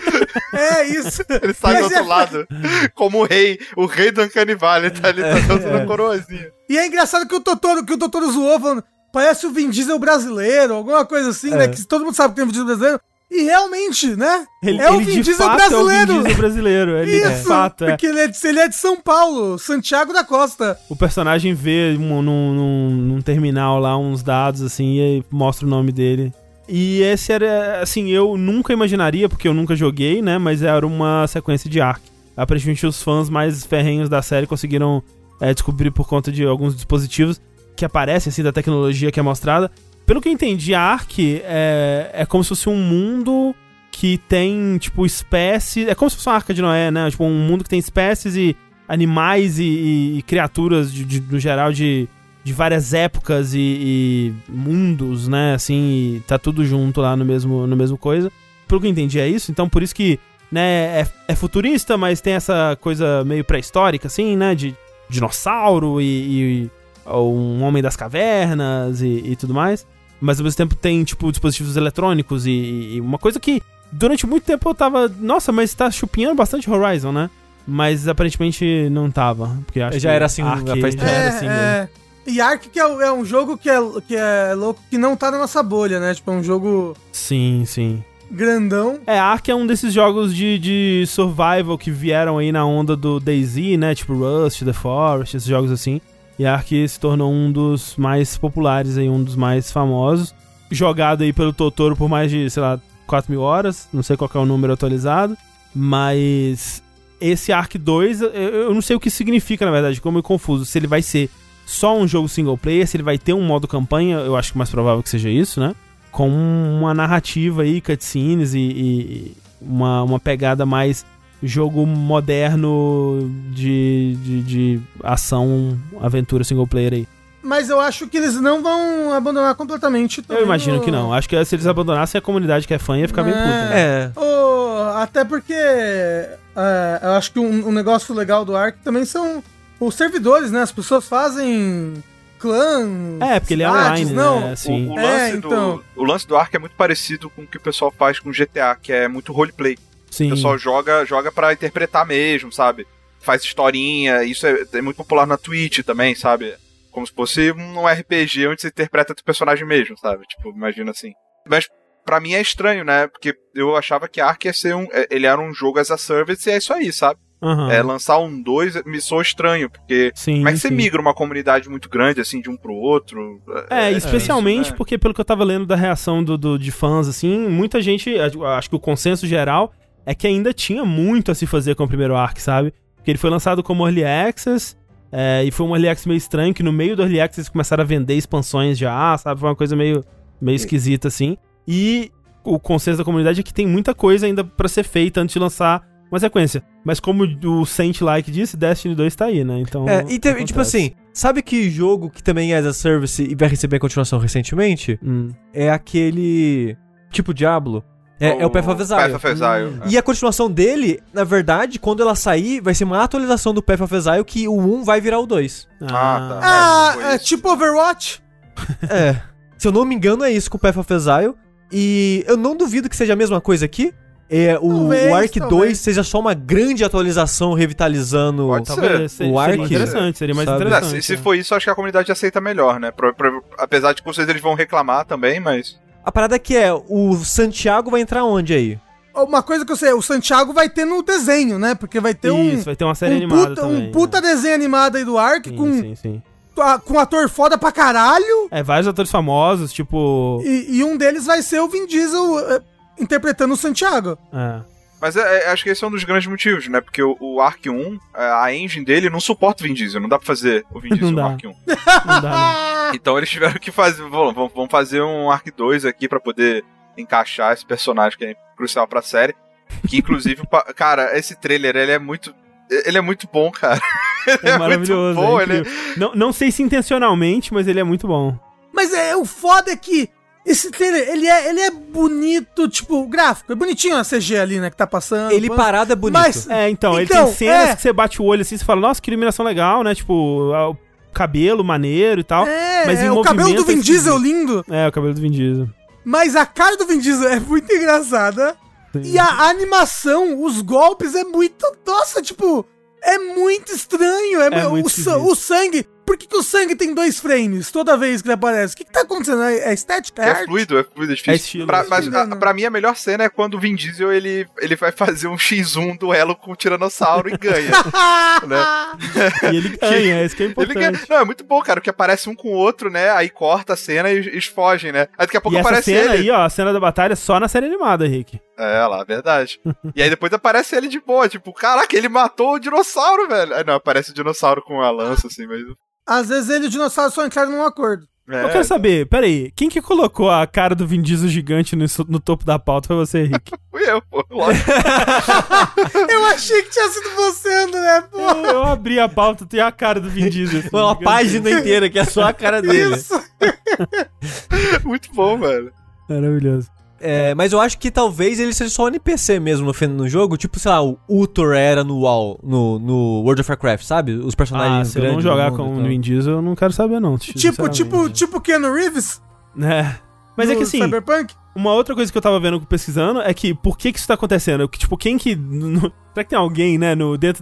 É isso. Ele sai do outro lado, como o rei do Uncanny Valley, tá ali, tá dando coroazinha. E é engraçado que o Totoro zoou, falando, parece o Vin Diesel brasileiro, alguma coisa assim, né? Que todo mundo sabe que tem um Vin Diesel brasileiro. E realmente, né? É o Vin Diesel brasileiro. É o Vin Diesel brasileiro. Ele, isso, de fato, porque ele é de São Paulo, Santiago da Costa. O personagem vê num terminal lá uns dados, assim, e aí mostra o nome dele. E esse era, assim, eu nunca imaginaria, porque eu nunca joguei, né? Mas era uma sequência de Ark. Aparentemente os fãs mais ferrenhos da série conseguiram descobrir por conta de alguns dispositivos que aparecem, assim, da tecnologia que é mostrada. Pelo que eu entendi, a Ark é como se fosse um mundo que tem, tipo, espécies... É como se fosse uma Arca de Noé, né? Tipo, um mundo que tem espécies e animais e criaturas, no geral, de várias épocas e mundos, né? Assim, e tá tudo junto lá no mesmo coisa. Pelo que eu entendi, é isso. Então, por isso que, né, é futurista, mas tem essa coisa meio pré-histórica, assim, né? De dinossauro e um homem das cavernas e tudo mais. Mas ao mesmo tempo tem, tipo, dispositivos eletrônicos e uma coisa que durante muito tempo eu tava... Nossa, mas tá chupinhando bastante Horizon, né? Mas aparentemente não tava. Porque acho já que era assim, já era assim mesmo. E Ark que é um jogo que é louco, que não tá na nossa bolha, né? Tipo, é um jogo... Sim. Grandão. Ark é um desses jogos de survival que vieram aí na onda do DayZ, né? Tipo Rust, The Forest, esses jogos assim. E Ark se tornou um dos mais populares aí, um dos mais famosos. Jogado aí pelo Totoro por mais de, sei lá, 4.000 horas. Não sei qual que é o número atualizado. Mas esse Ark 2, eu não sei o que significa, na verdade. Ficou meio confuso. Se ele vai ser só um jogo single player, se ele vai ter um modo campanha, eu acho que mais provável que seja isso, né? Com uma narrativa aí, cutscenes e uma pegada mais... jogo moderno de ação, aventura single player aí. Mas eu acho que eles não vão abandonar completamente. Eu imagino que não. Acho que se eles abandonassem, a comunidade que é fã ia ficar bem puta. Né? Até porque eu acho que um negócio legal do Ark também são os servidores, né? As pessoas fazem clã. Porque ele é online, não. né? Assim. O lance do Ark é muito parecido com o que o pessoal faz com GTA, que é muito roleplay. Sim. O pessoal joga pra interpretar mesmo, sabe? Faz historinha, isso é muito popular na Twitch também, sabe? Como se fosse um RPG onde você interpreta o personagem mesmo, sabe? Tipo, imagina assim. Mas pra mim é estranho, né? Porque eu achava que Ark ia ser ele era um jogo as a service e é isso aí, sabe? Uhum. Lançar um 2 me soa estranho, porque como é que você migra uma comunidade muito grande, assim, de um pro outro? Especialmente isso, né? porque, pelo que eu tava lendo da reação de fãs, assim, muita gente, acho que o consenso geral é que ainda tinha muito a se fazer com o primeiro Ark, sabe? Porque ele foi lançado como Early Access, e foi um Early Access meio estranho, que no meio do Early Access eles começaram a vender expansões já, sabe? Foi uma coisa meio esquisita, assim. E o consenso da comunidade é que tem muita coisa ainda pra ser feita antes de lançar uma sequência. Mas como o Saint Like disse, Destiny 2 tá aí, né? Então. Tipo assim, sabe que jogo que também é as a service e vai receber a continuação recentemente? É aquele. Tipo Diablo. É o Path of Exile. Path of Exile. E a continuação dele, na verdade, quando ela sair, vai ser uma atualização do Path of Exile que o 1 vai virar o 2. É tipo Overwatch? Se eu não me engano, é isso com o Path of Exile. E eu não duvido que seja a mesma coisa aqui. O Ark 2 seja só uma grande atualização revitalizando o Ark. Seria mais interessante. Se for isso, acho que a comunidade aceita melhor, né? Apesar de que vocês eles vão reclamar também, mas... A parada é que o Santiago vai entrar onde aí? Uma coisa que eu sei, o Santiago vai ter no desenho, né? Porque vai ter vai ter uma série animada também. Um puta desenho animado aí do Ark sim. Com ator foda pra caralho. Vários atores famosos, tipo... E um deles vai ser o Vin Diesel interpretando o Santiago. Mas acho que esse é um dos grandes motivos, né? Porque o Ark 1, a engine dele não suporta o Vin Diesel. Não dá pra fazer o Vin Diesel no Ark 1. Não dá, não. Então eles tiveram que fazer... Vamos fazer um Ark 2 aqui pra poder encaixar esse personagem que é crucial pra série. Que inclusive, cara, esse trailer, ele é muito bom, cara. É maravilhoso. Muito bom, não sei se intencionalmente, mas ele é muito bom. Mas o foda é que esse trailer, ele é bonito, tipo, o gráfico. É bonitinho a CG ali, né, que tá passando. Ele parado é bonito. Mas, então, ele tem cenas que você bate o olho assim, você fala, nossa, que iluminação legal, né, tipo, o cabelo maneiro e tal. Mas o cabelo do Vin Diesel lindo. O cabelo do Vin Diesel. Mas a cara do Vin Diesel é muito engraçada. Sim. E a animação, os golpes é muito... Nossa, tipo... É muito estranho. O sangue... Por que o sangue tem 2 frames toda vez que ele aparece? O que tá acontecendo? É estética? É fluido, é difícil. Estilo, mas pra mim a melhor cena é quando o Vin Diesel ele vai fazer um X1 duelo com o Tiranossauro e ganha. Né? E ele ganha, é isso que é importante. Não, é muito bom, cara, porque aparece um com o outro, né? Aí corta a cena e eles fogem, né? Aí daqui a pouco aparece ele. E essa cena aí, ó, a cena da batalha só na série animada, Rick. Verdade. E aí depois aparece ele de boa, tipo, caraca, ele matou o dinossauro, velho. Aí não, aparece o dinossauro com a lança, assim, mas... Às vezes ele e o dinossauro só entraram num acordo. Eu quero saber, peraí, quem que colocou a cara do Vin Diesel gigante no topo da pauta? Foi você, Rick? Fui eu, pô. Lógico. Eu achei que tinha sido você, André, pô. Eu abri a pauta, tem a cara do Vin Diesel. Assim, uma página inteira que é só a cara dele. Isso. Muito bom, velho. Maravilhoso. Mas eu acho que talvez ele seja só um NPC mesmo no jogo, tipo, sei lá, o Uthor era no WoW, no World of Warcraft, sabe? Os personagens se eu não jogar com o Vin Diesel, eu não quero saber, não. Tipo Keanu Reeves? Mas é que assim, Cyberpunk? Uma outra coisa que eu tava vendo, pesquisando, é que por que isso tá acontecendo? Tipo, quem que... Será que tem alguém, né, dentro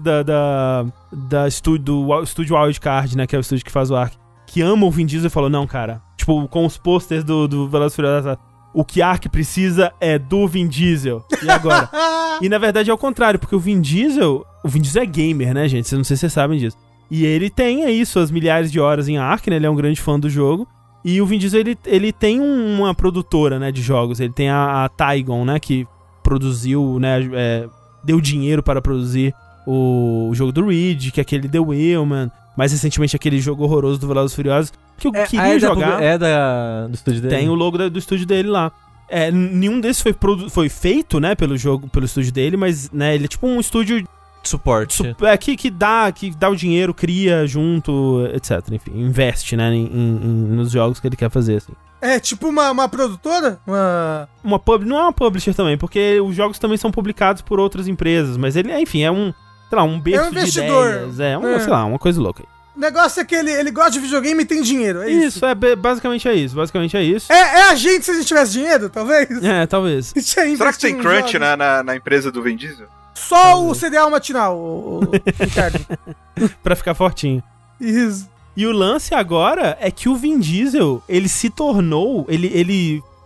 do estúdio Wildcard, né, que é o estúdio que faz o Ark, que ama o Vin Diesel e falou, não, cara, tipo, com os posters do Velozes e Furiosos, o que Ark precisa é do Vin Diesel. E agora? E na verdade é o contrário, porque o Vin Diesel é gamer, né, gente? Não sei se vocês sabem disso. E ele tem aí suas milhares de horas em Ark, né? Ele é um grande fã do jogo. E o Vin Diesel, ele tem uma produtora, né, de jogos. Ele tem a Tygon, né, que produziu, né, deu dinheiro para produzir o jogo do Reed, que é aquele The Whaleman. Mais recentemente, aquele jogo horroroso do Velozes e Furiosos, que eu queria jogar. Do estúdio dele? Tem o logo do estúdio dele lá. Nenhum desses foi feito, né, pelo estúdio dele, mas, né, ele é tipo um estúdio... Suporte. Que dá o dinheiro, cria junto, etc. Enfim, investe, né, nos jogos que ele quer fazer, assim. É tipo uma produtora? Não é uma publisher também, porque os jogos também são publicados por outras empresas, mas ele, enfim, é um... Sei lá, um berço de ideias. Sei lá, uma coisa louca aí. O negócio é que ele gosta de videogame e tem dinheiro, é isso? Basicamente é isso. É a gente se a gente tivesse dinheiro, talvez? Talvez. Será que tem crunch na empresa do Vin Diesel? Só o cereal matinal, o Ricardo. Pra ficar fortinho. Isso. E o lance agora é que o Vin Diesel, ele se tornou... Ele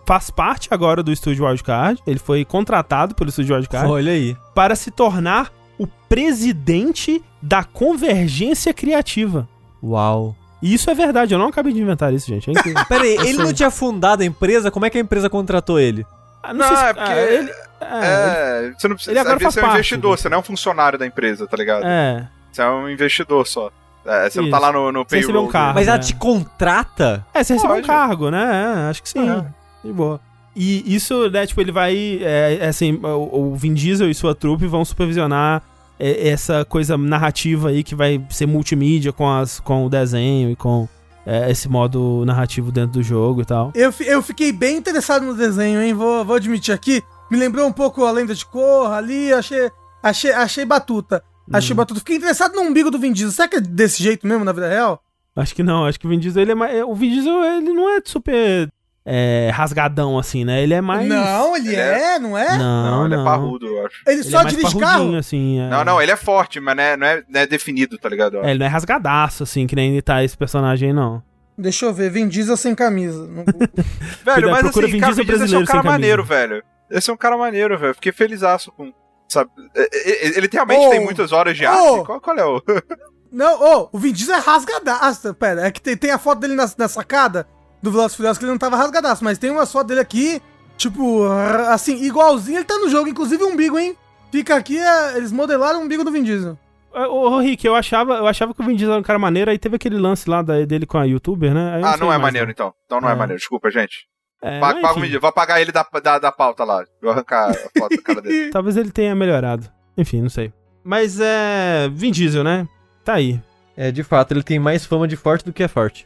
faz parte agora do estúdio Wildcard, ele foi contratado pelo estúdio Wildcard Olha aí. para se tornar o presidente da Convergência Criativa. Uau. E isso é verdade, eu não acabei de inventar isso, gente. É incrível. Pera aí, ele não tinha fundado a empresa? Como é que a empresa contratou ele? Não, é porque... você não precisa... ele agora Às vezes faz você é um parte, investidor, né? você não é um funcionário da empresa, tá ligado? Você Você é um investidor só. Você não tá Isso. lá no Você recebeu um payroll. carro. Mas ela né? te contrata? Você recebeu um Pode. cargo, né? Acho que sim. De boa. E isso, né, tipo, ele vai... assim, o Vin Diesel e sua trupe vão supervisionar essa coisa narrativa aí que vai ser multimídia com o desenho e com esse modo narrativo dentro do jogo e tal. Eu fiquei bem interessado no desenho, hein? Vou admitir aqui. Me lembrou um pouco a Lenda de Korra ali, achei batuta. Achei batuta. Fiquei interessado no umbigo do Vin Diesel. Será que é desse jeito mesmo na vida real? Acho que não, acho que o Vin Diesel, ele é mais... O Vin Diesel, ele não é super rasgadão, assim, né? Ele é mais... Não, ele não é? Não, Ele é parrudo, eu acho. Ele Ele só é mais dirige parrudinho, carro? assim. Não, ele é forte, mas não é definido, tá ligado? Ele não é rasgadaço, assim, que nem tá esse personagem aí, não. Deixa eu ver, Vin Diesel sem camisa. Velho, mas procura assim, Vin cara, Diesel Vin Diesel é brasileiro um cara sem camisa. maneiro, velho. Esse é um cara maneiro, velho. Fiquei felizaço sabe? Ele realmente tem muitas horas de arte? Qual é o... Não, o Vin Diesel é rasgadaço. Pera, é que tem a foto dele na sacada do Velozes e Furiosos que ele não tava rasgadaço, mas tem uma foto dele aqui, tipo, assim, igualzinho ele tá no jogo, inclusive o umbigo, hein? Fica aqui, eles modelaram o umbigo do Vin Diesel. Ô, Rick, eu achava que o Vin Diesel era um cara maneiro, aí teve aquele lance lá dele com a youtuber, né? Aí eu sei não é mais, maneiro, então. Então não é maneiro, desculpa, gente. mas Paga o enfim, vídeo, vou apagar ele da pauta lá. Vou arrancar a foto da cara dele. talvez ele tenha melhorado. Enfim, não sei. Mas Vin Diesel, né? Tá aí. De fato, ele tem mais fama de forte do que é forte.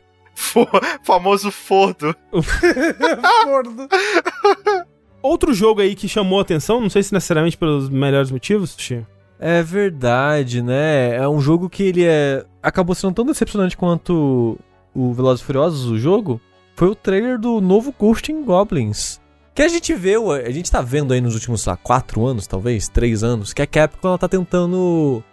Famoso fordo. Gordo. Outro jogo aí que chamou a atenção, não sei se necessariamente pelos melhores motivos, Xi. É verdade, né? É um jogo que ele acabou sendo tão decepcionante quanto o Velozes e Furiosos, o jogo. Foi o trailer do novo Ghosts and Goblins. Que a gente tá vendo aí nos últimos, sei lá, 4 anos, talvez, 3 anos, que a Capcom ela tá tentando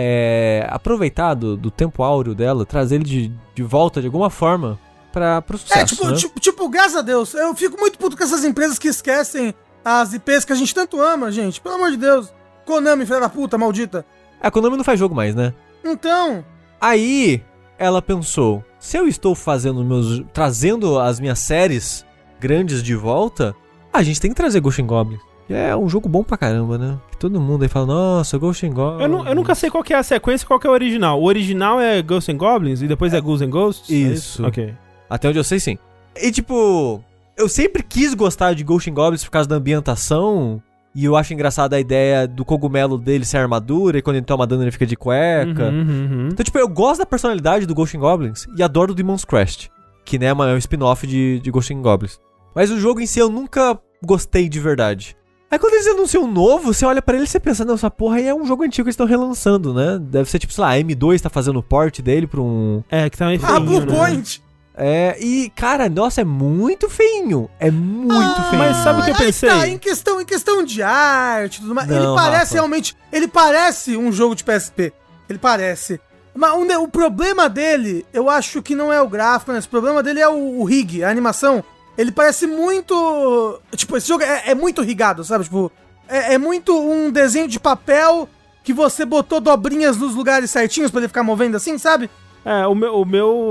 aproveitar do tempo áureo dela, trazer ele de volta de alguma forma pro sucesso, né? Tipo, graças a Deus, eu fico muito puto com essas empresas que esquecem as IPs que a gente tanto ama, gente. Pelo amor de Deus. Konami, filha da puta, maldita. A Konami não faz jogo mais, né? Então... Aí, ela pensou, se eu estou trazendo as minhas séries grandes de volta, a gente tem que trazer Ghosts and Goblins. É um jogo bom pra caramba, né? Que todo mundo aí fala, nossa, Ghosts and Goblins. Eu nunca sei qual que é a sequência e qual que é o original. O original é Ghosts and Goblins e depois é Ghouls and Ghosts? Isso. Ok. Até onde eu sei, sim. E tipo, eu sempre quis gostar de Ghosts and Goblins por causa da ambientação. E eu acho engraçada a ideia do cogumelo dele ser armadura, e quando ele toma dano ele fica de cueca. Então, tipo, eu gosto da personalidade do Ghosts and Goblins e adoro o Demon's Crest, que né, é um spin-off de Ghosts and Goblins. Mas o jogo em si eu nunca gostei de verdade. Aí quando eles anunciam um novo, você olha pra ele e você pensa, não, essa porra aí é um jogo antigo que eles estão relançando, né? Deve ser tipo, sei lá, a M2 tá fazendo o port dele pra um... Que tá meio feinho, Blue né? Point. E, cara, nossa, é muito feinho. É muito feinho. Mas sabe o que eu pensei? Tá, em questão de arte e tudo mais, Não, ele parece Rafa. realmente... Ele parece um jogo de PSP. Ele parece. Mas o problema dele, eu acho que não é o gráfico, né? O problema dele é o rig, a animação. Ele parece muito... Tipo, esse jogo é muito rigado, sabe? Tipo, é muito um desenho de papel que você botou dobrinhas nos lugares certinhos pra ele ficar movendo assim, sabe? O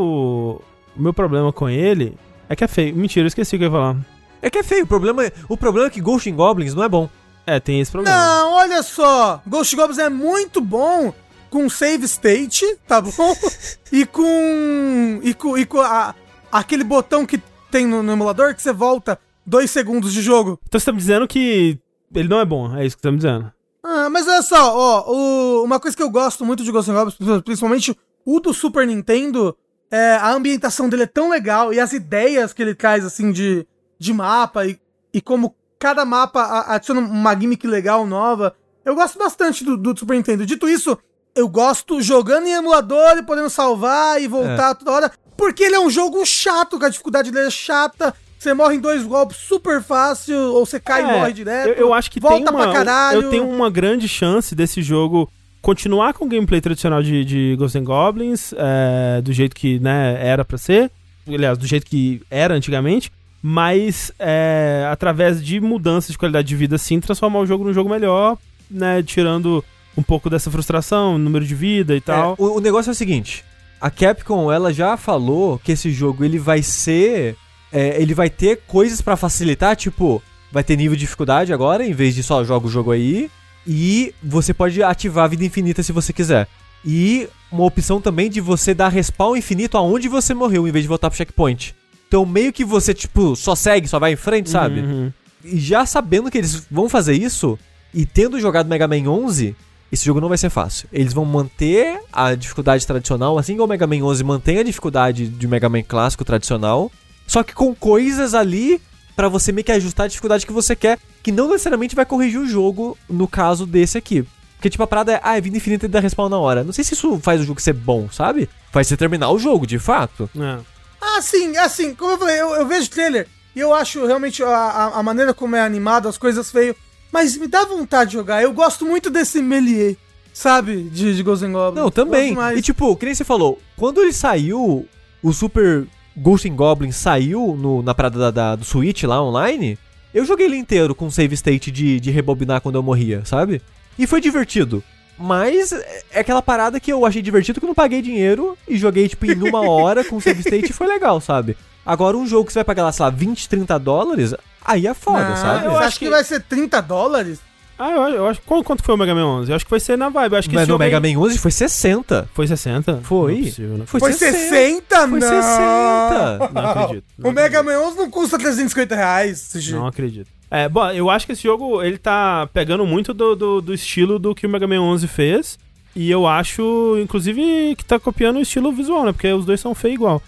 meu problema com ele é que é feio. Mentira, eu esqueci o que eu ia falar. É que é feio. O problema é que Ghosts and Goblins não é bom. Tem esse problema. Não, olha só. Ghost Goblins é muito bom com save state, tá bom? e com aquele botão que tem no emulador que você volta 2 segundos de jogo. Então você tá me dizendo que ele não é bom, é isso que você tá me dizendo. Mas olha só, uma coisa que eu gosto muito de Ghost Goblins, principalmente o do Super Nintendo, a ambientação dele é tão legal e as ideias que ele traz, assim, de mapa e como cada mapa adiciona uma gimmick legal, nova. Eu gosto bastante do Super Nintendo. Dito isso, eu gosto jogando em emulador e podendo salvar e voltar toda hora, porque ele é um jogo chato, que a dificuldade dele é chata. Você morre em 2 golpes super fácil, ou você cai e morre direto. Eu acho que volta pra caralho. Eu tenho uma grande chance desse jogo continuar com o gameplay tradicional de Ghosts and Goblins, do jeito que, né, era pra ser. Aliás, do jeito que era antigamente. mas através de mudanças de qualidade de vida, sim, transformar o jogo num jogo melhor, né, tirando um pouco dessa frustração, número de vida e tal. O negócio é o seguinte, a Capcom, ela já falou que esse jogo, ele vai ser... ele vai ter coisas pra facilitar, tipo, vai ter nível de dificuldade agora, em vez de só joga o jogo aí, e você pode ativar a vida infinita se você quiser. E uma opção também de você dar respawn infinito aonde você morreu, em vez de voltar pro checkpoint. Então meio que você, tipo, só segue, só vai em frente, sabe? Uhum. E já sabendo que eles vão fazer isso, e tendo jogado Mega Man 11, esse jogo não vai ser fácil. Eles vão manter a dificuldade tradicional, assim como o Mega Man 11 mantém a dificuldade de Mega Man clássico tradicional, só que com coisas ali pra você meio que ajustar a dificuldade que você quer, que não necessariamente vai corrigir o jogo no caso desse aqui. Porque, tipo, a parada é vida infinita e dá respawn na hora. Não sei se isso faz o jogo ser bom, sabe? Faz você terminar o jogo, de fato. Assim, como eu falei, eu vejo o trailer e eu acho realmente a maneira como é animado, as coisas feias, mas me dá vontade de jogar. Eu gosto muito desse melee, sabe? De Ghosts and Goblins. Não, também. E, tipo, que nem você falou, quando ele saiu, o Super Ghosts and Goblins saiu na parada do Switch lá, online, eu joguei ele inteiro com save state de rebobinar quando eu morria, sabe? E foi divertido. Mas é aquela parada que eu achei divertido que eu não paguei dinheiro e joguei, tipo, em uma hora com save state e foi legal, sabe? Agora, um jogo que você vai pagar lá, sei lá, $20, $30, aí é foda, sabe? Eu acho que vai ser $30? Eu acho... Quanto foi o Mega Man 11? Eu acho que vai ser na vibe. Eu acho que mas no Mega Man 11 foi 60. Foi 60? Foi. Não é possível, né? Foi 60? Foi não. 60. Não acredito. O Mega Man 11 não custa R$350. Não acredito. Bom, eu acho que esse jogo, ele tá pegando muito do estilo do que o Mega Man 11 fez. E eu acho, inclusive, que tá copiando o estilo visual, né? Porque os dois são feios igual.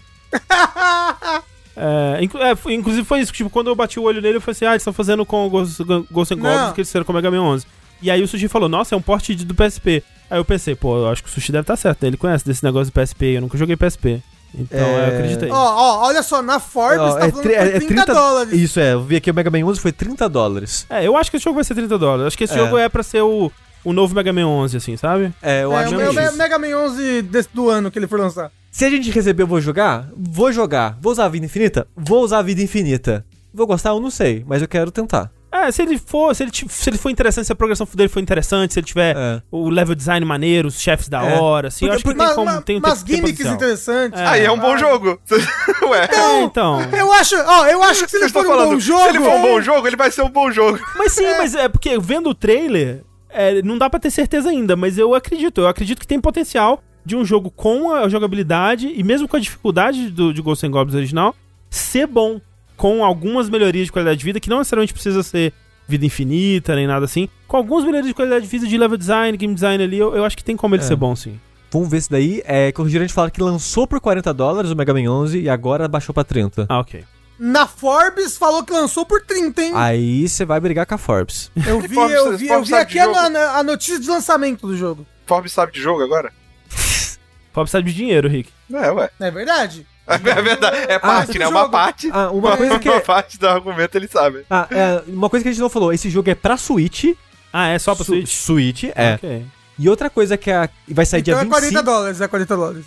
Inclusive foi isso, tipo, quando eu bati o olho nele, eu falei assim, eles estão fazendo com o Ghosts and Goblins que eles fizeram com o Mega Man 11. E aí o Sushi falou, nossa, é um porte do PSP. Aí eu pensei, pô, eu acho que o Sushi deve estar certo, ele conhece desse negócio do PSP, eu nunca joguei PSP. Então eu acreditei. Olha só, na Forbes tá falando que foi $30. Isso, eu vi aqui o Mega Man 11 foi $30. Eu acho que esse jogo vai ser $30. Acho que esse jogo é pra ser o novo Mega Man 11, assim, sabe? Eu acho que o Mega Man 11 do ano que ele for lançar. Se a gente receber, eu vou jogar? Vou jogar. Vou usar a vida infinita? Vou usar a vida infinita. Vou gostar? Eu não sei, mas eu quero tentar. Se ele for interessante, se a progressão dele for interessante, se ele tiver o level design maneiro, os chefes da hora, assim, eu acho que tem umas gimmicks interessantes. Aí é um bom jogo. Ué. Então. Eu acho que se ele for um bom jogo... Se ele for um bom jogo, ele vai ser um bom jogo. Mas sim, mas é porque vendo o trailer, não dá pra ter certeza ainda, mas eu acredito que tem potencial de um jogo com a jogabilidade e mesmo com a dificuldade de Ghosts and Goblins original, ser bom. Com algumas melhorias de qualidade de vida, que não necessariamente precisa ser vida infinita, nem nada assim. Com algumas melhorias de qualidade de vida, de level design, game design ali, eu acho que tem como ele ser bom, sim. Vamos ver se daí. Corrigiram a gente falar que lançou por $40 o Mega Man 11 e agora baixou pra 30. Ok. Na Forbes falou que lançou por 30, hein? Aí você vai brigar com a Forbes. Eu vi aqui a notícia de lançamento do jogo. Forbes sabe de jogo agora? Forbes sabe de dinheiro, Rick. Ué. É verdade? É verdade, é parte, né? Uma parte. Uma coisa que uma parte do argumento ele sabe. Uma coisa que a gente não falou, esse jogo é pra Switch. É só pra Switch? Switch, Ok. E outra coisa que vai sair dia 25... Então é $40.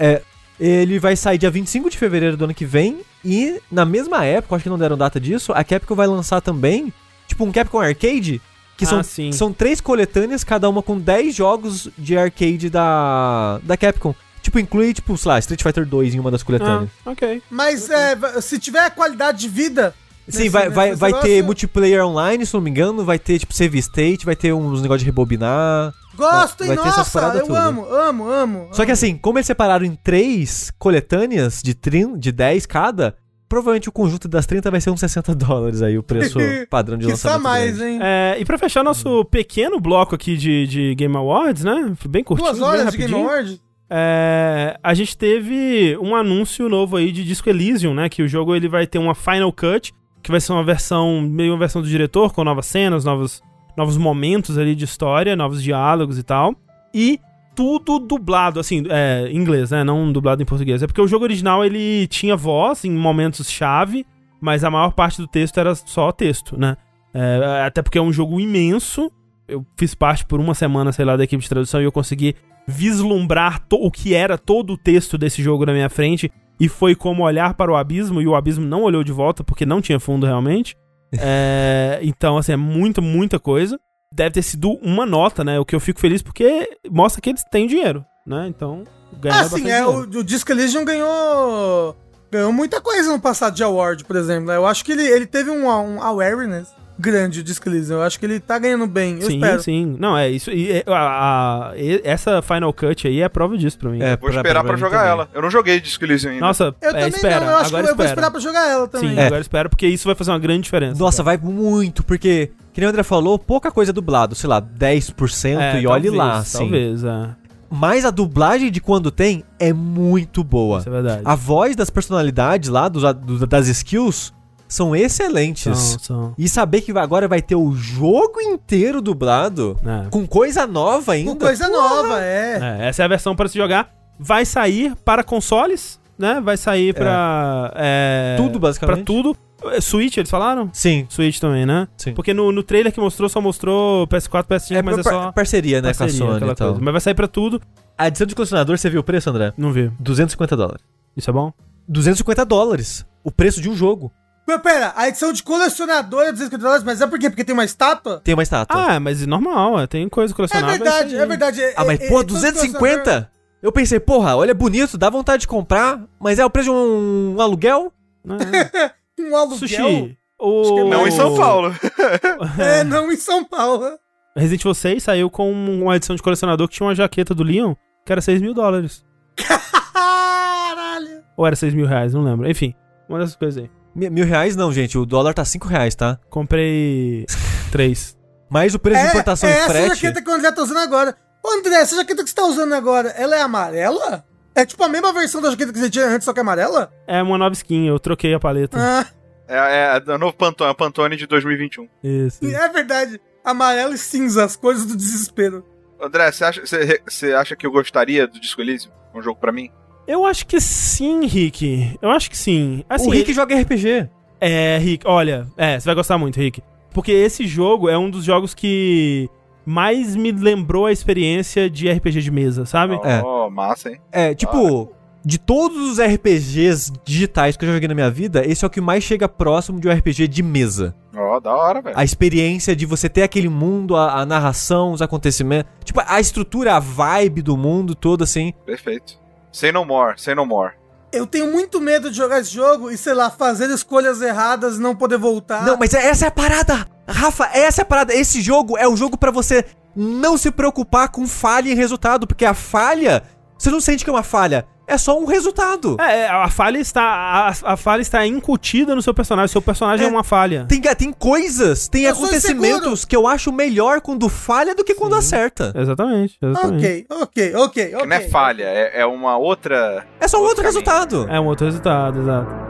Ele vai sair dia 25 de fevereiro do ano que vem. E na mesma época, acho que não deram data disso, a Capcom vai lançar também, tipo um Capcom Arcade, que são 3 coletâneas, cada uma com 10 jogos de arcade da Capcom. Tipo, inclui, tipo, sei lá, Street Fighter 2 em uma das coletâneas. Ok. Mas se tiver qualidade de vida... Sim, vai ter multiplayer online, se não me engano, vai ter, tipo, save state, vai ter uns negócios de rebobinar. Gosto, hein? Vai ter essas paradas Eu tudo. amo. Só que assim, como eles separaram em 3 coletâneas de 10 cada, provavelmente o conjunto das 30 vai ser uns $60 aí, o preço padrão de lançamento. Mais, hein? E pra fechar nosso pequeno bloco aqui de Game Awards, né? Bem curtinho, 2 horas bem de Game Awards? A gente teve um anúncio novo aí de Disco Elysium, né? Que o jogo ele vai ter uma Final Cut, que vai ser uma versão do diretor, com novas cenas, novos momentos ali de história, novos diálogos e tal. E tudo dublado, assim, em inglês, né? Não dublado em português. É porque o jogo original, ele tinha voz em momentos-chave, mas a maior parte do texto era só texto, né? Até porque é um jogo imenso. Eu fiz parte por uma semana, sei lá, da equipe de tradução e eu consegui vislumbrar o que era todo o texto desse jogo na minha frente e foi como olhar para o abismo, e o abismo não olhou de volta porque não tinha fundo realmente. Então, assim, é muita coisa. Deve ter sido uma nota, né? O que eu fico feliz porque mostra que eles têm dinheiro, né? Então, ganharam bastante dinheiro. O Disco Elysium ganhou muita coisa no passado de award, por exemplo. Eu acho que ele teve um awareness grande, o Disco Elysium. Eu acho que ele tá ganhando bem, eu espero. Sim. Não, é isso. Essa Final Cut aí é prova disso pra mim. Vou esperar pra jogar também. ela. Eu não joguei Disco Elysium ainda. Nossa, Eu também espera. não, eu acho agora que eu vou esperar pra jogar ela também. Sim, agora espera, porque isso vai fazer uma grande diferença. Nossa, vai muito, porque, que nem o André falou, pouca coisa dublado, sei lá, 10% e olhe lá, assim. Talvez, Mas a dublagem de quando tem é muito boa. Isso é verdade. A voz das personalidades lá, das skills, são excelentes. São. E saber que agora vai ter o jogo inteiro dublado, com coisa nova ainda. Com coisa nova, Essa é a versão para se jogar. Vai sair para consoles, né? Vai sair pra... tudo, basicamente. Pra tudo. Switch, eles falaram? Sim. Switch também, né? Sim. Porque no trailer que mostrou, só mostrou PS4, PS5, mas é só... Parceria, né, com a Sony e tal. Coisa. Mas vai sair pra tudo. A edição de colecionador, você viu o preço, André? Não vi. $250. Isso é bom? $250. O preço de um jogo. Mas pera, a edição de colecionador é $250, mas é por quê? Porque tem uma estátua? Tem uma estátua. Mas é normal, tem coisa colecionável. É verdade. Mas, pô, 250? Eu pensei, porra, olha, bonito, dá vontade de comprar, mas é o preço de um aluguel? Um aluguel? Sushi. Não em São Paulo. Não em São Paulo. Resident Evil 6 saiu com uma edição de colecionador que tinha uma jaqueta do Leon, que era $6 mil. Caralho. Ou era R$6 mil, não lembro. Enfim, uma dessas coisas aí. R$1.000 não, gente, o dólar tá R$5, tá? Comprei 3. Mas o preço de importação e frete... essa jaqueta que o André tá usando agora. Ô, André, essa jaqueta que você tá usando agora, ela é amarela? É tipo a mesma versão da jaqueta que você tinha antes, só que é amarela? É uma nova skin, eu troquei a paleta. É o novo Pantone, a Pantone de 2021. Isso. É verdade. Amarelo e cinza, as cores do desespero. André, você acha que eu gostaria do Disco Elysium? Um jogo pra mim? Eu acho que sim, Rick. Eu acho que sim. Assim, o Rick joga RPG. Rick, olha, você vai gostar muito, Rick. Porque esse jogo é um dos jogos que mais me lembrou a experiência de RPG de mesa, sabe? Massa, hein? De todos os RPGs digitais que eu já joguei na minha vida, esse é o que mais chega próximo de um RPG de mesa. Da hora, velho. A experiência de você ter aquele mundo, a narração, os acontecimentos. Tipo, a estrutura, a vibe do mundo todo, assim. Perfeito. Say no more. Eu tenho muito medo de jogar esse jogo e, sei lá, fazer escolhas erradas e não poder voltar. Não, mas essa é a parada! Rafa, essa é a parada. Esse jogo é um jogo pra você não se preocupar com falha em resultado, porque a falha, você não sente que é uma falha. É só um resultado. A falha está incutida no seu personagem. Seu personagem é uma falha. Tem coisas, tem acontecimentos que eu acho melhor quando falha do que quando acerta. Exatamente. Ok. Que não é falha, é uma outra... É só um outro resultado. É um outro resultado, exato.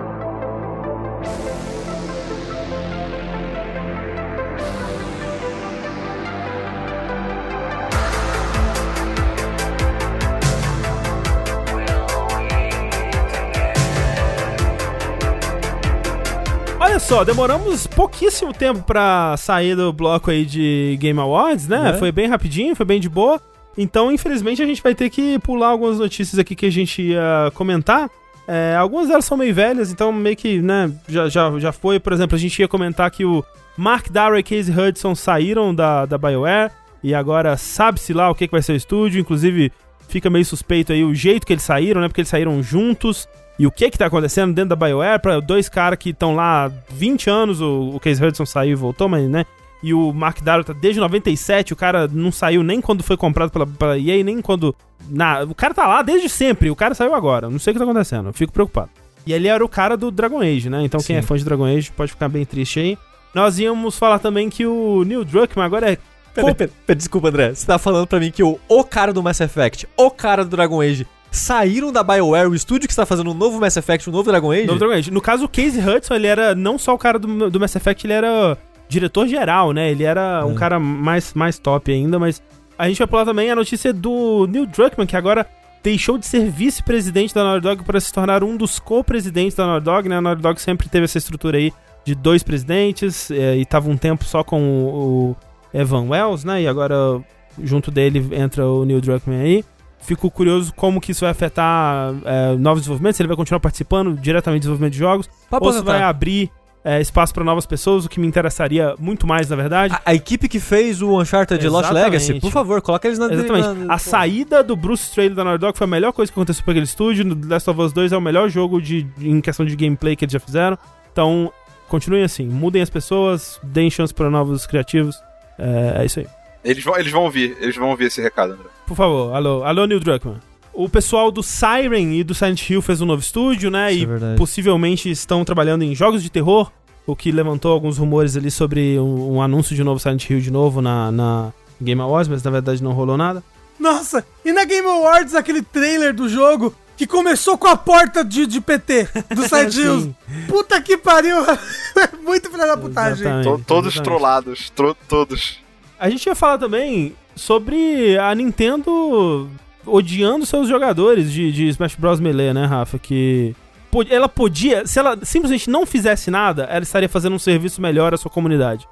Olha só, demoramos pouquíssimo tempo pra sair do bloco aí de Game Awards, né? Foi bem rapidinho, foi bem de boa. Então, infelizmente, a gente vai ter que pular algumas notícias aqui que a gente ia comentar. Algumas delas são meio velhas, então meio que, né, já foi. Por exemplo, a gente ia comentar que o Mark Darrow e Casey Hudson saíram da BioWare e agora sabe-se lá o que vai ser o estúdio. Inclusive, fica meio suspeito aí o jeito que eles saíram, né? Porque eles saíram juntos. E o que tá acontecendo dentro da BioWare para dois caras que estão lá há 20 anos, o Casey Hudson saiu e voltou, mas, né? E o Mark Darrow tá desde 97, o cara não saiu nem quando foi comprado pela EA, nem quando... o cara tá lá desde sempre, o cara saiu agora, não sei o que tá acontecendo, eu fico preocupado. E ele era o cara do Dragon Age, né? Então quem é fã de Dragon Age pode ficar bem triste aí. Nós íamos falar também que o Neil Druckmann agora é... Pera, desculpa, André, você tá falando pra mim que o cara do Mass Effect, o cara do Dragon Age... saíram da BioWare, o estúdio que está fazendo um novo Mass Effect, um novo Dragon Age? Novo Dragon Age. No caso, o Casey Hudson, ele era não só o cara do Mass Effect, ele era diretor-geral, né? Ele era um cara mais top ainda, mas a gente vai falar também a notícia do Neil Druckmann, que agora deixou de ser vice-presidente da Naughty Dog para se tornar um dos co-presidentes da Naughty Dog, né? A Naughty Dog sempre teve essa estrutura aí de 2 presidentes, e tava um tempo só com o Evan Wells, né? E agora, junto dele, entra o Neil Druckmann aí. Fico curioso como que isso vai afetar novos desenvolvimentos, se ele vai continuar participando diretamente do desenvolvimento de jogos, ou se vai abrir espaço para novas pessoas, o que me interessaria muito mais, na verdade. A equipe que fez o Uncharted Lost Legacy, por favor, coloca eles na... Exatamente. A saída do Bruce Straley da Naughty Dog foi a melhor coisa que aconteceu para aquele estúdio. No The Last of Us 2 é o melhor jogo em questão de gameplay que eles já fizeram. Então, continuem assim. Mudem as pessoas, deem chance para novos criativos. É isso aí. Eles vão ouvir esse recado, André. Por favor, alô Neil Druckmann. O pessoal do Siren e do Silent Hill fez um novo estúdio, né? Isso e possivelmente estão trabalhando em jogos de terror, o que levantou alguns rumores ali sobre um anúncio de novo Silent Hill de novo na Game Awards, mas na verdade não rolou nada. Nossa, e na Game Awards aquele trailer do jogo que começou com a porta de PT do Silent Hill. Puta que pariu! Muito filha da putagem. Todos trollados, todos. A gente ia falar também sobre a Nintendo odiando seus jogadores de Smash Bros. Melee, né, Rafa? Que ela podia, se ela simplesmente não fizesse nada, ela estaria fazendo um serviço melhor à sua comunidade.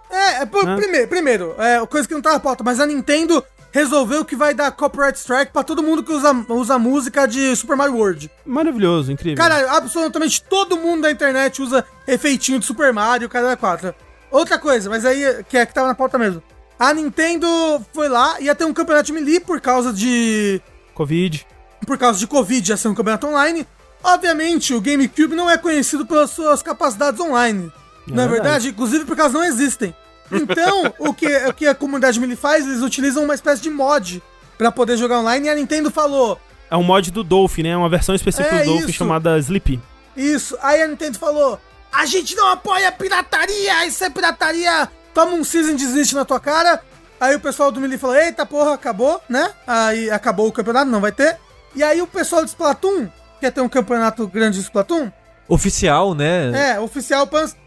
Primeiro, coisa que não tá na pauta, mas a Nintendo resolveu que vai dar copyright strike pra todo mundo que usa música de Super Mario World. Maravilhoso, incrível. Cara, absolutamente todo mundo da internet usa efeitinho de Super Mario, cada 4. Outra coisa, mas aí, que tava na pauta mesmo. A Nintendo foi lá, ia ter um campeonato de Melee por causa de... Covid. Por causa de Covid, ia ser um campeonato online. Obviamente, o GameCube não é conhecido pelas suas capacidades online. Na verdade, inclusive porque elas não existem. Então, o que a comunidade Melee faz, eles utilizam uma espécie de mod pra poder jogar online, e a Nintendo falou... É um mod do Dolphin, né? Uma versão específica do Dolphin chamada Sleepy. Isso. Aí a Nintendo falou, a gente não apoia a pirataria, isso é pirataria... Toma um season desiste na tua cara. Aí o pessoal do Melee falou, eita porra, acabou, né? Aí acabou o campeonato, não vai ter. E aí o pessoal de Splatoon, quer ter um campeonato grande de Splatoon? Oficial, né? Oficial.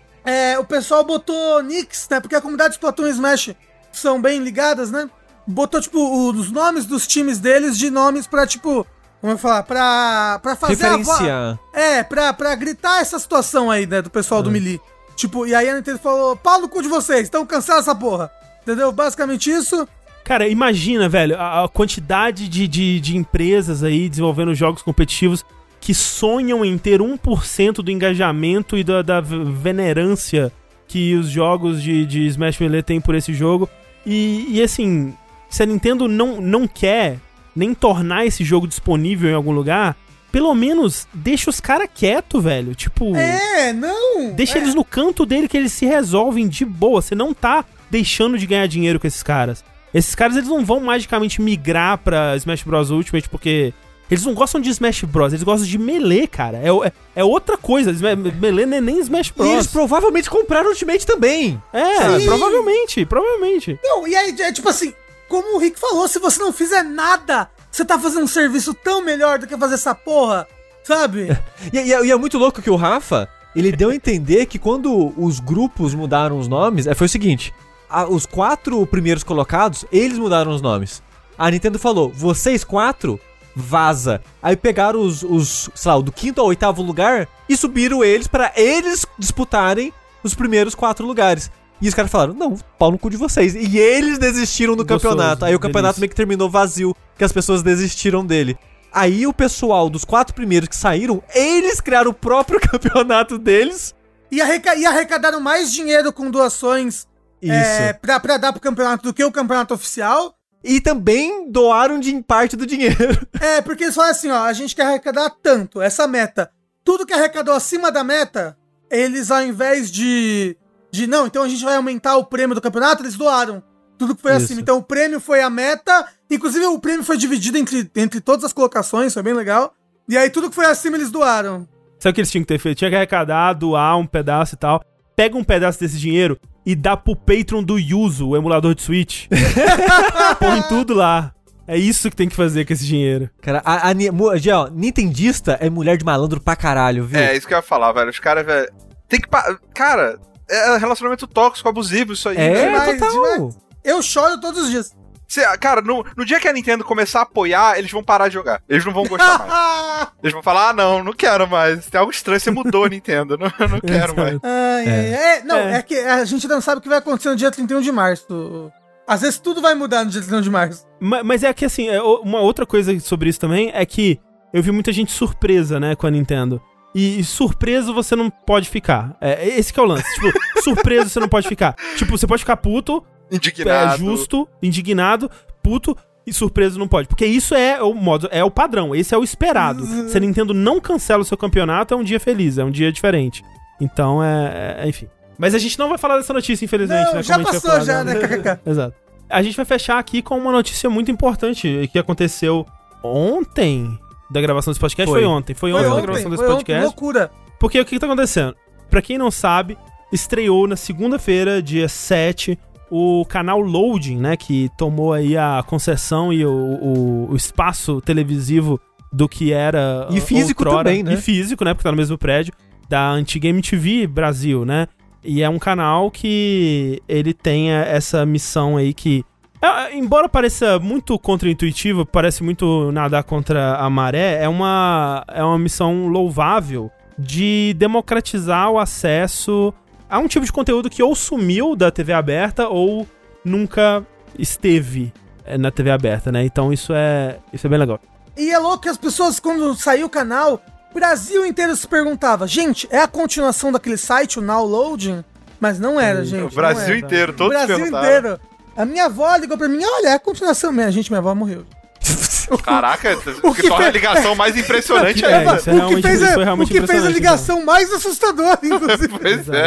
O pessoal botou nicks, né? Porque a comunidade de Splatoon e Smash são bem ligadas, né? Botou, tipo, os nomes dos times deles de nomes pra, tipo... Como eu falar? Pra fazer referenciar. Pra gritar essa situação aí, né? Do pessoal do Melee. Tipo, e aí a Nintendo falou, pau no cu de vocês, então cancela essa porra. Entendeu? Basicamente isso. Cara, imagina, velho, a quantidade de empresas aí desenvolvendo jogos competitivos que sonham em ter 1% do engajamento e da venerância que os jogos de Smash Melee têm por esse jogo. E assim, se a Nintendo não quer nem tornar esse jogo disponível em algum lugar... Pelo menos, deixa os caras quietos, velho. Tipo... Deixa eles no canto dele que eles se resolvem de boa. Você não tá deixando de ganhar dinheiro com esses caras. Esses caras, eles não vão magicamente migrar pra Smash Bros. Ultimate, porque... Eles não gostam de Smash Bros. Eles gostam de Melee, cara. É outra coisa. Melee não é nem Smash Bros. E eles provavelmente compraram Ultimate também. Provavelmente. Não, e aí, tipo assim... Como o Rick falou, se você não fizer nada... Você tá fazendo um serviço tão melhor do que fazer essa porra, sabe? E é muito louco que o Rafa, ele deu a entender que quando os grupos mudaram os nomes, foi o seguinte, os 4 primeiros colocados, eles mudaram os nomes. A Nintendo falou, vocês 4, vaza. Aí pegaram os sei lá, do 5º ao 8º lugar e subiram eles pra eles disputarem os primeiros 4 lugares. E os caras falaram, não, pau no cu de vocês. E eles desistiram do campeonato. Aí o campeonato meio que terminou vazio, que as pessoas desistiram dele. Aí o pessoal dos 4 primeiros que saíram, eles criaram o próprio campeonato deles. E arrecadaram mais dinheiro com doações pra dar pro campeonato do que o campeonato oficial. E também doaram parte do dinheiro. Porque eles falaram assim, ó, a gente quer arrecadar tanto, essa meta. Tudo que arrecadou acima da meta, eles ao invés de não, então a gente vai aumentar o prêmio do campeonato, eles doaram tudo que foi acima. Então o prêmio foi a meta, inclusive o prêmio foi dividido entre todas as colocações, foi bem legal. E aí tudo que foi acima eles doaram. Sabe o que eles tinham que ter feito? Tinha que arrecadar, doar um pedaço e tal. Pega um pedaço desse dinheiro e dá pro Patreon do Yuzu, o emulador de Switch. Põe tudo lá. É isso que tem que fazer com esse dinheiro. Cara, nintendista é mulher de malandro pra caralho, viu? É, isso que eu ia falar, velho. Os caras, velho... Tem que... Cara... É relacionamento tóxico, abusivo, isso aí. Demais. Eu choro todos os dias. Cara, no dia que a Nintendo começar a apoiar, eles vão parar de jogar. Eles não vão gostar mais. Eles vão falar, não quero mais. Tem algo estranho, você mudou, Nintendo. Não quero mais. É que a gente não sabe o que vai acontecer no dia 31 de março. Às vezes tudo vai mudar no dia 31 de março. Mas é que assim, uma outra coisa sobre isso também é que eu vi muita gente surpresa, né, com a Nintendo. E surpreso você não pode ficar. Esse que é o lance. Tipo, surpreso você não pode ficar. Tipo, você pode ficar puto, Indignado. Justo, indignado, puto, e surpreso não pode. Porque isso é o modo, é o padrão, esse é o esperado. Se a Nintendo não cancela o seu campeonato, é um dia feliz, é um dia diferente. Então, enfim. Mas a gente não vai falar dessa notícia, infelizmente, não, né? já passou já, né? Exato. A gente vai fechar aqui com uma notícia muito importante que aconteceu ontem da gravação desse podcast. Foi ontem da gravação desse podcast. Loucura. Porque o que tá acontecendo? Pra quem não sabe, estreou na segunda-feira, dia 7, o canal Loading, né? Que tomou aí a concessão e o espaço televisivo do que era e físico outrora, também, né? E físico, né? Porque tá no mesmo prédio da antiga MTV Brasil, né? E é um canal que ele tem essa missão aí que, embora pareça muito contraintuitivo, parece muito nadar contra a maré, é uma missão louvável de democratizar o acesso a um tipo de conteúdo que ou sumiu da TV aberta ou nunca esteve na TV aberta, né? Então isso é bem legal. E é louco que as pessoas, quando saiu o canal, o Brasil inteiro se perguntava, gente, é a continuação daquele site, o Now Loading? Mas não era, gente. O Brasil inteiro, todos se perguntavam. O Brasil inteiro. A minha avó ligou pra mim, olha, é a continuação mesmo. Gente, minha avó morreu. Caraca, o que torna a ligação mais impressionante ainda. O que fez a ligação mais assustadora, inclusive. Pois é.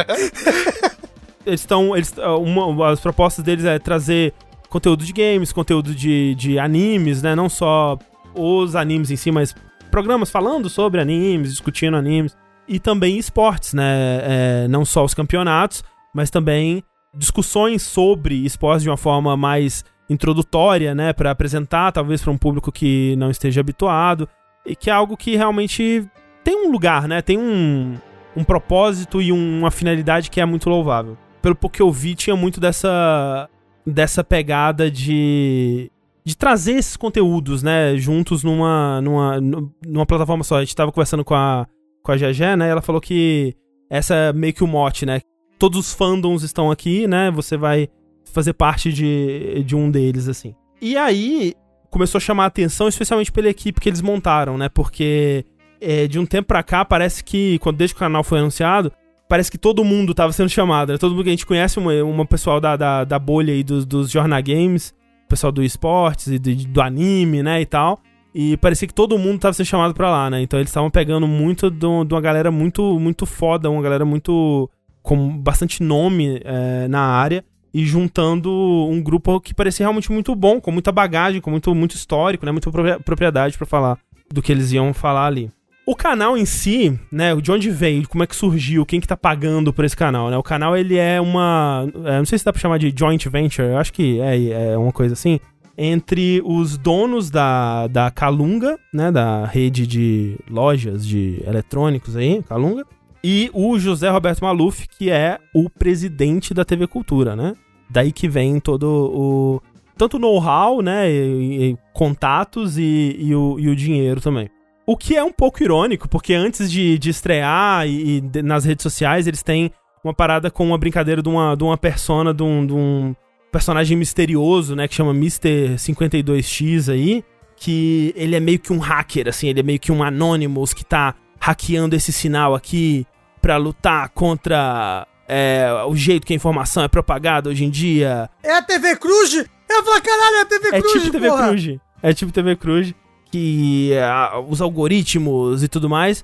As propostas deles é trazer conteúdo de games, conteúdo de animes, né? Não só os animes em si, mas programas falando sobre animes, discutindo animes. E também esportes, né? Não só os campeonatos, mas também discussões sobre esportes de uma forma mais introdutória, né? Pra apresentar, talvez, para um público que não esteja habituado. E que é algo que realmente tem um lugar, né? Tem um propósito e uma finalidade que é muito louvável. Pelo pouco que eu vi, tinha muito dessa pegada de trazer esses conteúdos, né? Juntos numa plataforma só. A gente tava conversando com a Gegé, né? Ela falou que essa é meio que o mote, né? Todos os fandoms estão aqui, né? Você vai fazer parte de um deles, assim. E aí, começou a chamar a atenção, especialmente pela equipe que eles montaram, né? Porque de um tempo pra cá, parece que, desde que o canal foi anunciado, parece que todo mundo tava sendo chamado, né? Todo mundo que a gente conhece, uma pessoal da bolha aí dos Jornal Games, pessoal do esportes e do anime, né? E tal. E parecia que todo mundo tava sendo chamado pra lá, né? Então eles estavam pegando muito de uma galera muito, muito foda, uma galera muito com bastante nome na área, e juntando um grupo que parecia realmente muito bom, com muita bagagem, com muito histórico, né? Muita propriedade pra falar do que eles iam falar ali. O canal em si, né? De onde veio, como é que surgiu, quem que tá pagando por esse canal, né? O canal, ele é não sei se dá pra chamar de joint venture, eu acho que é uma coisa assim, entre os donos da Calunga, né, da rede de lojas de eletrônicos aí, Calunga, e o José Roberto Maluf, que é o presidente da TV Cultura, né? Daí que vem todo tanto o know-how, né, e contatos e o dinheiro também. O que é um pouco irônico, porque antes de estrear e nas redes sociais, eles têm uma parada com uma brincadeira de uma persona, de um personagem misterioso, né, que chama Mr. 52X aí, que ele é meio que um hacker, assim, ele é meio que um Anonymous que tá hackeando esse sinal aqui pra lutar contra o jeito que a informação é propagada hoje em dia. É a TV Cruz? Eu falo, caralho, é a TV Cruz, tipo TV Cruz. É tipo TV Cruz, que os algoritmos e tudo mais.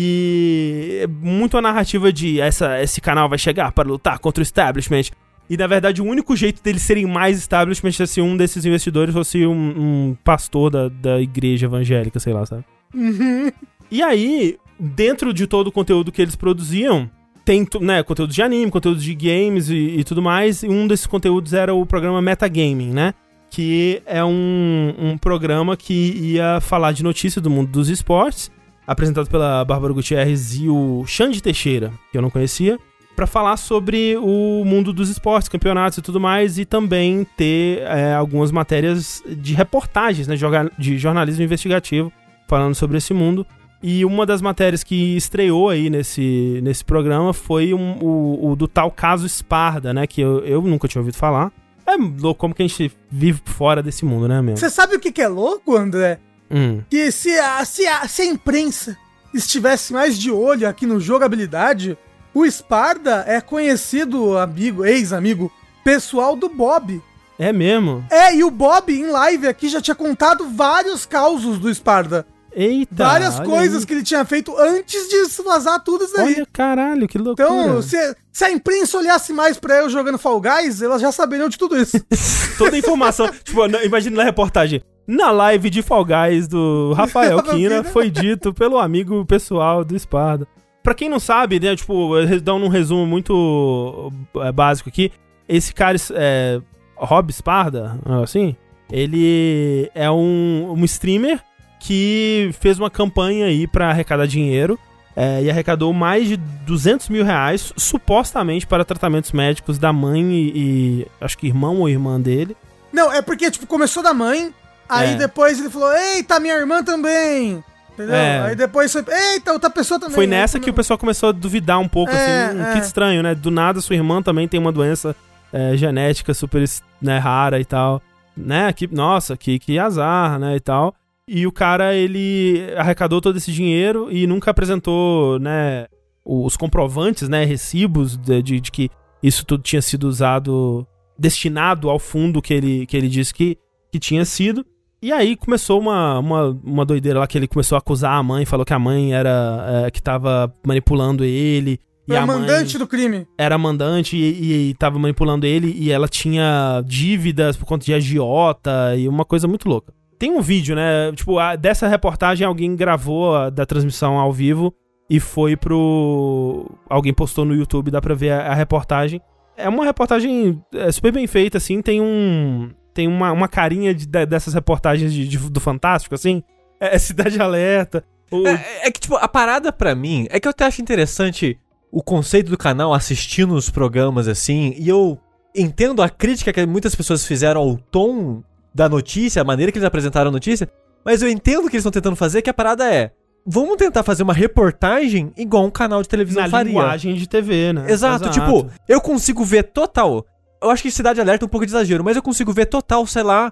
E muito a narrativa de esse canal vai chegar para lutar contra o establishment. E, na verdade, o único jeito deles serem mais establishment é se um desses investidores fosse um pastor da igreja evangélica, sei lá, sabe? Uhum. E aí, dentro de todo o conteúdo que eles produziam, tem, né, conteúdo de anime, conteúdo de games e tudo mais. E um desses conteúdos era o programa Metagaming, né? Que é um programa que ia falar de notícia do mundo dos esportes, apresentado pela Bárbara Gutierrez e o Xande Teixeira, que eu não conhecia, para falar sobre o mundo dos esportes, campeonatos e tudo mais, e também ter algumas matérias de reportagens, né, de jornalismo investigativo, falando sobre esse mundo. E uma das matérias que estreou aí nesse programa foi o do tal caso Sparda, né, que eu nunca tinha ouvido falar. É louco como que a gente vive fora desse mundo, né, meu? Você sabe o que é louco, André? Que se a imprensa estivesse mais de olho aqui no jogabilidade, o Sparda é conhecido ex-amigo pessoal do Bob. É mesmo? E o Bob em live aqui já tinha contado vários causos do Sparda. Eita! Várias coisas que ele tinha feito antes de vazar tudo isso daí. Olha, caralho, que loucura. Então, se a imprensa olhasse mais pra eu jogando Fall Guys, elas já saberiam de tudo isso. Toda a informação. Tipo, imagina na reportagem. Na live de Fall Guys do Rafael Kina foi dito pelo amigo pessoal do Sparda. Pra quem não sabe, né, tipo, dando um resumo muito básico aqui, esse cara, Rob Sparda, assim, ele é um streamer que fez uma campanha aí pra arrecadar dinheiro e arrecadou mais de 200 mil reais, supostamente para tratamentos médicos da mãe e acho que irmão ou irmã dele. Não, é porque, tipo, começou da mãe, aí depois ele falou, eita, minha irmã também, entendeu? Aí depois foi, eita, outra pessoa também. Foi nessa que o pessoal começou a duvidar um pouco, assim, que estranho, né? Do nada sua irmã também tem uma doença genética super, né, rara e tal, né? Nossa, que azar, né, e tal. E o cara, ele arrecadou todo esse dinheiro e nunca apresentou, né, os comprovantes, né, recibos de que isso tudo tinha sido usado, destinado ao fundo que ele disse que tinha sido. E aí começou uma doideira lá, que ele começou a acusar a mãe, falou que a mãe era que tava manipulando ele. Foi a mandante do crime. Era mandante e tava manipulando ele, e ela tinha dívidas por conta de agiota e uma coisa muito louca. Tem um vídeo, né, tipo, dessa reportagem alguém gravou da transmissão ao vivo e foi alguém postou no YouTube, dá pra ver a reportagem. É uma reportagem super bem feita, assim, tem uma carinha dessas reportagens do Fantástico, assim, Cidade Alerta. É que, tipo, a parada pra mim é que eu até acho interessante o conceito do canal assistindo os programas, assim, e eu entendo a crítica que muitas pessoas fizeram ao tom da notícia, a maneira que eles apresentaram a notícia, mas eu entendo o que eles estão tentando fazer, que a parada vamos tentar fazer uma reportagem igual um canal de televisão faria. Na linguagem de TV, né? Exato, tipo, eu consigo ver total, eu acho que Cidade Alerta é um pouco de exagero, mas eu consigo ver total, sei lá,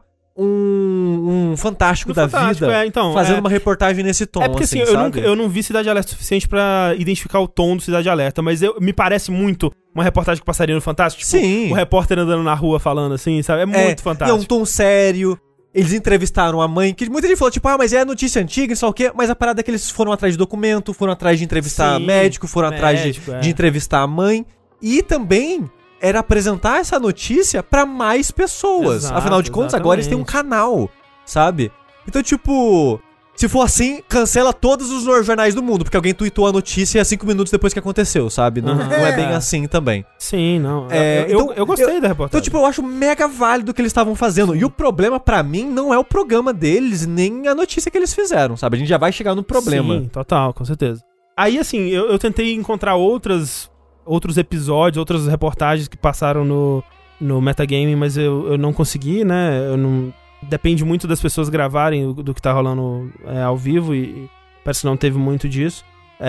um Fantástico da vida fazendo uma reportagem nesse tom. É porque assim, eu não vi Cidade Alerta o suficiente pra identificar o tom do Cidade Alerta, mas me parece muito uma reportagem que passaria no Fantástico. Tipo, sim. O repórter andando na rua falando assim, sabe? É muito fantástico. E é um tom sério. Eles entrevistaram a mãe, que muita gente falou, tipo, mas é notícia antiga, não sei o quê, mas a parada é que eles foram atrás de documento, foram atrás de entrevistar médico, foram atrás de entrevistar a mãe, e também era apresentar essa notícia pra mais pessoas. Exato, afinal de contas, agora eles têm um canal, sabe? Então, tipo, se for assim, cancela todos os jornais do mundo, porque alguém tweetou a notícia 5 minutos depois que aconteceu, sabe? Não é bem assim também. Sim, não. Eu gostei da reportagem. Então, tipo, eu acho mega válido o que eles estavam fazendo. E o problema, pra mim, não é o programa deles, nem a notícia que eles fizeram, sabe? A gente já vai chegar no problema. Sim, total, com certeza. Aí, assim, eu tentei encontrar outros episódios, outras reportagens que passaram no Metagame, mas eu não consegui, né? Depende muito das pessoas gravarem do que tá rolando ao vivo e parece que não teve muito disso.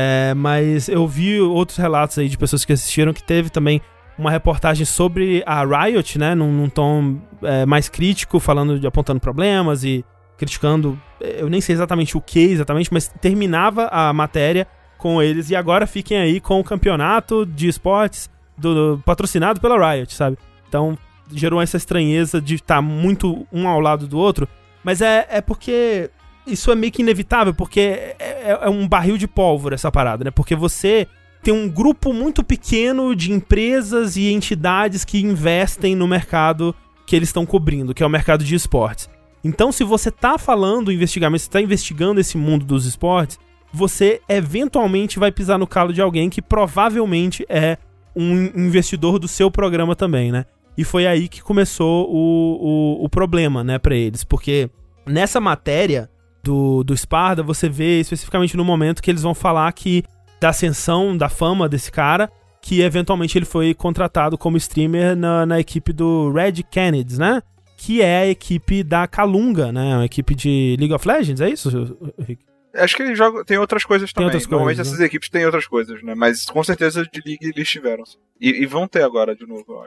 Mas eu vi outros relatos aí de pessoas que assistiram, que teve também uma reportagem sobre a Riot, né? Num tom mais crítico, apontando problemas e criticando, eu nem sei exatamente o que exatamente, mas terminava a matéria com eles, e agora fiquem aí com o campeonato de esportes patrocinado pela Riot, sabe? Então gerou essa estranheza de estar muito um ao lado do outro, mas é porque isso é meio que inevitável, porque é um barril de pólvora essa parada, né? Porque você tem um grupo muito pequeno de empresas e entidades que investem no mercado que eles estão cobrindo, que é o mercado de esportes. Então, se você tá falando investigamento, você tá investigando esse mundo dos esportes, você eventualmente vai pisar no calo de alguém que provavelmente é um investidor do seu programa também, né? E foi aí que começou o problema, né, pra eles. Porque nessa matéria do Sparda, você vê especificamente no momento que eles vão falar que da ascensão, da fama desse cara, que eventualmente ele foi contratado como streamer na equipe do Red Canids, né? Que é a equipe da Calunga, né? Uma equipe de League of Legends, é isso, Rick? Acho que ele tem outras coisas também. Normalmente coisas, essas né? equipes têm outras coisas, né? Mas com certeza de League eles tiveram. E vão ter agora de novo, eu acho.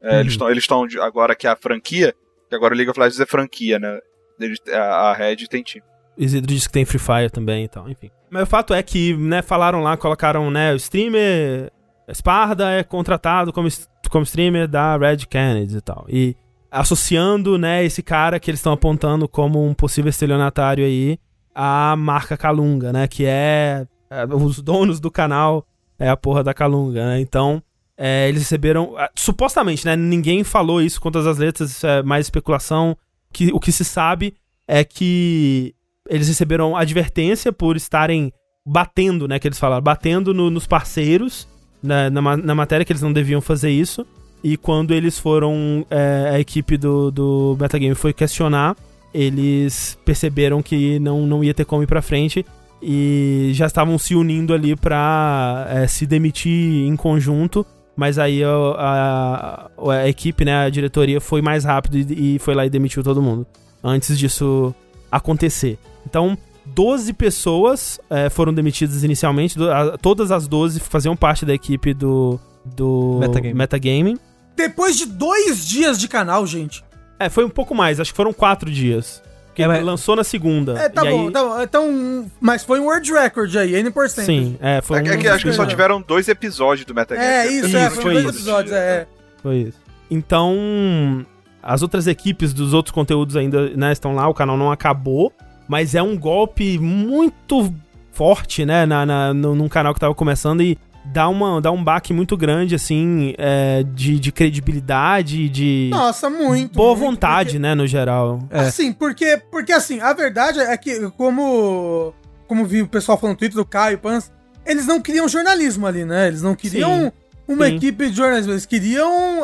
Eles estão agora que a franquia, que agora o League of Legends é franquia, né? A Red tem time. Isidro disse que tem Free Fire também e tal, enfim. Mas o fato é que, né, falaram lá, colocaram, né, o streamer Sparda é contratado como streamer da Red Canids e tal. E associando, né, esse cara que eles estão apontando como um possível estelionatário aí à marca Calunga, né, que os donos do canal é a porra da Calunga, né? Então, eles receberam, supostamente, né, ninguém falou isso com todas as letras, isso é mais especulação, o que se sabe é que eles receberam advertência por estarem batendo, né, que eles falaram, batendo nos parceiros, na matéria, que eles não deviam fazer isso, e quando eles foram, a equipe do Metagame foi questionar, eles perceberam que não ia ter como ir pra frente, e já estavam se unindo ali pra se demitir em conjunto, mas aí a equipe, né, a diretoria foi mais rápido e foi lá e demitiu todo mundo, antes disso acontecer. Então, 12 pessoas foram demitidas inicialmente, todas as 12 faziam parte da equipe do Metagaming. Depois de 2 dias de canal, gente. Foi um pouco mais, acho que foram 4 dias. Porque lançou na segunda. Tá bom. Então, mas foi um world record aí, N%. Sim, foi acho que só tiveram 2 episódios do Metagame. Foram 2 episódios, Foi isso. Então, as outras equipes dos outros conteúdos ainda, né, estão lá, o canal não acabou, mas é um golpe muito forte, né, num canal que tava começando e dá um baque muito grande, assim, de credibilidade, de... Nossa, muito. Boa vontade, porque, né, no geral. Assim, porque assim, a verdade é que, como vi o pessoal falando no Twitter do Caio Pans, eles não queriam jornalismo ali, né? Eles não queriam uma equipe de jornalismo, eles queriam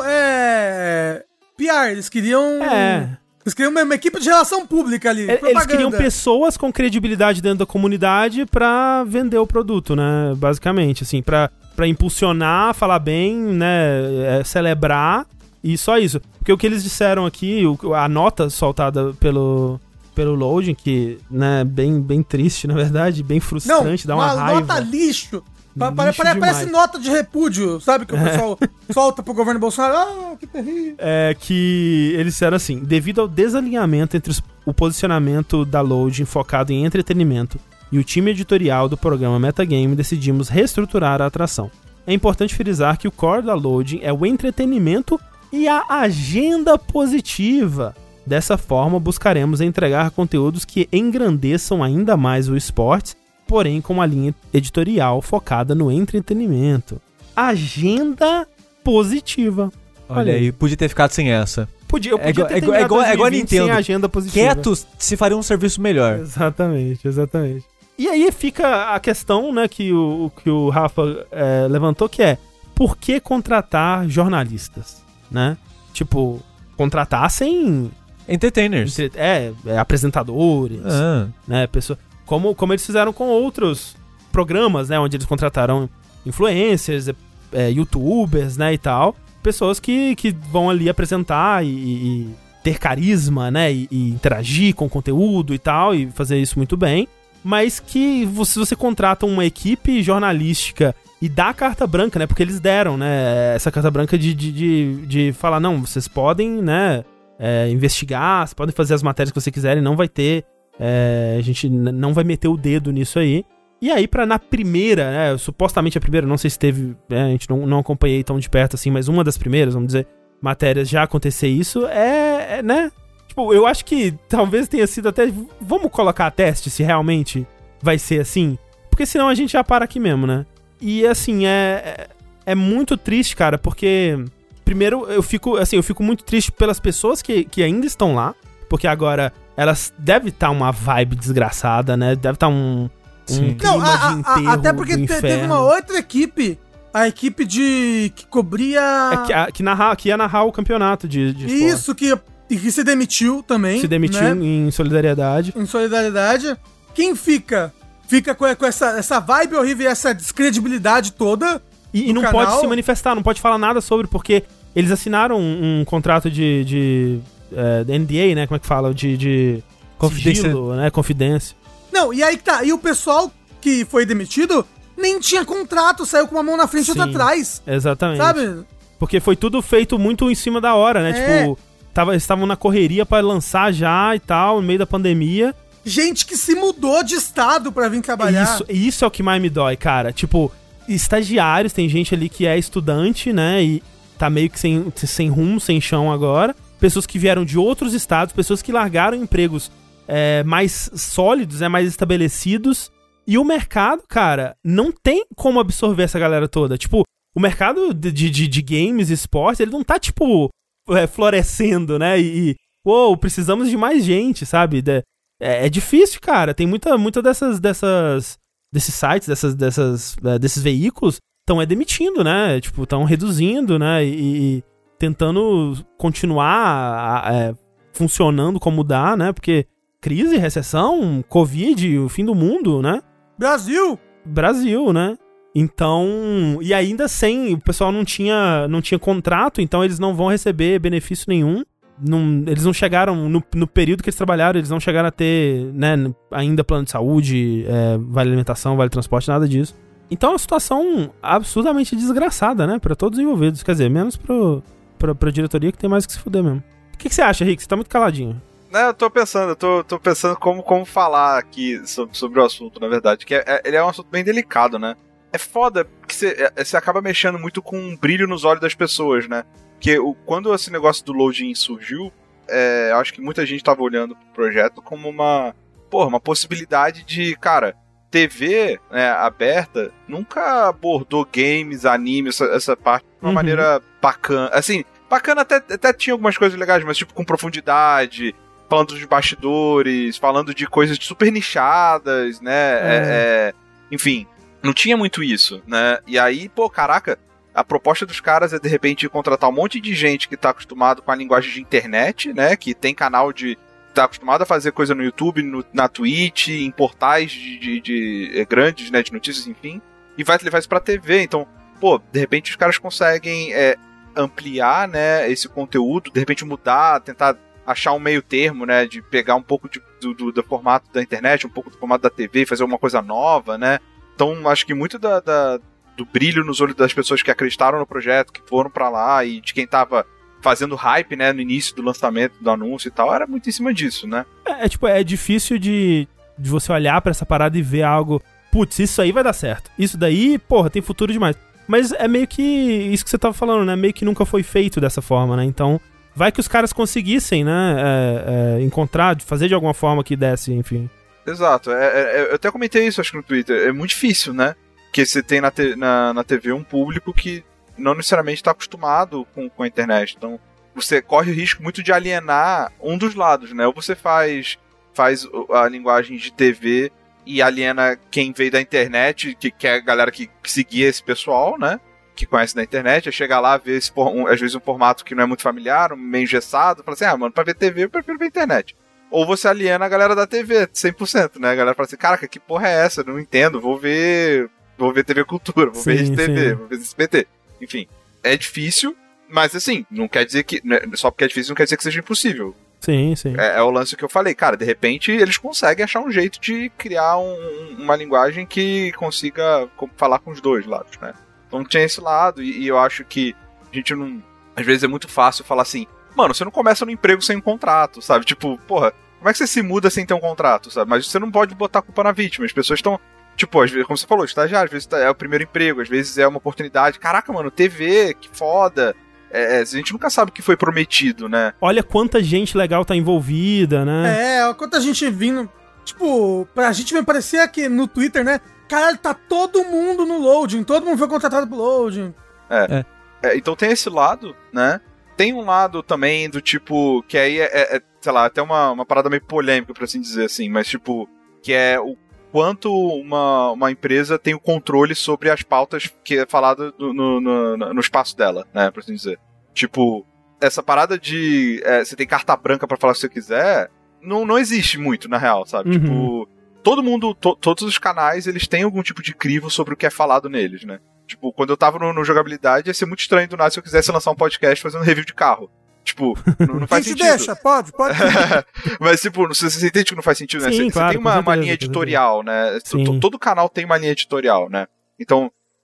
PR, eles queriam... Eles queriam uma equipe de relação pública ali, Eles queriam pessoas com credibilidade dentro da comunidade pra vender o produto, né? Basicamente, assim, pra impulsionar, falar bem, né? Celebrar e só isso. Porque o que eles disseram aqui, a nota soltada pelo Loading, que, né, bem triste, na verdade, bem frustrante, dá uma raiva. Nota lixo! Parece nota de repúdio, sabe? Que o pessoal solta pro governo Bolsonaro. Que terrível. Que eles disseram assim: devido ao desalinhamento entre o posicionamento da Loading focado em entretenimento e o time editorial do programa Metagame, decidimos reestruturar a atração. É importante frisar que o core da Loading é o entretenimento e a agenda positiva. Dessa forma, buscaremos entregar conteúdos que engrandeçam ainda mais o esporte, porém com uma linha editorial focada no entretenimento. Agenda positiva. Olha aí, podia ter ficado sem essa. Eu podia ter igual a Nintendo. Sem agenda positiva. Quietos se faria um serviço melhor. Exatamente. E aí fica a questão, né, que o Rafa levantou, que é: por que contratar jornalistas, né? Tipo, contratassem... entertainers. Apresentadores, né, pessoas... Como eles fizeram com outros programas, né? Onde eles contrataram influencers, youtubers, né? E tal. Pessoas que vão ali apresentar e ter carisma, né? E interagir com o conteúdo e tal. E fazer isso muito bem. Mas que você contrata uma equipe jornalística e dá carta branca, né? Porque eles deram, né? Essa carta branca de falar, não, vocês podem, né? Investigar, vocês podem fazer as matérias que vocês quiserem, não vai ter... a gente não vai meter o dedo nisso aí. E aí, na primeira, né, supostamente a primeira, não sei se teve, a gente não acompanhei tão de perto assim, mas uma das primeiras, vamos dizer, matérias já acontecer isso, né? Tipo, eu acho que talvez tenha sido até... Vamos colocar a teste se realmente vai ser assim? Porque senão a gente já para aqui mesmo, né? E assim, é muito triste, cara, porque... Primeiro, eu fico muito triste pelas pessoas que ainda estão lá, porque agora... Elas devem estar uma vibe desgraçada, né? Deve estar um clima de enterro. Até porque teve uma outra equipe, a equipe que cobria... Que ia narrar o campeonato de isso, que se demitiu também. Se demitiu, né? Em solidariedade. Em solidariedade. Quem fica com essa vibe horrível e essa descredibilidade toda. E não pode se manifestar, não pode falar nada sobre, porque eles assinaram um contrato de NDA, né? Como é que fala? De sigilo, né? Confidência. Não, e aí que tá. E o pessoal que foi demitido nem tinha contrato, saiu com uma mão na frente e outra atrás. Exatamente. Sabe? Porque foi tudo feito muito em cima da hora, né? Tipo, eles estavam na correria pra lançar já e tal, no meio da pandemia. Gente que se mudou de estado pra vir trabalhar. Isso é o que mais me dói, cara. Tipo, estagiários, tem gente ali que é estudante, né? E tá meio que sem rumo, sem chão agora. Pessoas que vieram de outros estados, pessoas que largaram empregos mais sólidos, mais estabelecidos. E o mercado, cara, não tem como absorver essa galera toda. Tipo, o mercado de games e esportes, ele não tá, tipo, florescendo, né? Precisamos de mais gente, sabe? É difícil, cara. Tem muita desses sites, desses veículos, estão demitindo, né? Tipo, estão reduzindo, né? E tentando continuar funcionando como dá, né? Porque crise, recessão, Covid, o fim do mundo, né? Brasil, né? Então, e ainda o pessoal não tinha contrato, então eles não vão receber benefício nenhum. Eles não chegaram, no período que eles trabalharam, eles não chegaram a ter, né, ainda plano de saúde, vale alimentação, vale transporte, nada disso. Então é uma situação absurdamente desgraçada, né, pra todos os envolvidos. Quer dizer, menos pra diretoria que tem mais que se fuder mesmo. O que você acha, Rick? Você tá muito caladinho. Não, eu tô pensando como falar aqui sobre o assunto, na verdade, que ele é um assunto bem delicado, né? É foda que você acaba mexendo muito com um brilho nos olhos das pessoas, né? Porque quando esse negócio do loading surgiu, eu acho que muita gente tava olhando pro projeto como uma possibilidade de, cara, TV, né, aberta nunca abordou games, animes, essa parte de uma maneira bacana. Assim, bacana até tinha algumas coisas legais, mas tipo com profundidade, falando dos bastidores, falando de coisas super nichadas, né? Enfim, não tinha muito isso, né? E aí, caraca, a proposta dos caras é de repente contratar um monte de gente que tá acostumado com a linguagem de internet, né? Que tem canal tá acostumado a fazer coisa no YouTube, na Twitch, em portais de grandes, né? De notícias, enfim. E vai levar isso pra TV. Então, de repente os caras conseguem ampliar, né? Esse conteúdo, de repente mudar, tentar achar um meio termo, né, de pegar um pouco do formato da internet, um pouco do formato da TV, fazer alguma coisa nova, né. Então, acho que muito do brilho nos olhos das pessoas que acreditaram no projeto, que foram pra lá, e de quem tava fazendo hype, né, no início do lançamento, do anúncio e tal, era muito em cima disso, né. É difícil de você olhar pra essa parada e ver algo, putz, isso aí vai dar certo. Isso daí, tem futuro demais. Mas é meio que isso que você tava falando, né, meio que nunca foi feito dessa forma, né, então vai que os caras conseguissem, né, encontrar, fazer de alguma forma que desse, enfim. Exato. Eu até comentei isso, acho que no Twitter. É muito difícil, né? Porque você tem na TV um público que não necessariamente está acostumado com a internet. Então, você corre o risco muito de alienar um dos lados, né? Ou você faz a linguagem de TV e aliena quem veio da internet, que é a galera que seguia esse pessoal, né? Que conhece da internet, é chegar lá, ver às vezes um formato que não é muito familiar, meio engessado, fala assim, mano, pra ver TV eu prefiro ver internet. Ou você aliena a galera da TV, 100%, né? A galera fala assim, caraca, que porra é essa? Eu não entendo, vou ver TV Cultura, vou ver Rede TV, vou ver SBT. Enfim, é difícil, mas assim, não quer dizer que, só porque é difícil não quer dizer que seja impossível. Sim. É o lance que eu falei, cara, de repente eles conseguem achar um jeito de criar uma linguagem que consiga falar com os dois lados, né? Então tinha esse lado, e eu acho que a gente não... Às vezes é muito fácil falar assim, mano, você não começa no emprego sem um contrato, sabe? Tipo, porra, como é que você se muda sem ter um contrato, sabe? Mas você não pode botar a culpa na vítima, as pessoas estão... Tipo, às vezes, como você falou, estagiário, às vezes é o primeiro emprego, às vezes é uma oportunidade. Caraca, mano, TV, que foda. A gente nunca sabe o que foi prometido, né? Olha quanta gente legal tá envolvida, né? Quanta gente vindo... Tipo, pra gente me parecia que no Twitter, né? Caralho, tá todo mundo no loading, todo mundo foi contratado pro loading. Então tem esse lado, né? Tem um lado também do tipo, que aí sei lá, até uma parada meio polêmica, por assim dizer, assim, mas tipo, que é o quanto uma empresa tem o controle sobre as pautas que é falado no espaço dela, né, por assim dizer. Tipo, essa parada de você tem carta branca pra falar o que você quiser, não existe muito, na real, sabe? Tipo, todo mundo, todos os canais, eles têm algum tipo de crivo sobre o que é falado neles, né? Tipo, quando eu tava no jogabilidade, ia ser muito estranho do nada se eu quisesse lançar um podcast fazendo review de carro. Tipo, não faz sentido. Deixa, pode. Mas, tipo, você entende que não faz sentido, né? Sim, você tem uma linha editorial, né? Todo canal tem uma linha editorial, né? Então,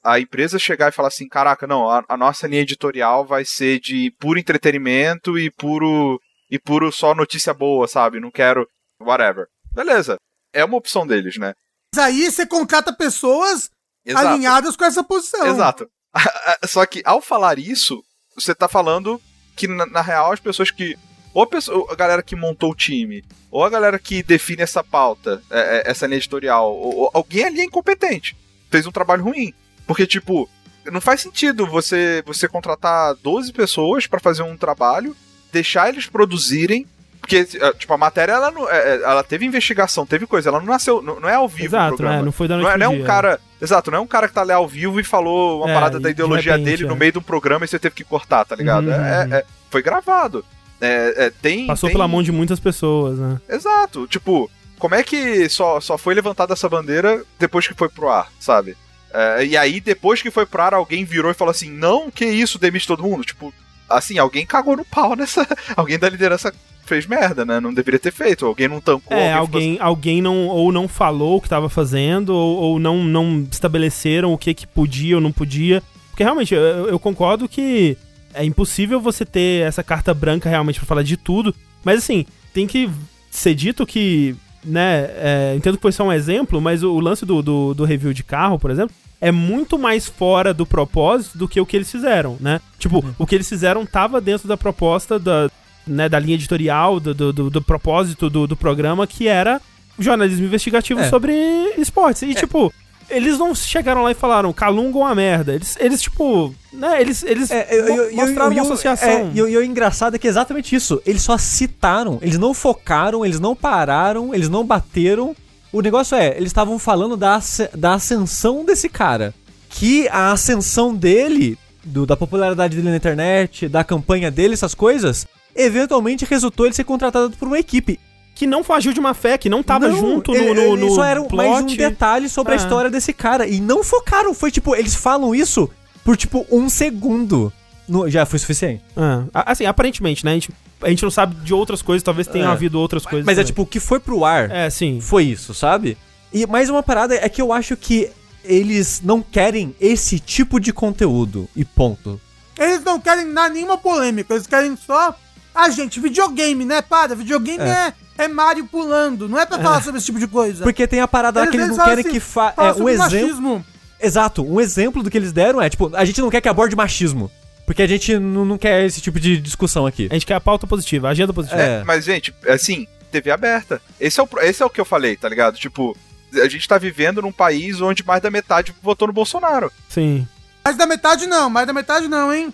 a empresa chegar e falar assim, caraca, não, a nossa linha editorial vai ser de puro entretenimento e puro só notícia boa, sabe? Não quero whatever. Beleza, é uma opção deles, né? Mas aí você contrata pessoas Exato. alinhadas com essa posição. Exato. Só que ao falar isso, você tá falando que na real as pessoas que... Ou a galera que montou o time, ou a galera que define essa pauta, essa linha editorial, ou alguém ali é incompetente. Fez um trabalho ruim. Porque, tipo, não faz sentido você contratar 12 pessoas pra fazer um trabalho, deixar eles produzirem, porque, tipo, a matéria, ela teve investigação, teve coisa, ela não nasceu, não é ao vivo. Exato, o programa. Não foi da noite pro não é dia. um cara... Exato, não é um cara que tá ali ao vivo e falou uma parada da ideologia de repente, dele no meio de um programa e você teve que cortar, tá ligado? Foi gravado. Passou pela mão de muitas pessoas, né? Exato, tipo, como é que só foi levantada essa bandeira depois que foi pro ar, sabe? E aí, depois que foi pro ar, alguém virou e falou assim, não, que isso, demite todo mundo? Tipo, assim, alguém cagou no pau nessa... Alguém da liderança fez merda, né? Não deveria ter feito, alguém não tancou. Alguém não falou o que tava fazendo, ou não estabeleceram o que podia ou não podia. Porque realmente, eu concordo que é impossível você ter essa carta branca realmente pra falar de tudo, mas assim, tem que ser dito que, né, entendo que foi só um exemplo, mas o lance do review de carro, por exemplo, é muito mais fora do propósito do que o que eles fizeram, né? Tipo, o que eles fizeram tava dentro da proposta da linha editorial, do propósito do programa, que era jornalismo investigativo sobre esportes. E, tipo, eles não chegaram lá e falaram, Calunga é uma merda. Eles tipo, né, eles mostraram uma associação. E o engraçado é que é exatamente isso. Eles só citaram, eles não focaram, eles não pararam, eles não bateram. O negócio eles estavam falando da ascensão desse cara. Que a ascensão dele, da popularidade dele na internet, da campanha dele, essas coisas, eventualmente resultou ele ser contratado por uma equipe. Que não agiu de má fé, que não tava junto no só era plot. Mais um detalhe sobre a história desse cara. E não focaram. Foi tipo, eles falam isso por tipo 1 segundo. Já foi suficiente. Assim, aparentemente, né? A gente não sabe de outras coisas, talvez tenha havido outras coisas. Mas também. Tipo, o que foi pro ar sim. Foi isso, sabe? E mais uma parada é que eu acho que eles não querem esse tipo de conteúdo. E ponto. Eles não querem nenhuma polêmica, eles querem só... gente, videogame, né? Videogame é Mario pulando, não é pra falar sobre esse tipo de coisa. Porque tem a parada lá que eles não querem que um exemplo. Machismo. Exato, um exemplo do que eles deram tipo, a gente não quer que aborde machismo. Porque a gente não quer esse tipo de discussão aqui. A gente quer a pauta positiva, a agenda positiva. Mas, gente, assim, TV aberta. Esse é o que eu falei, tá ligado? Tipo, a gente tá vivendo num país onde mais da metade votou no Bolsonaro. Sim. Mais da metade não, hein?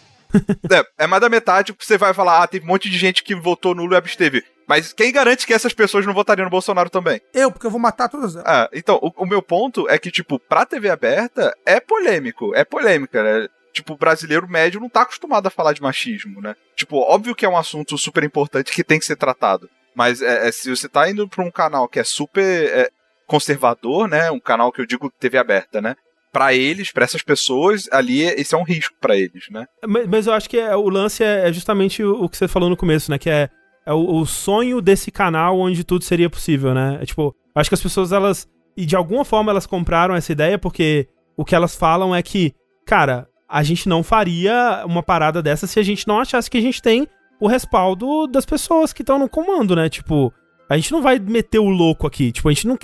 É mais da metade, você vai falar, teve um monte de gente que votou nulo e absteve. Mas quem garante que essas pessoas não votariam no Bolsonaro também? Porque eu vou matar todas elas. Então, o meu ponto é que, tipo, pra TV aberta, é polêmica, né? Tipo, o brasileiro médio não tá acostumado a falar de machismo, né? Tipo, óbvio que é um assunto super importante que tem que ser tratado. Mas se você tá indo pra um canal que é super conservador, né? Um canal que eu digo TV aberta, né? Pra eles, pra essas pessoas, ali, esse é um risco pra eles, né? Mas eu acho que o lance é justamente o que você falou no começo, né? Que é o sonho desse canal onde tudo seria possível, né? Tipo, acho que as pessoas, e de alguma forma elas compraram essa ideia, porque o que elas falam é que, cara, a gente não faria uma parada dessa se a gente não achasse que a gente tem o respaldo das pessoas que estão no comando, né? Tipo, a gente não vai meter o louco aqui. Tipo, a gente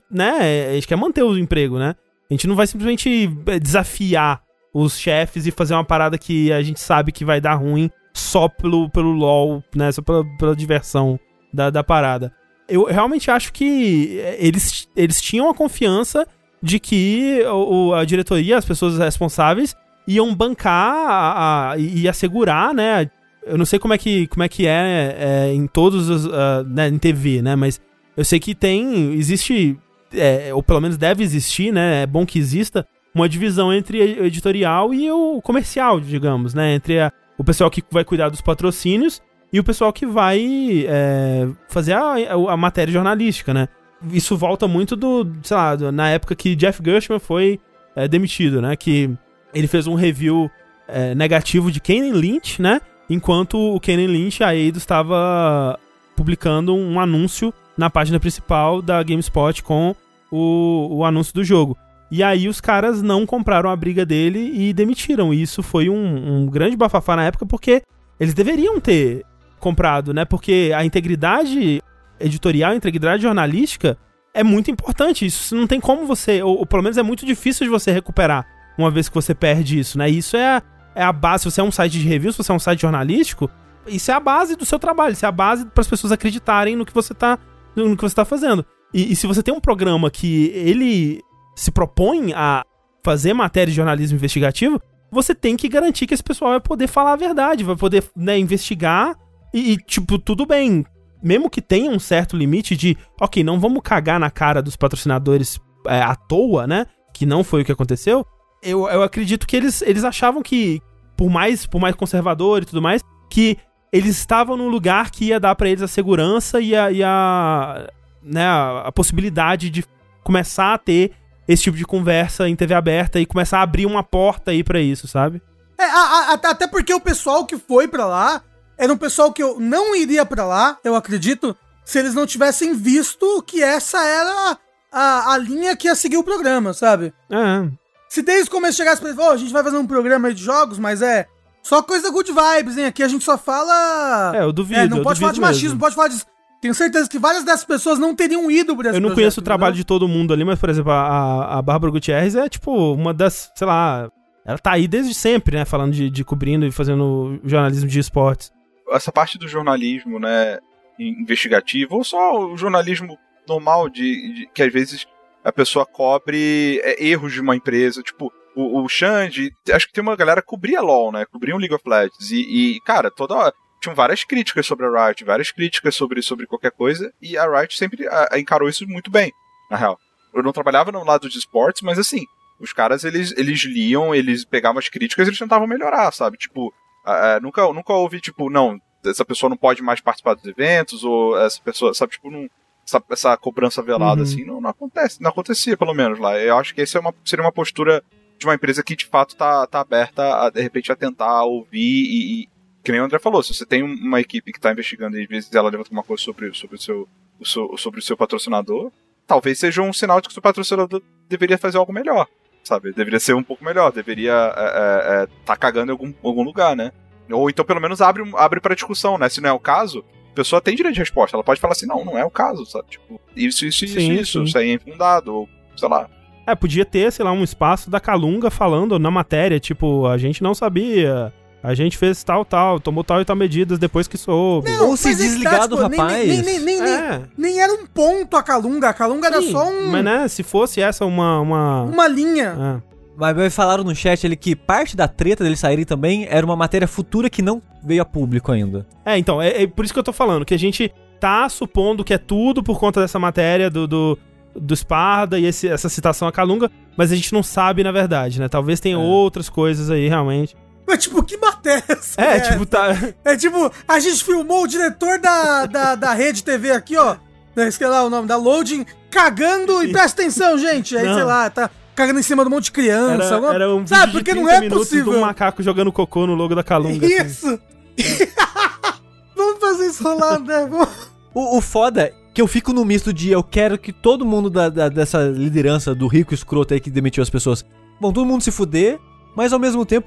quer manter o emprego, né? A gente não vai simplesmente desafiar os chefes e fazer uma parada que a gente sabe que vai dar ruim só pelo LOL, né? Só pela diversão da parada. Eu realmente acho que eles tinham a confiança de que a diretoria, as pessoas responsáveis, iam bancar e assegurar, né? Eu não sei como é que é em todos os... né, em TV, né? Mas eu sei que existe... ou pelo menos deve existir, né? É bom que exista uma divisão entre o editorial e o comercial, digamos, né? Entre o pessoal que vai cuidar dos patrocínios e o pessoal que vai fazer a matéria jornalística, né? Isso volta muito sei lá, na época que Jeff Gershman foi demitido, né? Que ele fez um review negativo de Kenan Lynch, né? Enquanto o Kenan Lynch, a Eidos, estava publicando um anúncio na página principal da GameSpot com o anúncio do jogo. E aí os caras não compraram a briga dele e demitiram. E isso foi um grande bafafá na época, porque eles deveriam ter comprado, né? Porque a integridade editorial, a integridade jornalística é muito importante. Isso não tem como você... Ou pelo menos é muito difícil de você recuperar uma vez que você perde isso, né? Isso é a base. Se você é um site de review, se você é um site jornalístico, isso é a base do seu trabalho. Isso é a base para as pessoas acreditarem no que você tá fazendo. E se você tem um programa que ele se propõe a fazer matéria de jornalismo investigativo, você tem que garantir que esse pessoal vai poder falar a verdade, vai poder, né, investigar e, tipo, tudo bem. Mesmo que tenha um certo limite de, ok, não vamos cagar na cara dos patrocinadores à toa, né, que não foi o que aconteceu, eu acredito que eles achavam que, por mais conservador e tudo mais, que eles estavam num lugar que ia dar pra eles a segurança e a possibilidade de começar a ter esse tipo de conversa em TV aberta e começar a abrir uma porta aí pra isso, sabe? Até porque o pessoal que foi pra lá era um pessoal que eu não iria pra lá, eu acredito, se eles não tivessem visto que essa era a linha que ia seguir o programa, sabe? Se desde o começo chegasse pra eles, a gente vai fazer um programa aí de jogos, mas só coisa good vibes, hein? Aqui a gente só fala... eu duvido. Não pode falar de machismo, não pode falar disso. Tenho certeza que várias dessas pessoas não teriam ido por esse Eu não conheço o trabalho de todo mundo ali, mas, por exemplo, a Bárbara Gutierrez é, tipo, uma das, sei lá... Ela tá aí desde sempre, né? Falando de cobrindo e fazendo jornalismo de esportes. Essa parte do jornalismo, né, investigativo, ou só o jornalismo normal que às vezes a pessoa cobre erros de uma empresa, tipo... O Xande, acho que tem uma galera que cobria LoL, né? Cobria um League of Legends. E cara, tinham várias críticas sobre a Riot, várias críticas sobre qualquer coisa, e a Riot sempre encarou isso muito bem, na real. Eu não trabalhava no lado de esportes, mas assim, os caras, eles liam, eles pegavam as críticas e eles tentavam melhorar, sabe? Tipo, nunca houve, tipo, não, essa pessoa não pode mais participar dos eventos, ou essa pessoa, sabe, tipo, não... Essa cobrança velada, assim, não acontecia, pelo menos, lá. Eu acho que essa seria uma postura de uma empresa que, de fato, tá aberta, de repente, a tentar ouvir e que nem o André falou, se você tem uma equipe que tá investigando e às vezes ela levanta uma coisa sobre o seu patrocinador, talvez seja um sinal de que o seu patrocinador deveria fazer algo melhor, sabe? Deveria ser um pouco melhor, deveria tá cagando em algum lugar, né? Ou então, pelo menos, abre pra discussão, né? Se não é o caso, a pessoa tem direito de resposta. Ela pode falar assim, não é o caso, sabe? Tipo, isso aí é infundado, ou sei lá. Podia ter, sei lá, um espaço da Calunga falando na matéria, tipo, a gente não sabia, a gente fez tal, tomou tal e tal medidas depois que soube. Não, ou se desligar do rapaz. Nem era um ponto a Calunga era só um... Mas, né, se fosse essa uma linha. Mas falaram no chat ali que parte da treta deles saírem também era uma matéria futura que não veio a público ainda. Então, é por isso que eu tô falando, que a gente tá supondo que é tudo por conta dessa matéria do Sparda e essa citação a Calunga, mas a gente não sabe na verdade, né? Talvez tenha outras coisas aí, realmente. Mas, tipo, que matéria tipo, tá... tipo, a gente filmou o diretor da Rede TV aqui, ó, sei lá o nome, da Loading, cagando, e presta atenção, gente, aí, sei lá, tá cagando em cima de um monte de criança. Era um sabe, porque não é possível. De um macaco jogando cocô no logo da Calunga. Isso! Assim. Vamos fazer isso rolar, né? O foda que eu fico no misto de eu quero que todo mundo dessa liderança do rico escroto aí que demitiu as pessoas vão todo mundo se fuder, mas ao mesmo tempo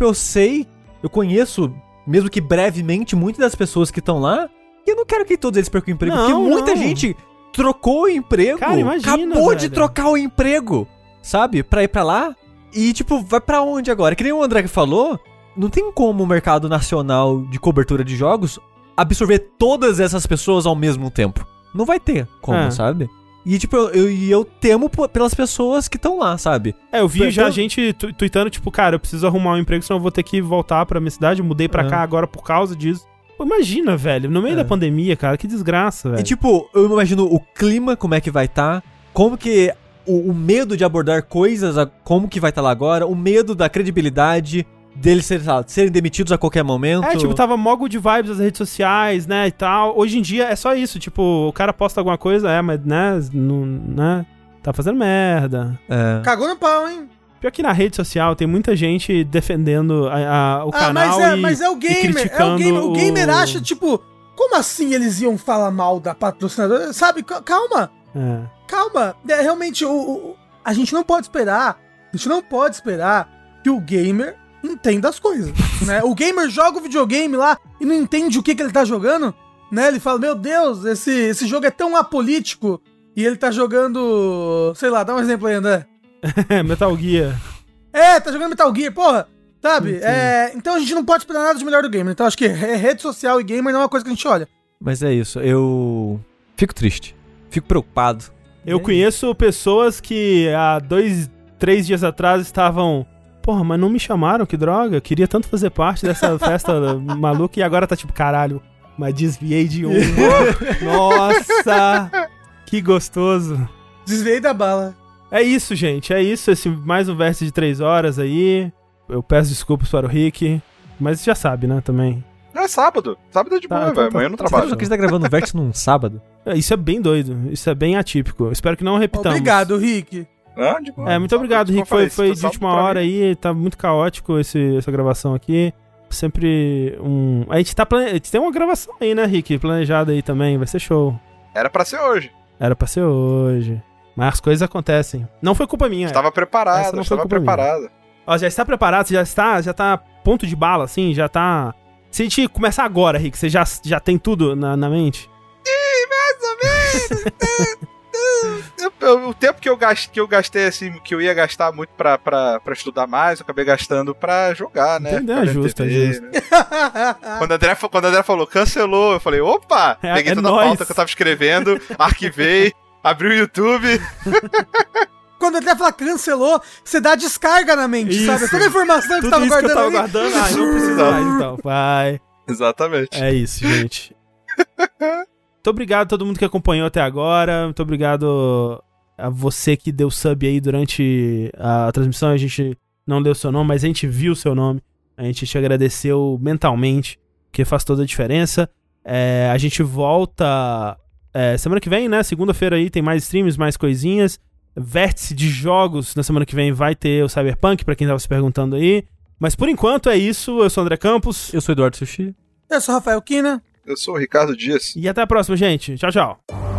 eu conheço, mesmo que brevemente, muitas das pessoas que estão lá, e eu não quero que todos eles percam o emprego, porque muita gente trocou o emprego, cara, imagina, acabou de trocar o emprego, sabe, pra ir pra lá, e tipo, vai pra onde agora? Que nem o André que falou, não tem como o mercado nacional de cobertura de jogos absorver todas essas pessoas ao mesmo tempo. Não vai ter como, sabe? E, tipo, eu temo pelas pessoas que estão lá, sabe? Eu vi já gente tweetando, tipo, cara, eu preciso arrumar um emprego, senão eu vou ter que voltar pra minha cidade, eu mudei pra cá agora por causa disso. Pô, imagina, velho, no meio da pandemia, cara, que desgraça, velho. E, tipo, eu imagino o clima, como é que vai estar, como que o medo de abordar coisas, como que vai estar lá agora, o medo da credibilidade deles serem demitidos a qualquer momento. Tipo, tava mó good vibes nas redes sociais, né, e tal. Hoje em dia é só isso, tipo, o cara posta alguma coisa, mas, né, não, né, tá fazendo merda. Cagou no pau, hein? Pior que na rede social tem muita gente defendendo o canal mas é o gamer, o gamer acha, tipo, como assim eles iam falar mal da patrocinadora? Sabe, calma. Calma. Realmente, a gente não pode esperar A gente não pode esperar que o gamer entenda as coisas, né? O gamer joga o videogame lá e não entende o que ele tá jogando, né? Ele fala, meu Deus, esse jogo é tão apolítico. E ele tá jogando, sei lá, dá um exemplo aí, André. Metal Gear. Tá jogando Metal Gear, porra, sabe? Então a gente não pode esperar nada de melhor do gamer. Então acho que rede social e gamer não é uma coisa que a gente olha. Mas é isso, eu fico triste, fico preocupado. Eu conheço pessoas que há 2, 3 dias atrás estavam... Porra, mas não me chamaram, que droga. Eu queria tanto fazer parte dessa festa maluca e agora tá tipo, caralho, mas desviei de uma. Nossa, que gostoso. Desviei da bala. É isso, gente, é isso. Esse mais um Vértice de 3 horas aí. Eu peço desculpas para o Rick, mas já sabe, né, também. É sábado. Sábado é de boa, velho. Amanhã eu não trabalho. Você tá gravando o Vértice num sábado? Isso é bem doido. Isso é bem atípico. Espero que não repitamos. Obrigado, Rick. De boa. Muito obrigado, Rick. Foi de última hora aí. Tá muito caótico essa gravação aqui. Sempre A gente tem uma gravação aí, né, Rick? Planejada aí também. Vai ser show. Era pra ser hoje. Mas as coisas acontecem. Não foi culpa minha. Estava preparado, Ó, já está preparado? Você já tá ponto de bala, assim? Já tá... Se a gente começar agora, Rick, você já tem tudo na mente? Mais ou menos. O tempo que eu gastei, assim, que eu ia gastar muito pra estudar mais, eu acabei gastando pra jogar, né? Entendeu? É justo. Né? Quando a André falou, cancelou, eu falei, opa! Peguei toda a pauta que eu tava escrevendo, arquivei, abri o YouTube... Quando ele fala cancelou, você dá descarga na mente, isso. Sabe? Toda a informação que você tava guardando. Que eu tava guardando, não precisa mais, então. Vai. Exatamente. É isso, gente. Muito obrigado a todo mundo que acompanhou até agora. Muito obrigado a você que deu sub aí durante a transmissão. A gente não deu seu nome, mas a gente viu seu nome. A gente te agradeceu mentalmente, que faz toda a diferença. A gente volta semana que vem, né? Segunda-feira aí tem mais streams, mais coisinhas. Vértice de jogos na semana que vem vai ter o Cyberpunk, pra quem tava se perguntando aí. Mas por enquanto é isso. Eu sou o André Campos. Eu sou o Eduardo Sushi. Eu sou o Rafael Kina. Eu sou o Ricardo Dias. E até a próxima, gente. Tchau, tchau.